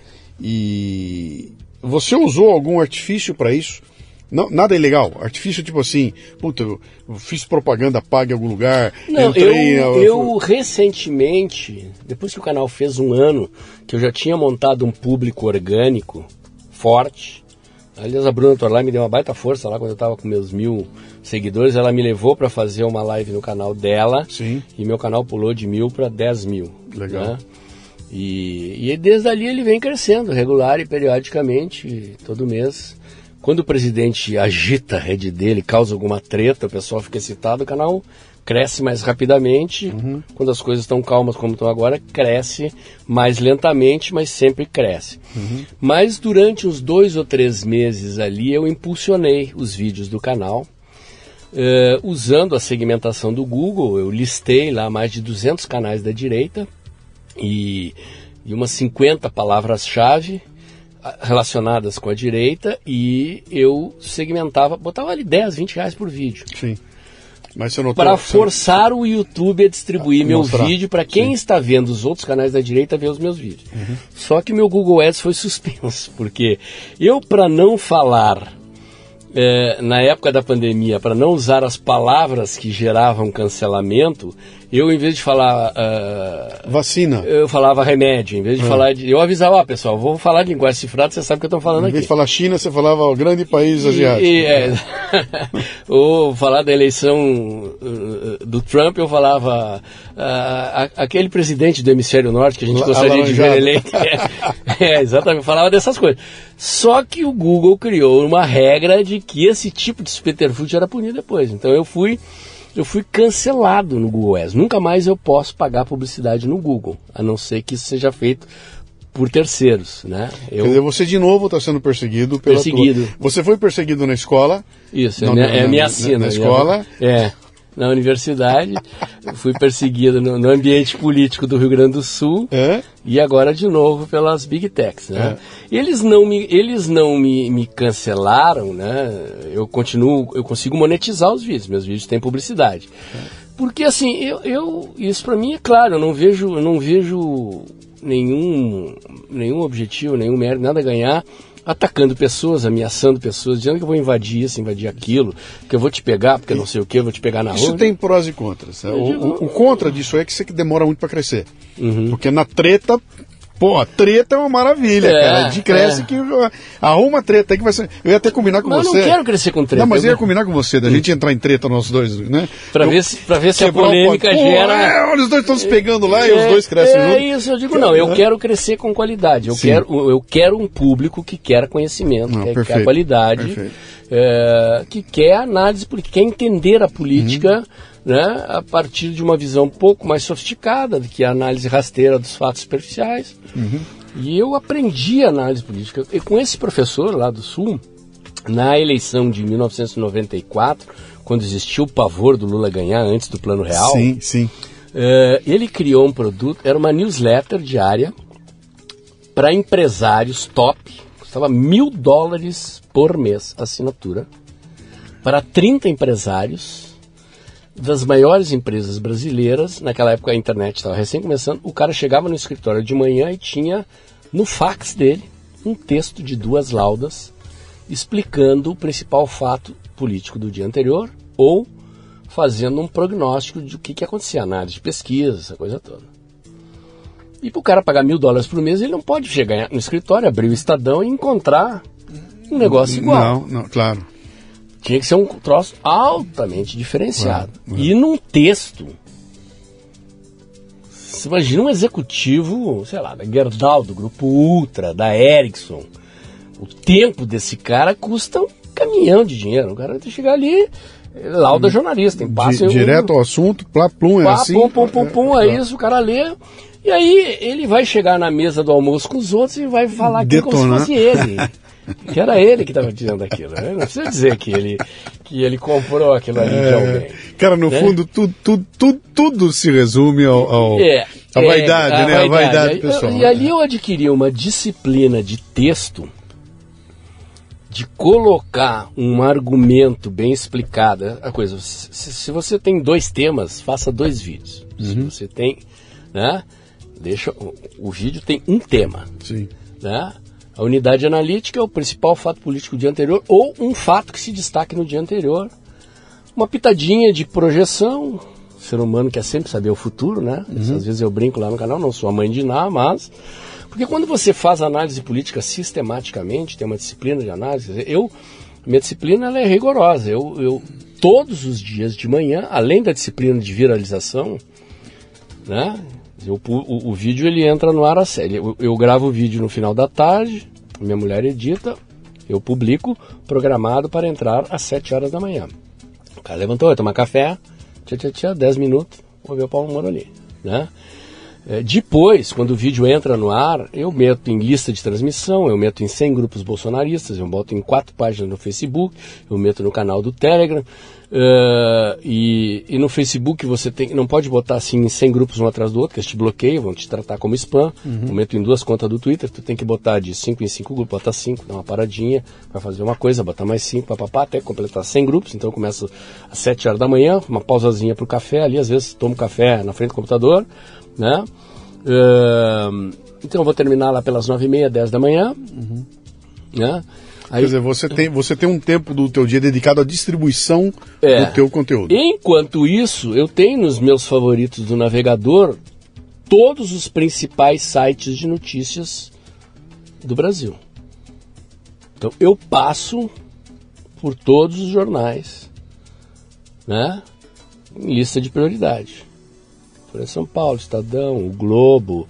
Speaker 1: E você usou algum artifício para isso? Não, nada ilegal, artifício tipo assim, puta, eu fiz propaganda paga em algum lugar,
Speaker 2: não,
Speaker 1: entrei...
Speaker 2: Eu, eu recentemente, depois que o canal fez um ano, que eu já tinha montado um público orgânico, forte. Aliás, a Bruna Torlai me deu uma baita força lá quando eu estava com meus mil seguidores. Ela me levou para fazer uma live no canal dela.
Speaker 1: Sim. E
Speaker 2: meu canal pulou de mil para dez mil.
Speaker 1: Legal.
Speaker 2: Né? E, e desde ali ele vem crescendo, regular e periodicamente, todo mês. Quando o presidente agita a rede dele, causa alguma treta, o pessoal fica excitado, o canal cresce mais rapidamente. Uhum. Quando as coisas estão calmas como estão agora, cresce mais lentamente, mas sempre cresce. Uhum. Mas durante uns dois ou três meses ali, eu impulsionei os vídeos do canal. Uh, usando a segmentação do Google, eu listei lá mais de duzentos canais da direita e, e umas cinquenta palavras-chave relacionadas com a direita, e eu segmentava, botava ali dez, vinte reais por vídeo.
Speaker 1: Sim. Mas você notou,
Speaker 2: para
Speaker 1: você...
Speaker 2: forçar o YouTube a distribuir
Speaker 1: a
Speaker 2: meu
Speaker 1: mostrar.
Speaker 2: vídeo para quem
Speaker 1: Sim.
Speaker 2: está vendo os outros canais da direita ver os meus vídeos. Uhum. Só que meu Google Ads foi suspenso, porque eu, para não falar, é, na época da pandemia, para não usar as palavras que geravam cancelamento, eu, em vez de falar... Uh,
Speaker 1: vacina.
Speaker 2: Eu falava remédio, em vez de
Speaker 1: é.
Speaker 2: falar... De, eu avisava, ó, pessoal, vou falar de linguagem cifrada, você sabe o que eu estou falando aqui.
Speaker 1: Em vez de falar China, você falava o grande país asiático.
Speaker 2: E, e, é, ou falar da eleição uh, do Trump, eu falava uh, a, aquele presidente do hemisfério norte que a gente
Speaker 1: La,
Speaker 2: gostaria de ver eleito. É, é, exatamente, eu falava dessas coisas. Só que o Google criou uma regra de que esse tipo de subterfúgio era punido depois. Então eu fui... Eu fui cancelado no Google Ads. Nunca mais eu posso pagar publicidade no Google, a não ser que isso seja feito por terceiros, né? Eu...
Speaker 1: Quer dizer, você de novo está sendo perseguido pela
Speaker 2: Perseguido.
Speaker 1: Tua... Você foi perseguido na escola?
Speaker 2: Isso,
Speaker 1: na,
Speaker 2: é minha,
Speaker 1: na,
Speaker 2: é minha
Speaker 1: na,
Speaker 2: assina.
Speaker 1: Na escola?
Speaker 2: É, na universidade. Fui perseguido no, no ambiente político do Rio Grande do Sul.
Speaker 1: É?
Speaker 2: E agora de novo pelas Big Techs, né? É. Eles não, me, eles não me, me cancelaram, né? Eu continuo, eu consigo monetizar os vídeos, meus vídeos têm publicidade. É. Porque assim, eu, eu isso para mim é claro, eu não vejo, eu não vejo nenhum, nenhum objetivo, nenhum mérito, nada a ganhar atacando pessoas, ameaçando pessoas, dizendo que eu vou invadir isso, invadir aquilo, que eu vou te pegar, porque não sei o que, eu vou te pegar na rua.
Speaker 1: Isso tem prós e contras. Né? O, o, o contra disso é que você demora muito para crescer.
Speaker 2: Uhum.
Speaker 1: Porque na treta, pô, a treta é uma maravilha, é, cara. De cresce é. que arruma treta aí que vai ser. Eu ia até combinar com
Speaker 2: mas
Speaker 1: você.
Speaker 2: Eu não quero crescer com treta.
Speaker 1: Não, mas eu ia
Speaker 2: eu...
Speaker 1: combinar com você, da gente entrar em treta nós dois, né?
Speaker 2: Pra eu, ver se, pra ver se a polêmica
Speaker 1: pô,
Speaker 2: gera.
Speaker 1: É, olha, os dois estão se pegando lá é, e os dois crescem
Speaker 2: é,
Speaker 1: juntos.
Speaker 2: É isso, eu digo, não, eu quero crescer com qualidade. Eu quero, eu quero um público que quer conhecimento, não, que quer qualidade, é, que quer análise política, quer entender a política. Uhum. Né, a partir de uma visão um pouco mais sofisticada do que a análise rasteira dos fatos superficiais. Uhum. E eu aprendi análise política. E com esse professor lá do Sul, na eleição de mil novecentos e noventa e quatro, quando existiu o pavor do Lula ganhar antes do Plano Real,
Speaker 1: sim, sim.
Speaker 2: Uh, ele criou um produto, era uma newsletter diária para empresários top, custava mil dólares por mês, assinatura, para trinta empresários das maiores empresas brasileiras. Naquela época a internet estava recém começando, o cara chegava no escritório de manhã e tinha no fax dele um texto de duas laudas explicando o principal fato político do dia anterior ou fazendo um prognóstico de o que, que acontecia, análise de pesquisa, essa coisa toda. E para o cara pagar mil dólares por mês, ele não pode chegar no escritório, abrir o Estadão e encontrar um negócio igual.
Speaker 1: Não, não, claro.
Speaker 2: Tinha que ser um troço altamente diferenciado.
Speaker 1: Ué, ué.
Speaker 2: E num texto, você imagina um executivo, sei lá, da Gerdau, do Grupo Ultra, da Ericsson. O tempo desse cara custa um caminhão de dinheiro. O cara vai ter que chegar ali, lauda jornalista. Tem passe,
Speaker 1: Di, direto um, ao assunto, plá, plum, é
Speaker 2: pá,
Speaker 1: assim.
Speaker 2: Pum, pum, pum, pum, é, é isso, o cara lê. E aí ele vai chegar na mesa do almoço com os outros e vai falar aquilo como se fosse ele. Que era ele que estava dizendo aquilo. Né? Não precisa dizer que ele, que ele comprou aquilo ali é, de alguém.
Speaker 1: Cara, no né? fundo, tudo, tudo, tudo, tudo se resume ao, ao
Speaker 2: é,
Speaker 1: a vaidade, é, a né? Vaidade. A vaidade pessoal.
Speaker 2: E ali eu adquiri uma disciplina de texto, de colocar um argumento bem explicado. A coisa, se, se você tem dois temas, faça dois vídeos. Uhum. Se você tem, né? Deixa, o, o vídeo tem um tema.
Speaker 1: Sim.
Speaker 2: Né? A unidade analítica é o principal fato político do dia anterior ou um fato que se destaque no dia anterior. Uma pitadinha de projeção. O ser humano quer sempre saber o futuro, né? Uhum. Às vezes eu brinco lá no canal, não sou a mãe de Ná, mas... Porque quando você faz análise política sistematicamente, tem uma disciplina de análise, eu, minha disciplina ela é rigorosa. Eu, eu, todos os dias de manhã, além da disciplina de viralização, né? Eu, o, o vídeo ele entra no ar a série. Eu, eu gravo o vídeo no final da tarde, minha mulher edita, eu publico, programado para entrar às sete horas da manhã. O cara levantou, vai tomar café, tchá, tchá, tchá, dez minutos, vou ver o Paulo Moro ali, né? É, depois, quando o vídeo entra no ar, eu meto em lista de transmissão, eu meto em cem grupos bolsonaristas, eu boto em quatro páginas no Facebook, eu meto no canal do Telegram, uh, e, e no Facebook você tem, não pode botar assim em cem grupos um atrás do outro, que eles te bloqueiam, vão te tratar como spam. Uhum. Eu meto em duas contas do Twitter, tu tem que botar de cinco em cinco grupos, bota cinco, dá uma paradinha, vai fazer uma coisa, botar mais cinco, papapá, até completar cem grupos. Então eu começo às sete horas da manhã, uma pausazinha pro café ali, às vezes tomo café na frente do computador, né? Uh, então eu vou terminar lá pelas nove e meia, dez da manhã, uhum. né? Aí,
Speaker 1: quer dizer, você tem, você tem um tempo do teu dia dedicado à distribuição
Speaker 2: é,
Speaker 1: do teu conteúdo.
Speaker 2: Enquanto isso, eu tenho nos meus favoritos do navegador todos os principais sites de notícias do Brasil. Então eu passo por todos os jornais, né? Em lista de prioridade. São Paulo, Estadão, o Globo,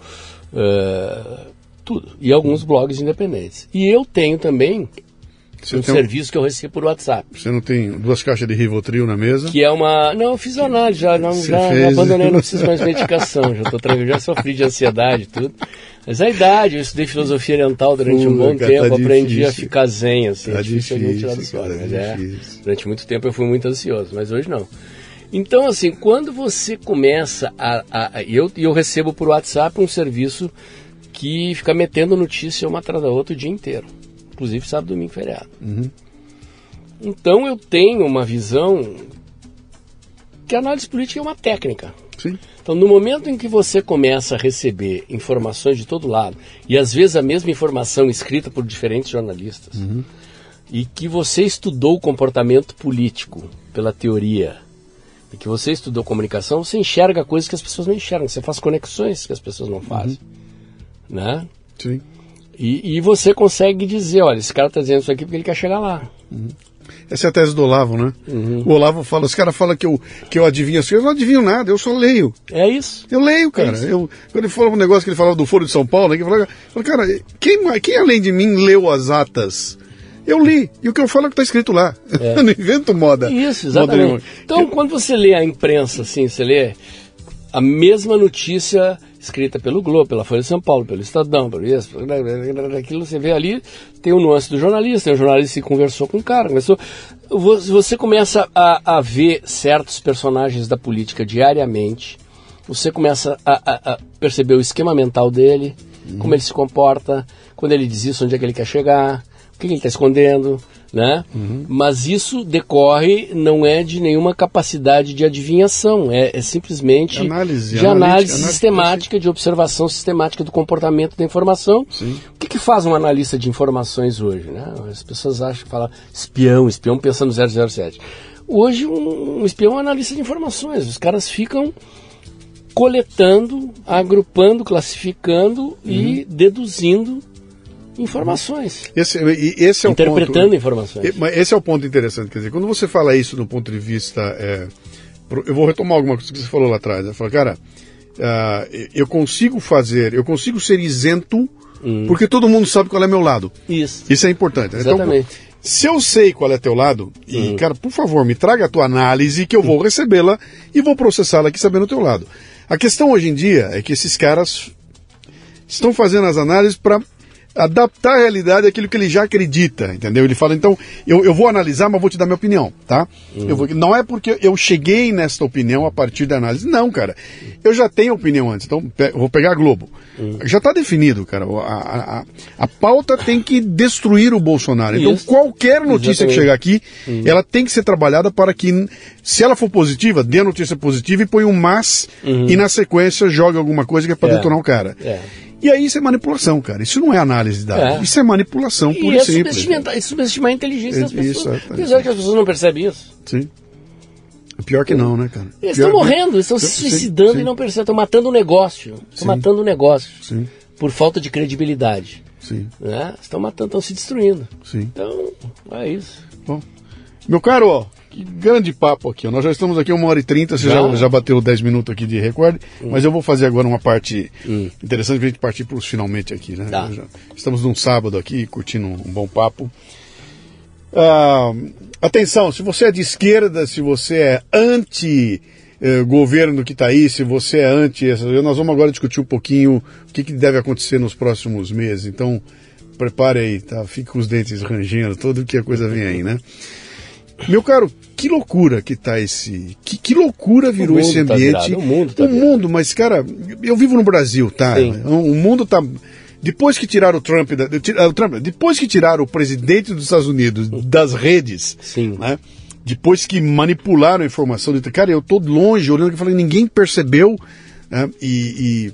Speaker 2: uh, tudo. E alguns blogs independentes. E eu tenho também Você um serviço um... que eu recebo por WhatsApp.
Speaker 1: Você não tem duas caixas de Rivotril na mesa?
Speaker 2: Que é uma... Não, eu fiz análise, já, não, já, já abandonei, não preciso mais de medicação. Já, tô tra... já sofri de ansiedade e tudo. Mas a idade, eu estudei filosofia oriental durante uh, um bom cara, tempo, tá aprendi difícil. a ficar zen, assim.
Speaker 1: Tá
Speaker 2: é difícil, difícil tirar do sono, mas é, durante muito tempo eu fui muito ansioso, mas hoje não. Então, assim, quando você começa a... a, a eu, eu recebo por WhatsApp um serviço que fica metendo notícia uma atrás da outra o dia inteiro. Inclusive sábado, domingo, feriado. Uhum. Então eu tenho uma visão que a análise política é uma técnica.
Speaker 1: Sim.
Speaker 2: Então, no momento em que você começa a receber informações de todo lado, e às vezes a mesma informação escrita por diferentes jornalistas, uhum. e que você estudou o comportamento político pela teoria, e que você estudou comunicação, você enxerga coisas que as pessoas não enxergam, você faz conexões que as pessoas não fazem. Uhum. Né?
Speaker 1: Sim.
Speaker 2: E, e você consegue dizer, olha, esse cara está dizendo isso aqui porque ele quer chegar lá.
Speaker 1: Uhum. Essa é a tese do Olavo, né? Uhum. O Olavo fala, os caras falam que eu, que eu adivinho as coisas, eu não adivinho nada, eu só leio.
Speaker 2: É isso.
Speaker 1: Eu leio, cara. É eu, quando ele falou um negócio que ele falava do Foro de São Paulo, né, que eu falava, cara, quem, quem além de mim leu as atas? Eu li, e o que eu falo é o que está escrito lá. É. Eu não invento moda.
Speaker 2: Isso, exatamente. Moda. Então, quando você lê a imprensa, assim, você lê a mesma notícia escrita pelo Globo, pela Folha de São Paulo, pelo Estadão, pelo isso, aquilo você vê ali, tem o nuance do jornalista, tem o jornalista que conversou com o cara, conversou, você começa a, a ver certos personagens da política diariamente, você começa a, a, a perceber o esquema mental dele, uhum. como ele se comporta, quando ele diz isso, onde é que ele quer chegar, o que ele está escondendo, né? Uhum. Mas isso decorre, não é de nenhuma capacidade de adivinhação, é, é simplesmente
Speaker 1: análise,
Speaker 2: de análise, análise sistemática, de observação sistemática do comportamento da informação.
Speaker 1: Sim.
Speaker 2: O que, que faz um analista de informações hoje? Né? As pessoas acham que falam espião, espião pensando no zero zero sete. Hoje um, um espião é um analista de informações, os caras ficam coletando, agrupando, classificando uhum. e deduzindo informações.
Speaker 1: Esse, esse é
Speaker 2: Interpretando
Speaker 1: o ponto,
Speaker 2: informações.
Speaker 1: Esse é o ponto interessante. Quer dizer, quando você fala isso do ponto de vista... É, eu vou retomar alguma coisa que você falou lá atrás. Eu falo, cara, uh, eu consigo fazer, eu consigo ser isento hum. porque todo mundo sabe qual é meu lado.
Speaker 2: Isso.
Speaker 1: Isso é importante.
Speaker 2: Exatamente.
Speaker 1: Então, se eu sei qual é teu lado, e, hum. cara, por favor, me traga a tua análise que eu vou recebê-la e vou processá-la aqui sabendo o teu lado. A questão hoje em dia é que esses caras estão fazendo as análises para adaptar a realidade àquilo que ele já acredita, entendeu? Ele fala, então, eu, eu vou analisar, mas vou te dar minha opinião, tá? Uhum. Eu vou, não é porque eu cheguei nesta opinião a partir da análise. Não, cara. Eu já tenho opinião antes, então eu vou pegar a Globo. Uhum. Já está definido, cara. A, a, a pauta tem que destruir o Bolsonaro. Então, Isso. qualquer notícia Exatamente. que chegar aqui, uhum. ela tem que ser trabalhada para que, se ela for positiva, dê a notícia positiva e põe um mas uhum. e na sequência joga alguma coisa que é para é. detonar o cara. É. E aí isso é manipulação, cara. Isso não é análise de dados. É. Isso é manipulação
Speaker 2: e
Speaker 1: pura
Speaker 2: é
Speaker 1: e simples.
Speaker 2: Subestimar, é subestimar a inteligência das pessoas.
Speaker 1: Isso, é, tá,
Speaker 2: Apesar que as pessoas não percebem isso.
Speaker 1: Sim. Pior que não, né, cara?
Speaker 2: Eles estão morrendo, eles estão se suicidando sim, sim. e não percebem. Estão matando o negócio. Estão matando o negócio.
Speaker 1: Sim.
Speaker 2: Por falta de credibilidade.
Speaker 1: Sim.
Speaker 2: Né? Estão matando, estão se destruindo.
Speaker 1: Sim.
Speaker 2: Então, é isso.
Speaker 1: Bom, meu caro, ó, que grande papo aqui. Ó. Nós já estamos aqui uma hora e trinta, você já, já, já bateu dez minutos aqui de recorde, hum. mas eu vou fazer agora uma parte hum. interessante pra gente partir para os finalmente aqui, né?
Speaker 2: Tá.
Speaker 1: Já, estamos num sábado aqui, curtindo um, um bom papo. Ah, atenção, se você é de esquerda, se você é anti eh, governo que está aí, se você é anti, nós vamos agora discutir um pouquinho o que, que deve acontecer nos próximos meses. Então, prepare aí, tá? Fique com os dentes rangendo, tudo que a coisa vem aí, né? Meu caro, que loucura que tá esse... Que, que loucura virou esse ambiente.
Speaker 2: Tá o mundo tá
Speaker 1: O mundo, mas, cara, eu vivo no Brasil, tá? Sim. O mundo tá... Depois que tiraram o Trump, da, o Trump, depois que tiraram o presidente dos Estados Unidos das redes,
Speaker 2: sim,
Speaker 1: né? Depois que manipularam a informação, de, cara, eu tô longe, olhando e falando, ninguém percebeu, né? e, e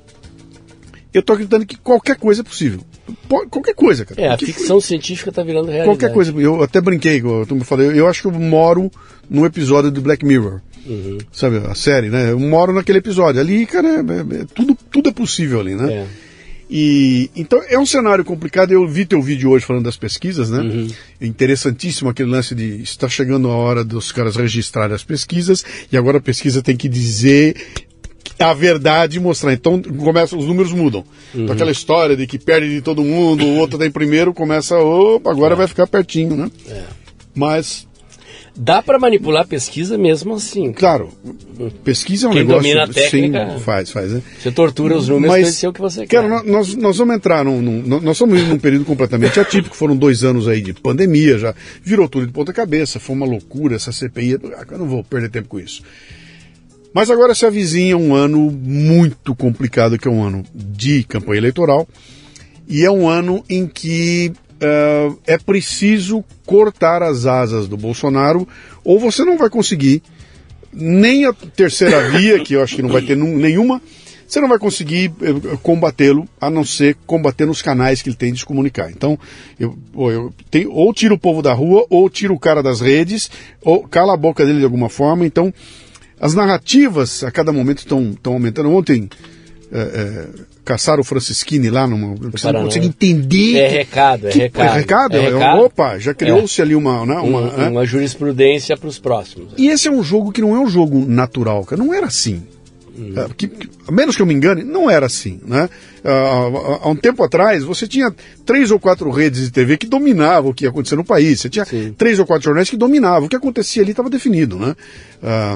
Speaker 1: eu tô acreditando que qualquer coisa é possível. Qualquer coisa, cara.
Speaker 2: É, a ficção foi... científica tá virando realidade.
Speaker 1: Qualquer coisa. Eu até brinquei, eu, eu falei, eu acho que eu moro no episódio do Black Mirror.
Speaker 2: Uhum.
Speaker 1: Sabe, a série, né? Eu moro naquele episódio. Ali, cara, é, é, tudo, tudo é possível ali, né?
Speaker 2: É.
Speaker 1: E, então é um cenário complicado. Eu vi teu vídeo hoje falando das pesquisas, né?
Speaker 2: Uhum.
Speaker 1: É interessantíssimo aquele lance de está chegando a hora dos caras registrarem as pesquisas e agora a pesquisa tem que dizer a verdade e mostrar. Então começa, os números mudam. Uhum. Então aquela história de que perde de todo mundo, o outro está em primeiro, começa, opa, agora é. vai ficar pertinho, né?
Speaker 2: É.
Speaker 1: Mas...
Speaker 2: Dá para manipular pesquisa mesmo assim.
Speaker 1: Claro, pesquisa é um
Speaker 2: Quem
Speaker 1: negócio...
Speaker 2: domina a técnica,
Speaker 1: sim, faz, faz. Né?
Speaker 2: Você tortura os números para dizer o que você quer.
Speaker 1: Cara, nós, nós vamos entrar num, num... Nós estamos num período completamente atípico, foram dois anos aí de pandemia, já virou tudo de ponta cabeça, foi uma loucura essa C P I, eu não vou perder tempo com isso. Mas agora se avizinha um ano muito complicado, que é um ano de campanha eleitoral, e é um ano em que uh, é preciso cortar as asas do Bolsonaro, ou você não vai conseguir nem a terceira via, que eu acho que não vai ter nenhuma, você não vai conseguir uh, combatê-lo, a não ser combater nos canais que ele tem de se comunicar. Então, eu, eu tenho, ou tiro o povo da rua, ou tiro o cara das redes, ou cala a boca dele de alguma forma. Então, as narrativas a cada momento estão aumentando. Ontem é, é, caçaram o Francisquini lá, numa, você não consegue entender.
Speaker 2: É recado, é
Speaker 1: que,
Speaker 2: recado.
Speaker 1: É recado?
Speaker 2: É recado.
Speaker 1: Opa, já criou-se é. ali uma... Né, uma,
Speaker 2: um, uma jurisprudência para os próximos.
Speaker 1: E esse é um jogo que não é um jogo natural, cara. Não era assim. Hum. É, que, que, a menos que eu me engane, não era assim, né? Há, há um tempo atrás, você tinha três ou quatro redes de T V que dominavam o que ia acontecer no país. Você tinha Sim. três ou quatro jornais que dominavam. O que acontecia ali estava definido, né? Ah,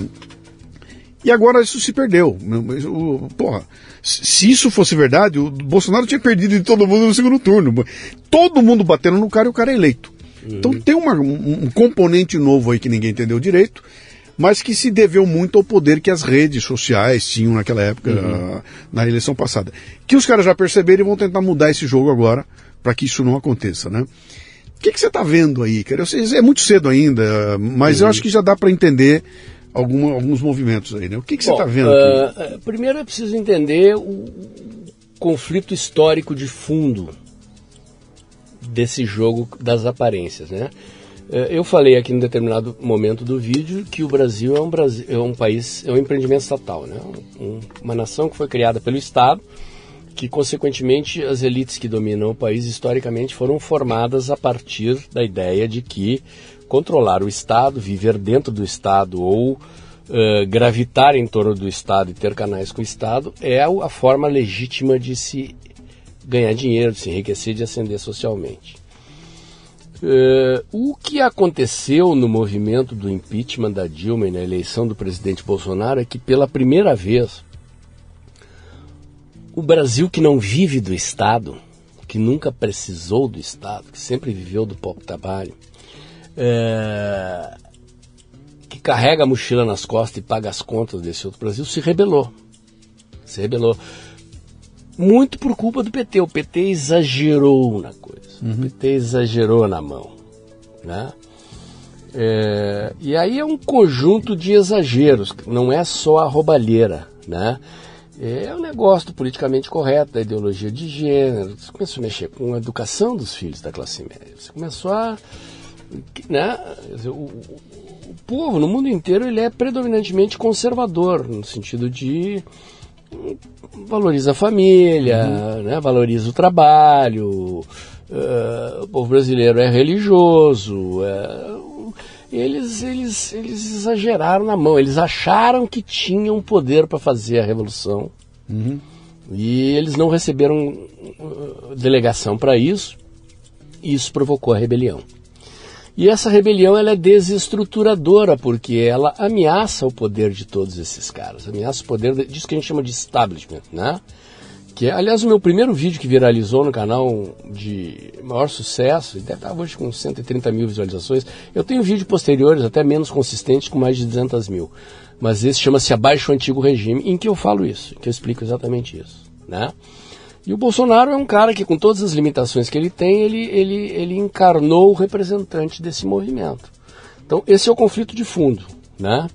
Speaker 1: E agora isso se perdeu. O, porra, se isso fosse verdade, o Bolsonaro tinha perdido de todo mundo no segundo turno. Todo mundo batendo no cara e o cara é eleito. Uhum. Então tem uma, um, um componente novo aí que ninguém entendeu direito, mas que se deveu muito ao poder que as redes sociais tinham naquela época, uhum. a, na eleição passada. Que os caras já perceberam e vão tentar mudar esse jogo agora para que isso não aconteça, né? O que, que você está vendo aí, cara? Eu sei, é muito cedo ainda, mas uhum. eu acho que já dá para entender Alguma, alguns movimentos aí, né? O que, que você está vendo aqui?
Speaker 2: Uh, primeiro é preciso entender o conflito histórico de fundo desse jogo das aparências, né? Uh, eu falei aqui em determinado momento do vídeo que o Brasil é um, Brasil, é um país, é um empreendimento estatal, né? Um, uma nação que foi criada pelo Estado, que consequentemente as elites que dominam o país historicamente foram formadas a partir da ideia de que controlar o Estado, viver dentro do Estado ou uh, gravitar em torno do Estado e ter canais com o Estado é a forma legítima de se ganhar dinheiro, de se enriquecer, de ascender socialmente. Uh, o que aconteceu no movimento do impeachment da Dilma e na eleição do presidente Bolsonaro é que pela primeira vez o Brasil, que não vive do Estado, que nunca precisou do Estado, que sempre viveu do próprio trabalho, É, que carrega a mochila nas costas e paga as contas desse outro Brasil, se rebelou. Se rebelou. Muito por culpa do P T. O P T exagerou na coisa. Uhum. O P T exagerou na mão. Né? É, e aí é um conjunto de exageros. Não é só a roubalheira. Né? É um negócio do politicamente correto, da ideologia de gênero. Você começou a mexer com a educação dos filhos da classe média. Você começou a... Né? O, o, o povo no mundo inteiro ele é predominantemente conservador, no sentido de valoriza a família, uhum. né? Valoriza o trabalho, uh, o povo brasileiro é religioso, uh, eles, eles, eles exageraram na mão, eles acharam que tinham poder para fazer a revolução uhum. e eles não receberam uh, delegação para isso, e isso provocou a rebelião. E essa rebelião ela é desestruturadora, porque ela ameaça o poder de todos esses caras, ameaça o poder disso que a gente chama de establishment, né? Que é, aliás, o meu primeiro vídeo que viralizou no canal de maior sucesso, deve estar hoje com cento e trinta mil visualizações. Eu tenho vídeos posteriores, até menos consistentes, com mais de duzentas mil. Mas esse chama-se Abaixo o Antigo Regime, em que eu falo isso, em que eu explico exatamente isso, né? E o Bolsonaro é um cara que, com todas as limitações que ele tem, ele, ele, ele encarnou o representante desse movimento. Então, esse é o conflito de fundo, né?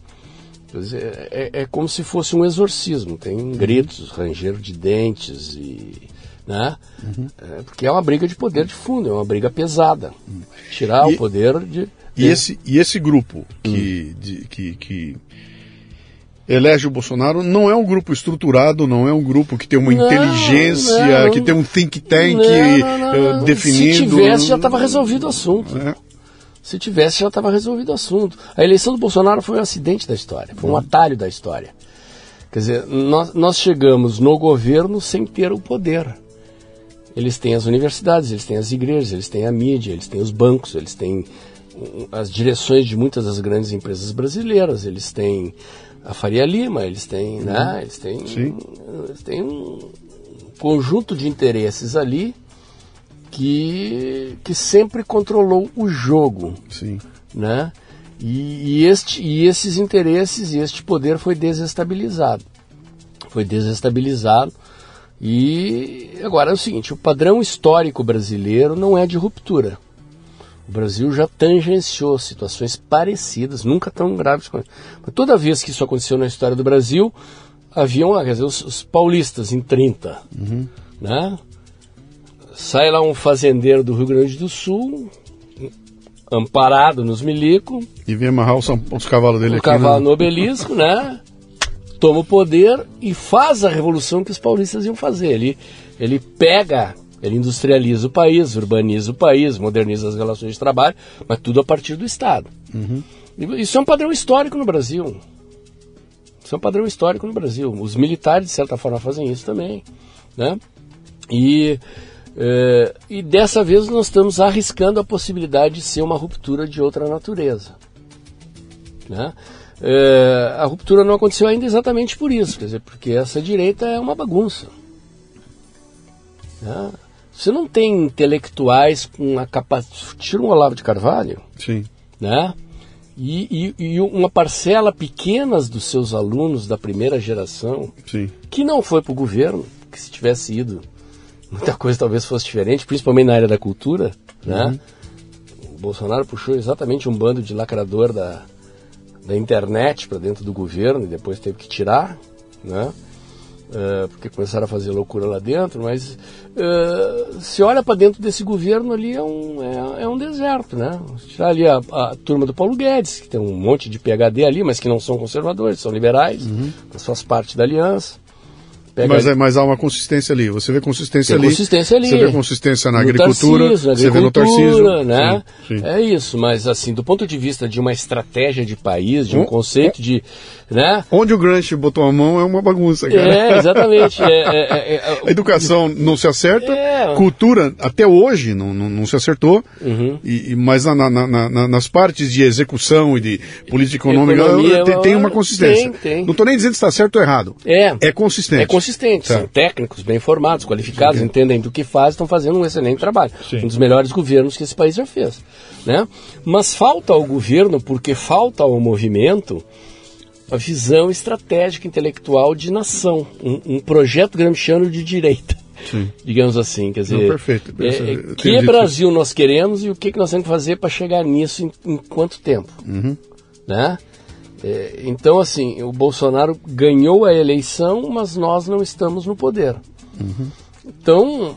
Speaker 2: É, é, é como se fosse um exorcismo, tem gritos, ranger de dentes, e, né? Uhum. É, porque é uma briga de poder de fundo, é uma briga pesada. Uhum. Tirar e, o poder de...
Speaker 1: E, de... Esse, e esse grupo que, uhum. de, que, que elege o Bolsonaro não é um grupo estruturado, não é um grupo que tem uma não, inteligência, não, que tem um think tank não, não, não, uh, definido.
Speaker 2: Se tivesse, já estava resolvido o assunto. É. Se tivesse, já estava resolvido o assunto. A eleição do Bolsonaro foi um acidente da história, foi um atalho da história. Quer dizer, nós, nós chegamos no governo sem ter o poder. Eles têm as universidades, eles têm as igrejas, eles têm a mídia, eles têm os bancos, eles têm as direções de muitas das grandes empresas brasileiras, eles têm a Faria Lima, eles têm, uhum. né, eles têm, eles têm um conjunto de interesses ali que, que sempre controlou o jogo.
Speaker 1: Sim.
Speaker 2: Né? E, e, este, e esses interesses e este poder foi desestabilizado. Foi desestabilizado. E agora é o seguinte, o padrão histórico brasileiro não é de ruptura. O Brasil já tangenciou situações parecidas, nunca tão graves quanto. Mas toda vez que isso aconteceu na história do Brasil, haviam, quer dizer, os, os paulistas em trinta, uhum. né? Sai lá um fazendeiro do Rio Grande do Sul, amparado nos milico.
Speaker 1: E vem amarrar os, os cavalos dele
Speaker 2: o
Speaker 1: aqui.
Speaker 2: O cavalo no... no obelisco, né? Toma o poder e faz a revolução que os paulistas iam fazer. Ele, ele pega, ele industrializa o país, urbaniza o país, moderniza as relações de trabalho, mas tudo a partir do Estado. Uhum. Isso é um padrão histórico no Brasil. Isso é um padrão histórico no Brasil. Os militares, de certa forma, fazem isso também, né? E... Uh, e dessa vez nós estamos arriscando a possibilidade de ser uma ruptura de outra natureza, né? Uh, a ruptura não aconteceu ainda exatamente por isso, quer dizer, porque essa direita é uma bagunça, né? Você não tem intelectuais com a capacidade... Tira um Olavo de Carvalho.
Speaker 1: Sim.
Speaker 2: Né? E, e, e uma parcela pequena dos seus alunos da primeira geração, sim, que não foi para o governo, que se tivesse ido... Muita coisa talvez fosse diferente, principalmente na área da cultura, né? Uhum. O Bolsonaro puxou exatamente um bando de lacrador da, da internet para dentro do governo e depois teve que tirar, né? Uh, porque começaram a fazer loucura lá dentro, mas uh, se olha para dentro desse governo ali é um, é, é um deserto, né? Tirar ali a, a turma do Paulo Guedes, que tem um monte de P H D ali, mas que não são conservadores, são liberais, uhum, mas faz parte da aliança. Pega
Speaker 1: mas, é, mas há uma consistência ali, você vê consistência ali,
Speaker 2: consistência ali,
Speaker 1: você vê consistência na
Speaker 2: no
Speaker 1: agricultura,
Speaker 2: Tarcísio,
Speaker 1: você vê no Tarcísio,
Speaker 2: né?
Speaker 1: Sim, sim.
Speaker 2: É isso, mas assim, do ponto de vista de uma estratégia de país, de um conceito de... Né?
Speaker 1: Onde o Gramsci botou a mão é uma bagunça, cara.
Speaker 2: É, exatamente. É, é, é,
Speaker 1: a educação não se acerta, é, cultura até hoje não, não, não se acertou, uhum, e, mas na, na, na, nas partes de execução e de política econômica Economia, tem, tem uma consistência. Tem, tem. Não estou nem dizendo se está certo ou errado. É, é consistente.
Speaker 2: É consistente. Tá. São técnicos bem formados, qualificados, sim, entendem do que fazem, estão fazendo um excelente trabalho. Sim. Um dos melhores governos que esse país já fez. Né? Mas falta ao governo, porque falta ao movimento, a visão estratégica intelectual de nação, um, um projeto gramsciano de direita, sim, digamos assim, quer dizer, não, perfeito, é, que Brasil nós queremos e o que, que nós temos que fazer para chegar nisso em, em quanto tempo, uhum, né? É, então assim, o Bolsonaro ganhou a eleição, mas nós não estamos no poder, uhum, então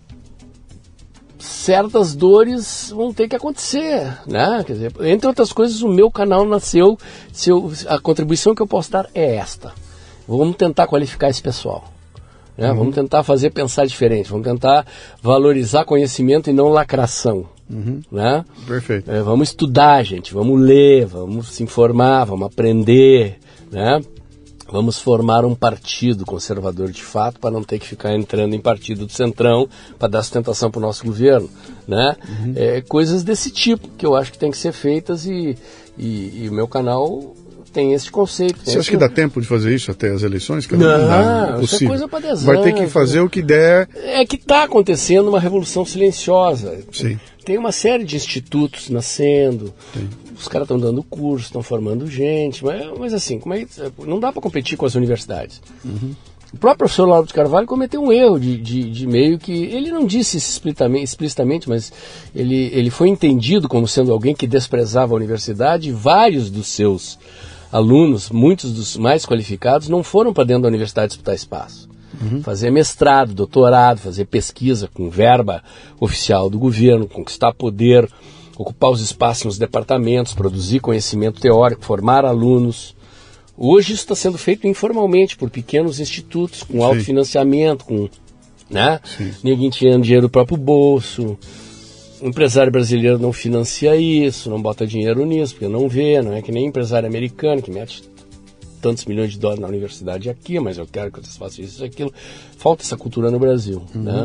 Speaker 2: certas dores vão ter que acontecer, né? Quer dizer, entre outras coisas, o meu canal nasceu, se eu, a contribuição que eu posso dar é esta. Vamos tentar qualificar esse pessoal, né? Uhum. Vamos tentar fazer pensar diferente, vamos tentar valorizar conhecimento e não lacração, uhum, né?
Speaker 1: Perfeito.
Speaker 2: É, vamos estudar, gente, vamos ler, vamos se informar, vamos aprender, né? vamos formar um partido conservador de fato para não ter que ficar entrando em partido do Centrão para dar sustentação para o nosso governo, né? Uhum. É, coisas desse tipo que eu acho que tem que ser feitas e, e, e o meu canal tem esse conceito.
Speaker 1: Você acha que dá tempo de fazer isso até as eleições?
Speaker 2: Não, não, não é isso é coisa para dez anos.
Speaker 1: Vai ter que fazer o que der.
Speaker 2: É que está acontecendo uma revolução silenciosa.
Speaker 1: Sim.
Speaker 2: Tem uma série de institutos nascendo,
Speaker 1: Tem.
Speaker 2: Os caras estão dando curso, estão formando gente, mas, mas assim, como é, não dá para competir com as universidades. Uhum. O próprio professor Lauro de Carvalho cometeu um erro de, de, de meio que, ele não disse explicitamente, explicitamente mas ele, ele foi entendido como sendo alguém que desprezava a universidade, e vários dos seus alunos, muitos dos mais qualificados, não foram para dentro da universidade disputar espaço. Uhum. Fazer mestrado, doutorado, fazer pesquisa com verba oficial do governo, conquistar poder, ocupar os espaços nos departamentos, produzir conhecimento teórico, formar alunos. Hoje isso está sendo feito informalmente por pequenos institutos, com autofinanciamento, com, né? Ninguém tirando dinheiro do próprio bolso. O empresário brasileiro não financia isso, não bota dinheiro nisso, porque não vê, não é que nem empresário americano que mete tantos milhões de dólares na universidade aqui, mas eu quero que vocês façam isso e aquilo. Falta essa cultura no Brasil, uhum. né?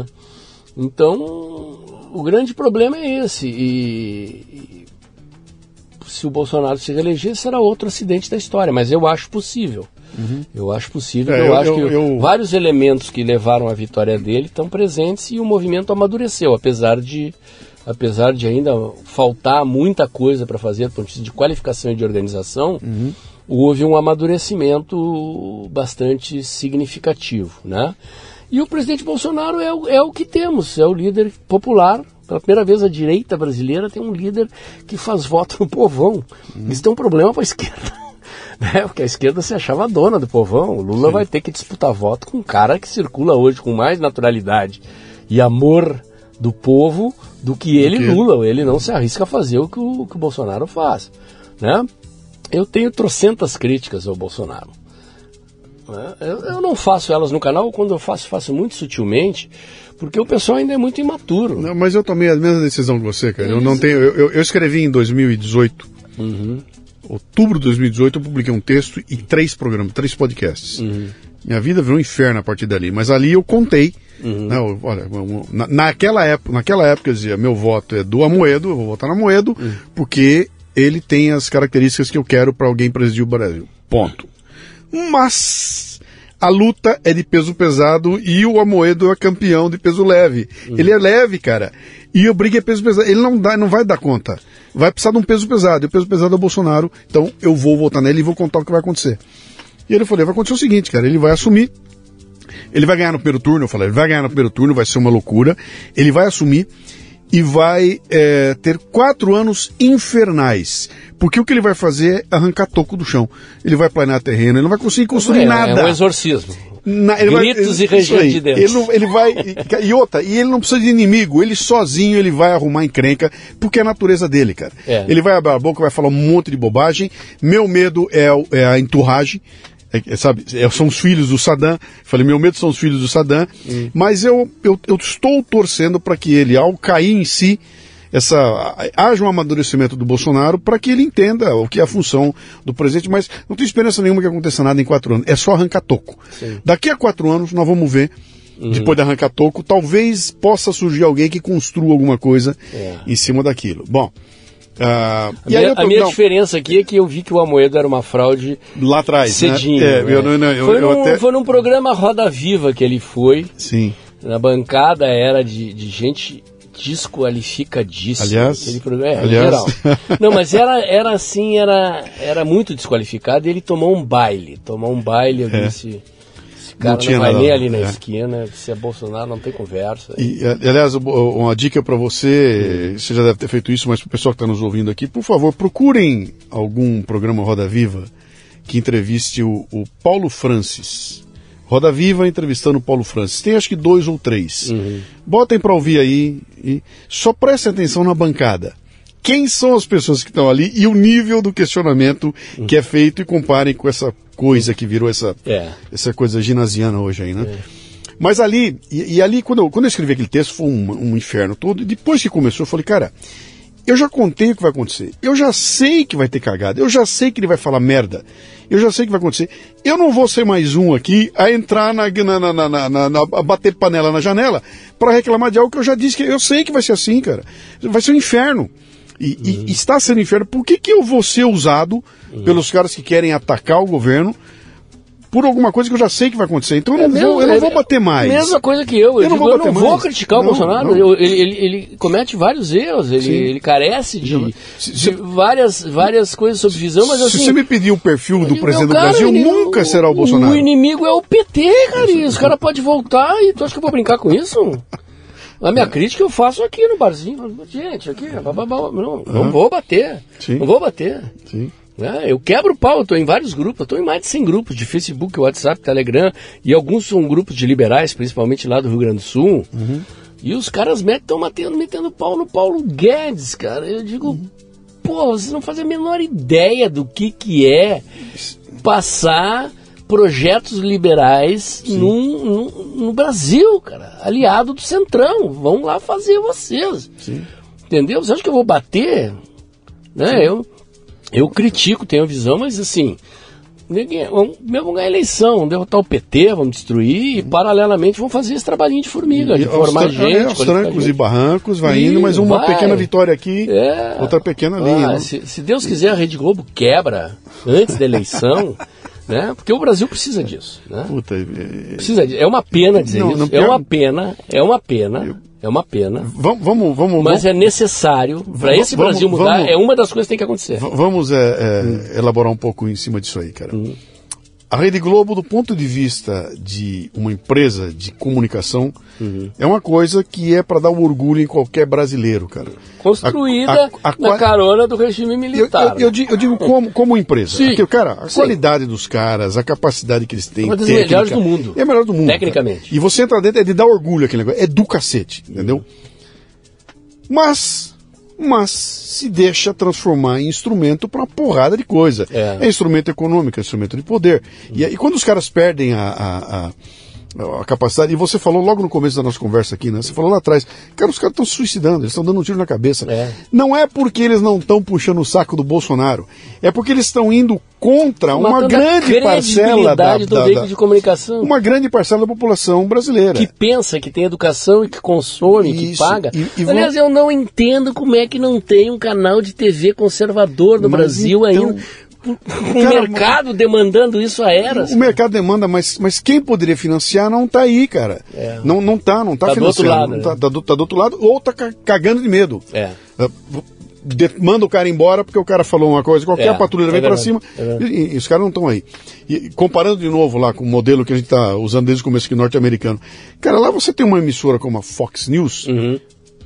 Speaker 2: Então, o grande problema é esse. E, e se o Bolsonaro se reeleger, será outro acidente da história, mas eu acho possível. Uhum. Eu acho possível, é, eu, eu acho eu, que eu... vários elementos que levaram à vitória dele estão presentes e o movimento amadureceu, apesar de, apesar de ainda faltar muita coisa para fazer, do ponto de vista de qualificação e de organização, uhum. houve um amadurecimento bastante significativo, né? E o presidente Bolsonaro é o, é o que temos, é o líder popular. Pela primeira vez a direita brasileira tem um líder que faz voto no povão. Uhum. Isso tem um problema para a esquerda, né? Porque a esquerda se achava dona do povão. O Lula Sim. vai ter que disputar voto com um cara que circula hoje com mais naturalidade e amor do povo do que ele, do que... Lula. Ele não se arrisca a fazer o que o, o que o Bolsonaro faz, né? Eu tenho trocentas críticas ao Bolsonaro. Eu, eu não faço elas no canal, quando eu faço, faço muito sutilmente, porque o pessoal ainda é muito imaturo.
Speaker 1: Não, mas eu tomei a mesma decisão que você, cara. Eu, não tenho, eu, eu escrevi em dois mil e dezoito, uhum. outubro de dois mil e dezoito, eu publiquei um texto e três programas, três podcasts. Uhum. Minha vida virou um inferno a partir dali, mas ali eu contei. Uhum. Né, olha, na, naquela, época, naquela época eu dizia, meu voto é do Amoedo, eu vou votar no Amoedo, uhum. porque ele tem as características que eu quero para alguém presidir o Brasil. Ponto. Mas a luta é de peso pesado e o Amoedo é campeão de peso leve. Uhum. Ele é leve, cara. E o Briga é peso pesado. Ele não, dá, não vai dar conta. Vai precisar de um peso pesado. E o peso pesado é o Bolsonaro. Então eu vou votar nele e vou contar o que vai acontecer. E ele falou, vai acontecer o seguinte, cara. Ele vai assumir. Ele vai ganhar no primeiro turno. Eu falei, ele vai ganhar no primeiro turno. Vai ser uma loucura. Ele vai assumir. E vai é, ter quatro anos infernais. Porque o que ele vai fazer é arrancar toco do chão. Ele vai planear terreno, ele não vai conseguir construir
Speaker 2: é,
Speaker 1: nada.
Speaker 2: É um exorcismo.
Speaker 1: Na, ele
Speaker 2: Gritos
Speaker 1: vai,
Speaker 2: e ranger de Deus.
Speaker 1: Ele, não, ele vai, e outra, e ele não precisa de inimigo, ele sozinho ele vai arrumar encrenca, porque é a natureza dele, cara. É. Ele vai abrir a boca, vai falar um monte de bobagem. Meu medo é, é a enturragem. É, sabe, são os filhos do Saddam. Falei, meu medo são os filhos do Saddam. Hum. Mas eu, eu, eu estou torcendo para que ele, ao cair em si, essa, haja um amadurecimento do Bolsonaro para que ele entenda o que é a função do presidente. Mas não tenho esperança nenhuma que aconteça nada em quatro anos. É só arrancar toco. Sim. Daqui a quatro anos nós vamos ver. Uhum. Depois de arrancar toco, talvez possa surgir alguém que construa alguma coisa é. em cima daquilo. Bom. Uh,
Speaker 2: a e minha, aí tô, a minha diferença aqui é que eu vi que o Amoedo era uma fraude
Speaker 1: lá atrás,
Speaker 2: cedinho.
Speaker 1: Né? É,
Speaker 2: né?
Speaker 1: eu, não, não, eu,
Speaker 2: foi, num,
Speaker 1: eu até...
Speaker 2: foi num programa Roda Viva que ele foi.
Speaker 1: Sim.
Speaker 2: Na bancada era de, de gente desqualificadíssima.
Speaker 1: Aliás,
Speaker 2: aquele programa, é,
Speaker 1: aliás...
Speaker 2: em geral. Não, mas era, era assim, era, era muito desqualificado e ele tomou um baile. Tomou um baile, eu é. disse... O cara não, não vai nada, nem ali na é. esquina, se é Bolsonaro não tem conversa.
Speaker 1: E, aliás, uma dica para você, hum. você já deve ter feito isso, mas para o pessoal que está nos ouvindo aqui, por favor, procurem algum programa Roda Viva que entreviste o, o Paulo Francis. Roda Viva entrevistando o Paulo Francis. Tem acho que dois ou três. Uhum. Botem para ouvir aí e só prestem atenção na bancada. Quem são as pessoas que estão ali e o nível do questionamento uhum. que é feito e comparem com essa coisa que virou essa, é. essa coisa ginasiana hoje aí, né? É. Mas ali, e, e ali quando eu, quando eu escrevi aquele texto foi um, um inferno todo, e depois que começou eu falei, cara, eu já contei o que vai acontecer, eu já sei que vai ter cagada, eu já sei que ele vai falar merda, eu já sei o que vai acontecer. Eu não vou ser mais um aqui a entrar na, na, na, na, na, na a bater panela na janela para reclamar de algo que eu já disse que eu sei que vai ser assim, cara. Vai ser um inferno. E, uhum. e está sendo um inferno. Por que, que eu vou ser usado uhum. pelos caras que querem atacar o governo por alguma coisa que eu já sei que vai acontecer? Então eu não, é mesmo, vou, eu não é, vou bater mais.
Speaker 2: Mesma coisa que eu. Eu, eu digo, não vou, eu não vou criticar
Speaker 1: não,
Speaker 2: o Bolsonaro.
Speaker 1: Não.
Speaker 2: Eu, ele, ele, ele comete vários erros. Ele, ele carece de, se, de se, várias, várias coisas sob visão. Mas, assim,
Speaker 1: se você me pedir o perfil do
Speaker 2: digo,
Speaker 1: presidente
Speaker 2: cara,
Speaker 1: do Brasil,
Speaker 2: ele,
Speaker 1: nunca
Speaker 2: o,
Speaker 1: será o Bolsonaro.
Speaker 2: O inimigo é o P T, cara. E os caras podem voltar e tu acha que eu vou brincar com isso? A minha é. crítica eu faço aqui no barzinho. Gente, aqui, não, não uhum. vou bater. Sim. Não vou bater. Sim. É, eu quebro o pau, eu estou em vários grupos, eu estou em mais de cem grupos de Facebook, WhatsApp, Telegram, e alguns são grupos de liberais, principalmente lá do Rio Grande do Sul, uhum. e os caras estão metendo, metendo pau no Paulo Guedes, cara. Eu digo, uhum. pô, vocês não fazem a menor ideia do que, que é passar projetos liberais num, num, no Brasil, cara, aliado do Centrão. Vão lá fazer vocês. Sim. Entendeu? Você acha que eu vou bater? Né? Eu... Eu critico, tenho visão, mas assim, vamos, vamos ganhar a eleição, vamos derrotar o P T, vamos destruir, e paralelamente vamos fazer esse trabalhinho de formiga, e, de formar aos, gente. É,
Speaker 1: aos trancos gente. e barrancos, vai e indo, mas uma vai. pequena vitória aqui, é. outra pequena ali.
Speaker 2: Ah, se, se Deus quiser, a Rede Globo quebra antes da eleição, né? Porque o Brasil precisa disso. Né? Puta, é... Precisa disso. É uma pena dizer não, isso, não, é uma pena, é uma pena. Eu... É uma pena.
Speaker 1: Vamos, vamos, vamos,
Speaker 2: mas
Speaker 1: vamos,
Speaker 2: é necessário para esse vamos, Brasil mudar. Vamos, é uma das coisas que tem que acontecer.
Speaker 1: Vamos é, é, hum. elaborar um pouco em cima disso aí, cara. Hum. A Rede Globo, do ponto de vista de uma empresa de comunicação, uhum. é uma coisa que é para dar orgulho em qualquer brasileiro, cara.
Speaker 2: Construída a, a, a, na a, carona do regime militar.
Speaker 1: Eu, eu, eu, digo, eu digo como, como empresa. Porque, cara, a Sim. qualidade dos caras, a capacidade que eles têm.
Speaker 2: É uma das
Speaker 1: técnica,
Speaker 2: melhores do mundo.
Speaker 1: É a melhor do mundo.
Speaker 2: Tecnicamente.
Speaker 1: Cara. E você entra dentro é de dar orgulho aquele negócio. É do cacete, entendeu? Mas... mas se deixa transformar em instrumento para uma porrada de coisa. É. é instrumento econômico, é instrumento de poder. Hum. E, e quando os caras perdem a, a, a, a capacidade, e você falou logo no começo da nossa conversa aqui, né? Você falou lá atrás, cara, os caras estão se suicidando, eles estão dando um tiro na cabeça. É. Não é porque eles não estão puxando o saco do Bolsonaro, é porque eles estão indo contra uma grande parcela da,
Speaker 2: do veículo da, de comunicação.
Speaker 1: Uma grande parcela da população brasileira.
Speaker 2: Que pensa, que tem educação e que consome, Isso, que paga. E, e Aliás, vão... eu não entendo como é que não tem um canal de T V conservador no mas Brasil então... ainda. O cara, mercado demandando isso a eras.
Speaker 1: O mercado demanda, mas, mas quem poderia financiar não está aí, cara. É. Não, não tá, não tá, tá financiando. Do outro lado, não né? tá, tá, do, tá do outro lado, ou tá cagando de medo. É. De, manda o cara embora porque o cara falou uma coisa, qualquer é, patrulha é vem para cima é e, e os caras não estão aí. E, comparando de novo lá com o modelo que a gente está usando desde o começo aqui, norte-americano. Cara, lá você tem uma emissora como a Fox News, uhum.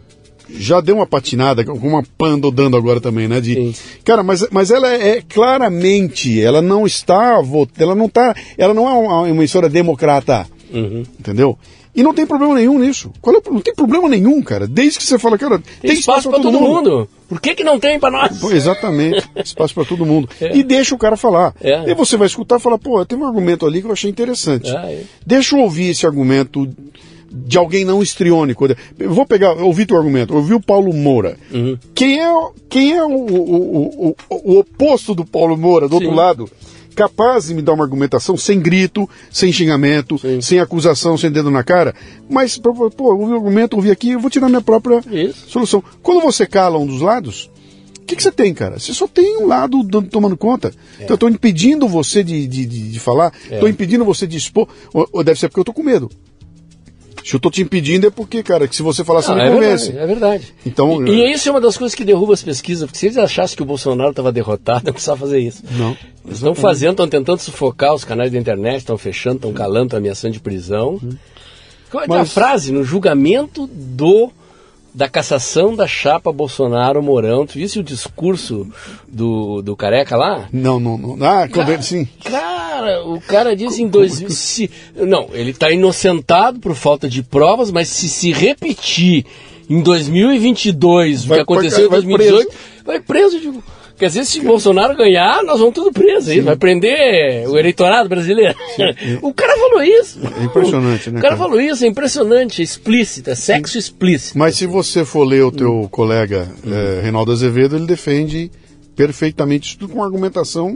Speaker 1: já deu uma patinada, com uma Pando dando agora também, né? De, Sim. Cara, mas, mas ela é, é claramente, ela não está, ela não tá, ela não é uma, uma emissora democrata, uhum. entendeu? E não tem problema nenhum nisso. Qual é, não tem problema nenhum, cara. Desde que você fala, cara, tem, tem espaço, espaço para todo, todo mundo. mundo.
Speaker 2: Por que que não tem para nós?
Speaker 1: Pô, exatamente. Espaço para todo mundo. É. E deixa o cara falar. É. E você vai escutar e falar, pô, tem um argumento ali que eu achei interessante. É, é. Deixa eu ouvir esse argumento de alguém não histriônico. Eu vou pegar, ouvir teu argumento, ouvir o Paulo Moura. Uhum. Quem é, quem é o, o, o, o, o oposto do Paulo Moura, do Sim. outro lado? Capaz de me dar uma argumentação sem grito, sem xingamento, Sim. sem acusação, sem dedo na cara, mas, pô, ouvi o argumento, ouvi aqui, eu vou tirar minha própria Isso. solução. Quando você cala um dos lados, o que, que você tem, cara? Você só tem um lado dando, tomando conta. É. Então eu estou impedindo você de, de, de, de falar, estou é. impedindo você de expor, ou, ou deve ser porque eu estou com medo. Se eu estou te impedindo é porque, cara, que se você falar assim, não, me convence.
Speaker 2: É verdade.
Speaker 1: Então,
Speaker 2: e, e isso é uma das coisas que derruba as pesquisas, porque se eles achassem que o Bolsonaro estava derrotado, não precisava fazer isso.
Speaker 1: Não.
Speaker 2: Eles estão fazendo, estão tentando sufocar os canais da internet, estão fechando, estão calando, estão ameaçando de prisão. Hum. Qual é Mas... a frase? No julgamento do... da cassação da chapa Bolsonaro-Mourão. Tu viste o discurso do, do Careca lá?
Speaker 1: Não, não, não. Ah, cara, sim.
Speaker 2: Cara, o cara disse em dois mil... Se, não, ele está inocentado por falta de provas, mas se se repetir em dois mil e vinte e dois vai, o que aconteceu vai, em dois mil e dezoito, vai preso. Vai preso de... Quer dizer, se o Bolsonaro ganhar, nós vamos tudo preso. Aí vai prender o eleitorado brasileiro. Sim. O cara falou isso.
Speaker 1: É impressionante, né?
Speaker 2: O cara, cara falou isso, é impressionante, é explícito, é sexo explícito.
Speaker 1: Mas se você for ler o teu hum. colega hum. É, Reinaldo Azevedo, ele defende perfeitamente isso tudo com argumentação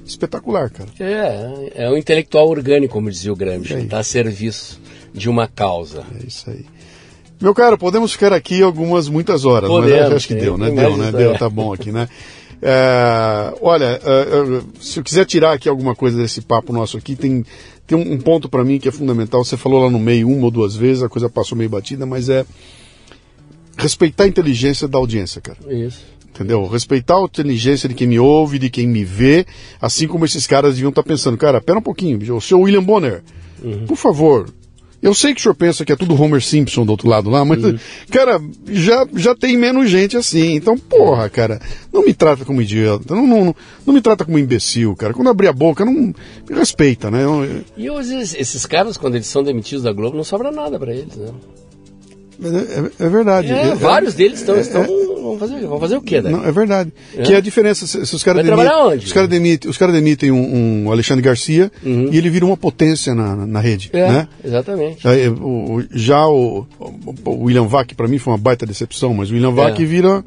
Speaker 1: espetacular, cara.
Speaker 2: É, é um intelectual orgânico, como dizia o Gramsci, está a serviço de uma causa.
Speaker 1: É isso aí. Meu caro, podemos ficar aqui algumas, muitas horas,
Speaker 2: podemos,
Speaker 1: mas acho que deu, né? Deu, né? Deu, tá bom aqui, né? É, olha, é, se eu quiser tirar aqui alguma coisa desse papo nosso aqui, tem, tem um, um ponto para mim que é fundamental. Você falou lá no meio uma ou duas vezes, a coisa passou meio batida, mas é respeitar a inteligência da audiência, cara.
Speaker 2: Isso.
Speaker 1: Entendeu? Respeitar a inteligência de quem me ouve, de quem me vê, assim como esses caras deviam estar pensando, cara, pera um pouquinho, o senhor William Bonner, uhum. por favor, eu sei que o senhor pensa que é tudo Homer Simpson do outro lado lá, mas, uhum. cara, já, já tem menos gente assim, então, porra, cara, não me trata como idiota, não, não, não me trata como imbecil, cara, quando abrir a boca, não me respeita, né? Eu...
Speaker 2: E hoje, esses caras, quando eles são demitidos da Globo, não sobra nada pra eles, né?
Speaker 1: É, é verdade.
Speaker 2: É,
Speaker 1: é,
Speaker 2: vários
Speaker 1: é,
Speaker 2: deles estão,
Speaker 1: é,
Speaker 2: estão vão, fazer, vão fazer o quê, né?
Speaker 1: Não, é verdade.
Speaker 2: É.
Speaker 1: Que é a diferença, se, se os caras demitem, os caras demitem, os caras demitem um, um Alexandre Garcia uhum. e ele vira uma potência na, na rede,
Speaker 2: é,
Speaker 1: né?
Speaker 2: Exatamente.
Speaker 1: Aí, o, o, já o, o William Vac para mim foi uma baita decepção, mas o William Vac é. vira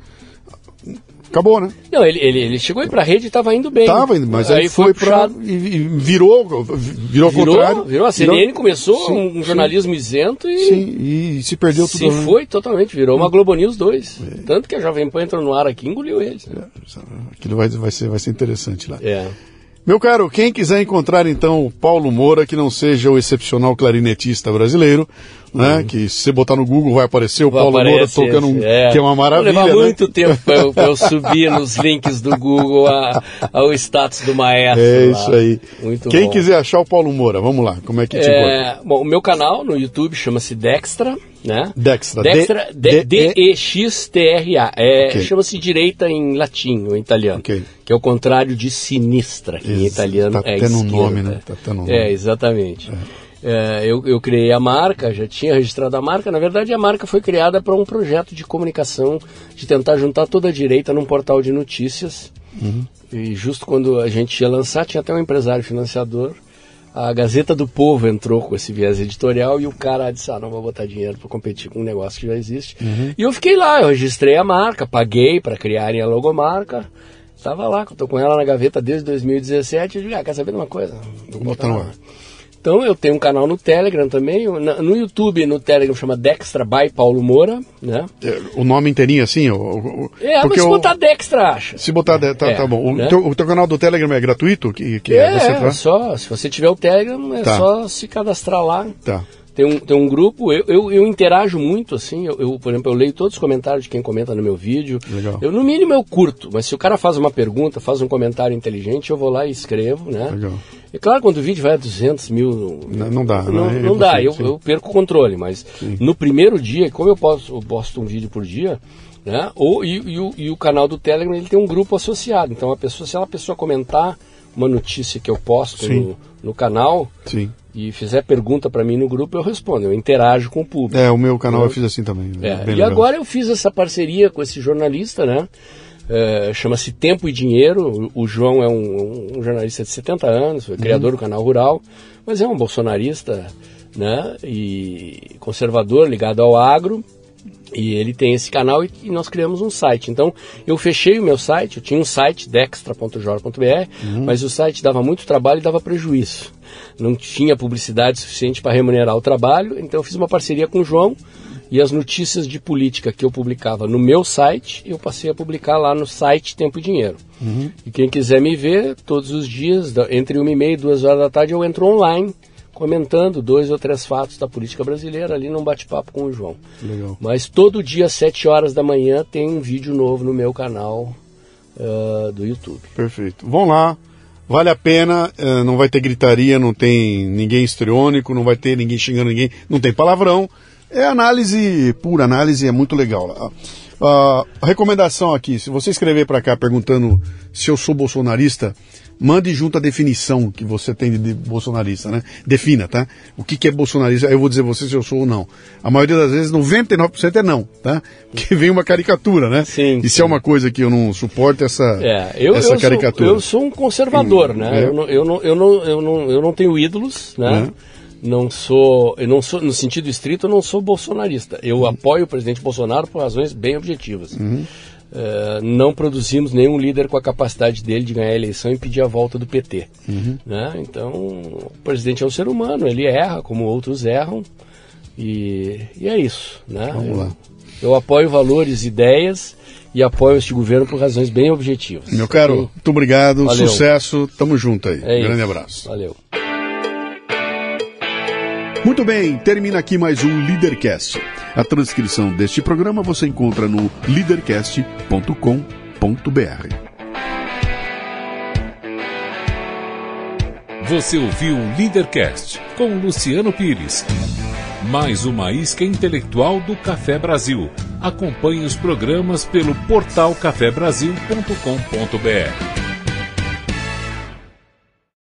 Speaker 1: acabou, né?
Speaker 2: Não, ele, ele, ele chegou aí pra rede e estava indo bem.
Speaker 1: Tava indo, mas aí, aí foi, foi pra... E, e virou, virou ao contrário.
Speaker 2: Virou, a C N N virou, começou sim, um jornalismo sim, isento e...
Speaker 1: Sim, e se perdeu tudo.
Speaker 2: Se né? foi totalmente, virou uma Globo News dois. É. Tanto que a Jovem Pan entrou no ar aqui e engoliu eles. Né?
Speaker 1: É, aquilo vai, vai, ser, vai ser interessante lá.
Speaker 2: É.
Speaker 1: Meu caro, quem quiser encontrar então Paulo Moura, que não seja o excepcional clarinetista brasileiro, né? Uhum. Que se você botar no Google vai aparecer o vai Paulo
Speaker 2: aparecer,
Speaker 1: Moura tocando um,
Speaker 2: é.
Speaker 1: que é uma maravilha.
Speaker 2: Vai levar
Speaker 1: né?
Speaker 2: muito tempo para eu, eu subir nos links do Google a, ao status do maestro.
Speaker 1: É isso
Speaker 2: lá.
Speaker 1: aí.
Speaker 2: Muito
Speaker 1: quem
Speaker 2: bom.
Speaker 1: quiser achar o Paulo Moura, vamos lá, como é que te
Speaker 2: é,
Speaker 1: encontra?
Speaker 2: Bom, o meu canal no YouTube chama-se Dextra, né?
Speaker 1: Dextra.
Speaker 2: Dextra, D E X T R A. É, okay. Chama-se direita em latim, ou em italiano.
Speaker 1: Okay.
Speaker 2: Que é o contrário de sinistra, que Ex em italiano
Speaker 1: tá
Speaker 2: é
Speaker 1: tendo
Speaker 2: esquerda.
Speaker 1: Um nome, né? Tá tendo um nome.
Speaker 2: É, exatamente. É. É, eu, eu criei a marca, já tinha registrado a marca. Na verdade, a marca foi criada para um projeto de comunicação, de tentar juntar toda a direita num portal de notícias. Uhum. E justo quando a gente ia lançar, tinha até um empresário financiador. A Gazeta do Povo entrou com esse viés editorial e o cara disse, ah, não vou botar dinheiro para competir com um negócio que já existe. Uhum. E eu fiquei lá, eu registrei a marca, paguei para criarem a logomarca. Estava lá, estou com ela na gaveta desde dois mil e dezessete. Eu digo, ah, quer saber de uma coisa?
Speaker 1: Vou botar no ar.
Speaker 2: Então eu tenho um canal no Telegram também, no YouTube, no Telegram chama Dextra by Paulo Moura, né?
Speaker 1: O nome inteirinho assim? O, o,
Speaker 2: é, mas se eu, botar Dextra, acha.
Speaker 1: Se botar, é, tá, é, tá bom. O,
Speaker 2: né?
Speaker 1: teu, o teu canal do Telegram é gratuito? Que, que
Speaker 2: é,
Speaker 1: você
Speaker 2: é só, se você tiver o Telegram, é tá. só se cadastrar lá.
Speaker 1: Tá.
Speaker 2: Tem um, tem um grupo, eu, eu, eu interajo muito, assim, eu, eu, por exemplo, eu leio todos os comentários de quem comenta no meu vídeo.
Speaker 1: Legal.
Speaker 2: Eu, no mínimo, eu curto, mas se o cara faz uma pergunta, faz um comentário inteligente, eu vou lá e escrevo, né?
Speaker 1: Legal.
Speaker 2: É claro, quando o vídeo vai a duzentos mil...
Speaker 1: Não, não dá,
Speaker 2: não,
Speaker 1: não,
Speaker 2: é,
Speaker 1: é
Speaker 2: não dá, eu, eu perco o controle, mas sim. no primeiro dia, como eu posto, eu posto um vídeo por dia, né? Ou, e, e, o, e o canal do Telegram, ele tem um grupo associado, então a pessoa, se ela pessoa comentar uma notícia que eu posto no, no canal...
Speaker 1: Sim.
Speaker 2: E fizer pergunta para mim no grupo, eu respondo, eu interajo com o público.
Speaker 1: É, o meu canal eu, eu fiz assim também.
Speaker 2: É, e legal. Agora eu fiz essa parceria com esse jornalista, né? É, chama-se Tempo e Dinheiro. O, o João é um, um jornalista de setenta anos, foi criador uhum. do Canal Rural, mas é um bolsonarista, né? E conservador, ligado ao agro. E ele tem esse canal e, e nós criamos um site. Então, eu fechei o meu site, eu tinha um site, dextra ponto jor ponto b r, uhum. mas o site dava muito trabalho e dava prejuízo. Não tinha publicidade suficiente para remunerar o trabalho, então eu fiz uma parceria com o João e as notícias de política que eu publicava no meu site, eu passei a publicar lá no site Tempo e Dinheiro. Uhum. E quem quiser me ver, todos os dias, entre uma e meia e duas horas da tarde, eu entro online, comentando dois ou três fatos da política brasileira ali num bate-papo com o João.
Speaker 1: Legal.
Speaker 2: Mas todo dia, às sete horas da manhã, tem um vídeo novo no meu canal uh, do YouTube.
Speaker 1: Perfeito. Vão lá, vale a pena, uh, não vai ter gritaria, não tem ninguém histriônico, não vai ter ninguém xingando ninguém, não tem palavrão. É análise pura, análise é muito legal. Uh, a recomendação aqui, se você escrever para cá perguntando se eu sou bolsonarista, mande junto a definição que você tem de bolsonarista, né? Defina, tá? O que, que é bolsonarista? Aí eu vou dizer você se eu sou ou não. A maioria das vezes, noventa e nove por cento é não, tá? Porque vem uma caricatura, né?
Speaker 2: Sim.
Speaker 1: E se é uma coisa que eu não suporto, essa,
Speaker 2: é, eu,
Speaker 1: essa
Speaker 2: eu
Speaker 1: caricatura.
Speaker 2: Sou, eu sou um conservador, hum, né?
Speaker 1: É.
Speaker 2: Eu, não, eu, não, eu, não, eu, não, eu não tenho ídolos, né? É. Não sou, eu não sou, no sentido estrito, eu não sou bolsonarista. Eu uhum. apoio o presidente Bolsonaro por razões bem objetivas. Uhum. uh, não produzimos nenhum líder com a capacidade dele de ganhar a eleição e pedir a volta do P T. Uhum. Né? Então, o presidente é um ser humano, ele erra como outros erram, e, e é isso. Né?
Speaker 1: Vamos lá.
Speaker 2: Eu, eu apoio valores, ideias, e apoio este governo por razões bem objetivas.
Speaker 1: Meu caro,
Speaker 2: Sim.
Speaker 1: muito obrigado,
Speaker 2: Valeu.
Speaker 1: Sucesso, tamo junto aí.
Speaker 2: É
Speaker 1: Grande
Speaker 2: isso.
Speaker 1: abraço.
Speaker 2: Valeu.
Speaker 1: Muito bem, termina aqui mais um Leadercast. A transcrição deste programa você encontra no leadercast ponto com ponto b r.
Speaker 3: Você ouviu o Leadercast com Luciano Pires. Mais uma isca intelectual do Café Brasil. Acompanhe os programas pelo portal café brasil ponto com ponto b r.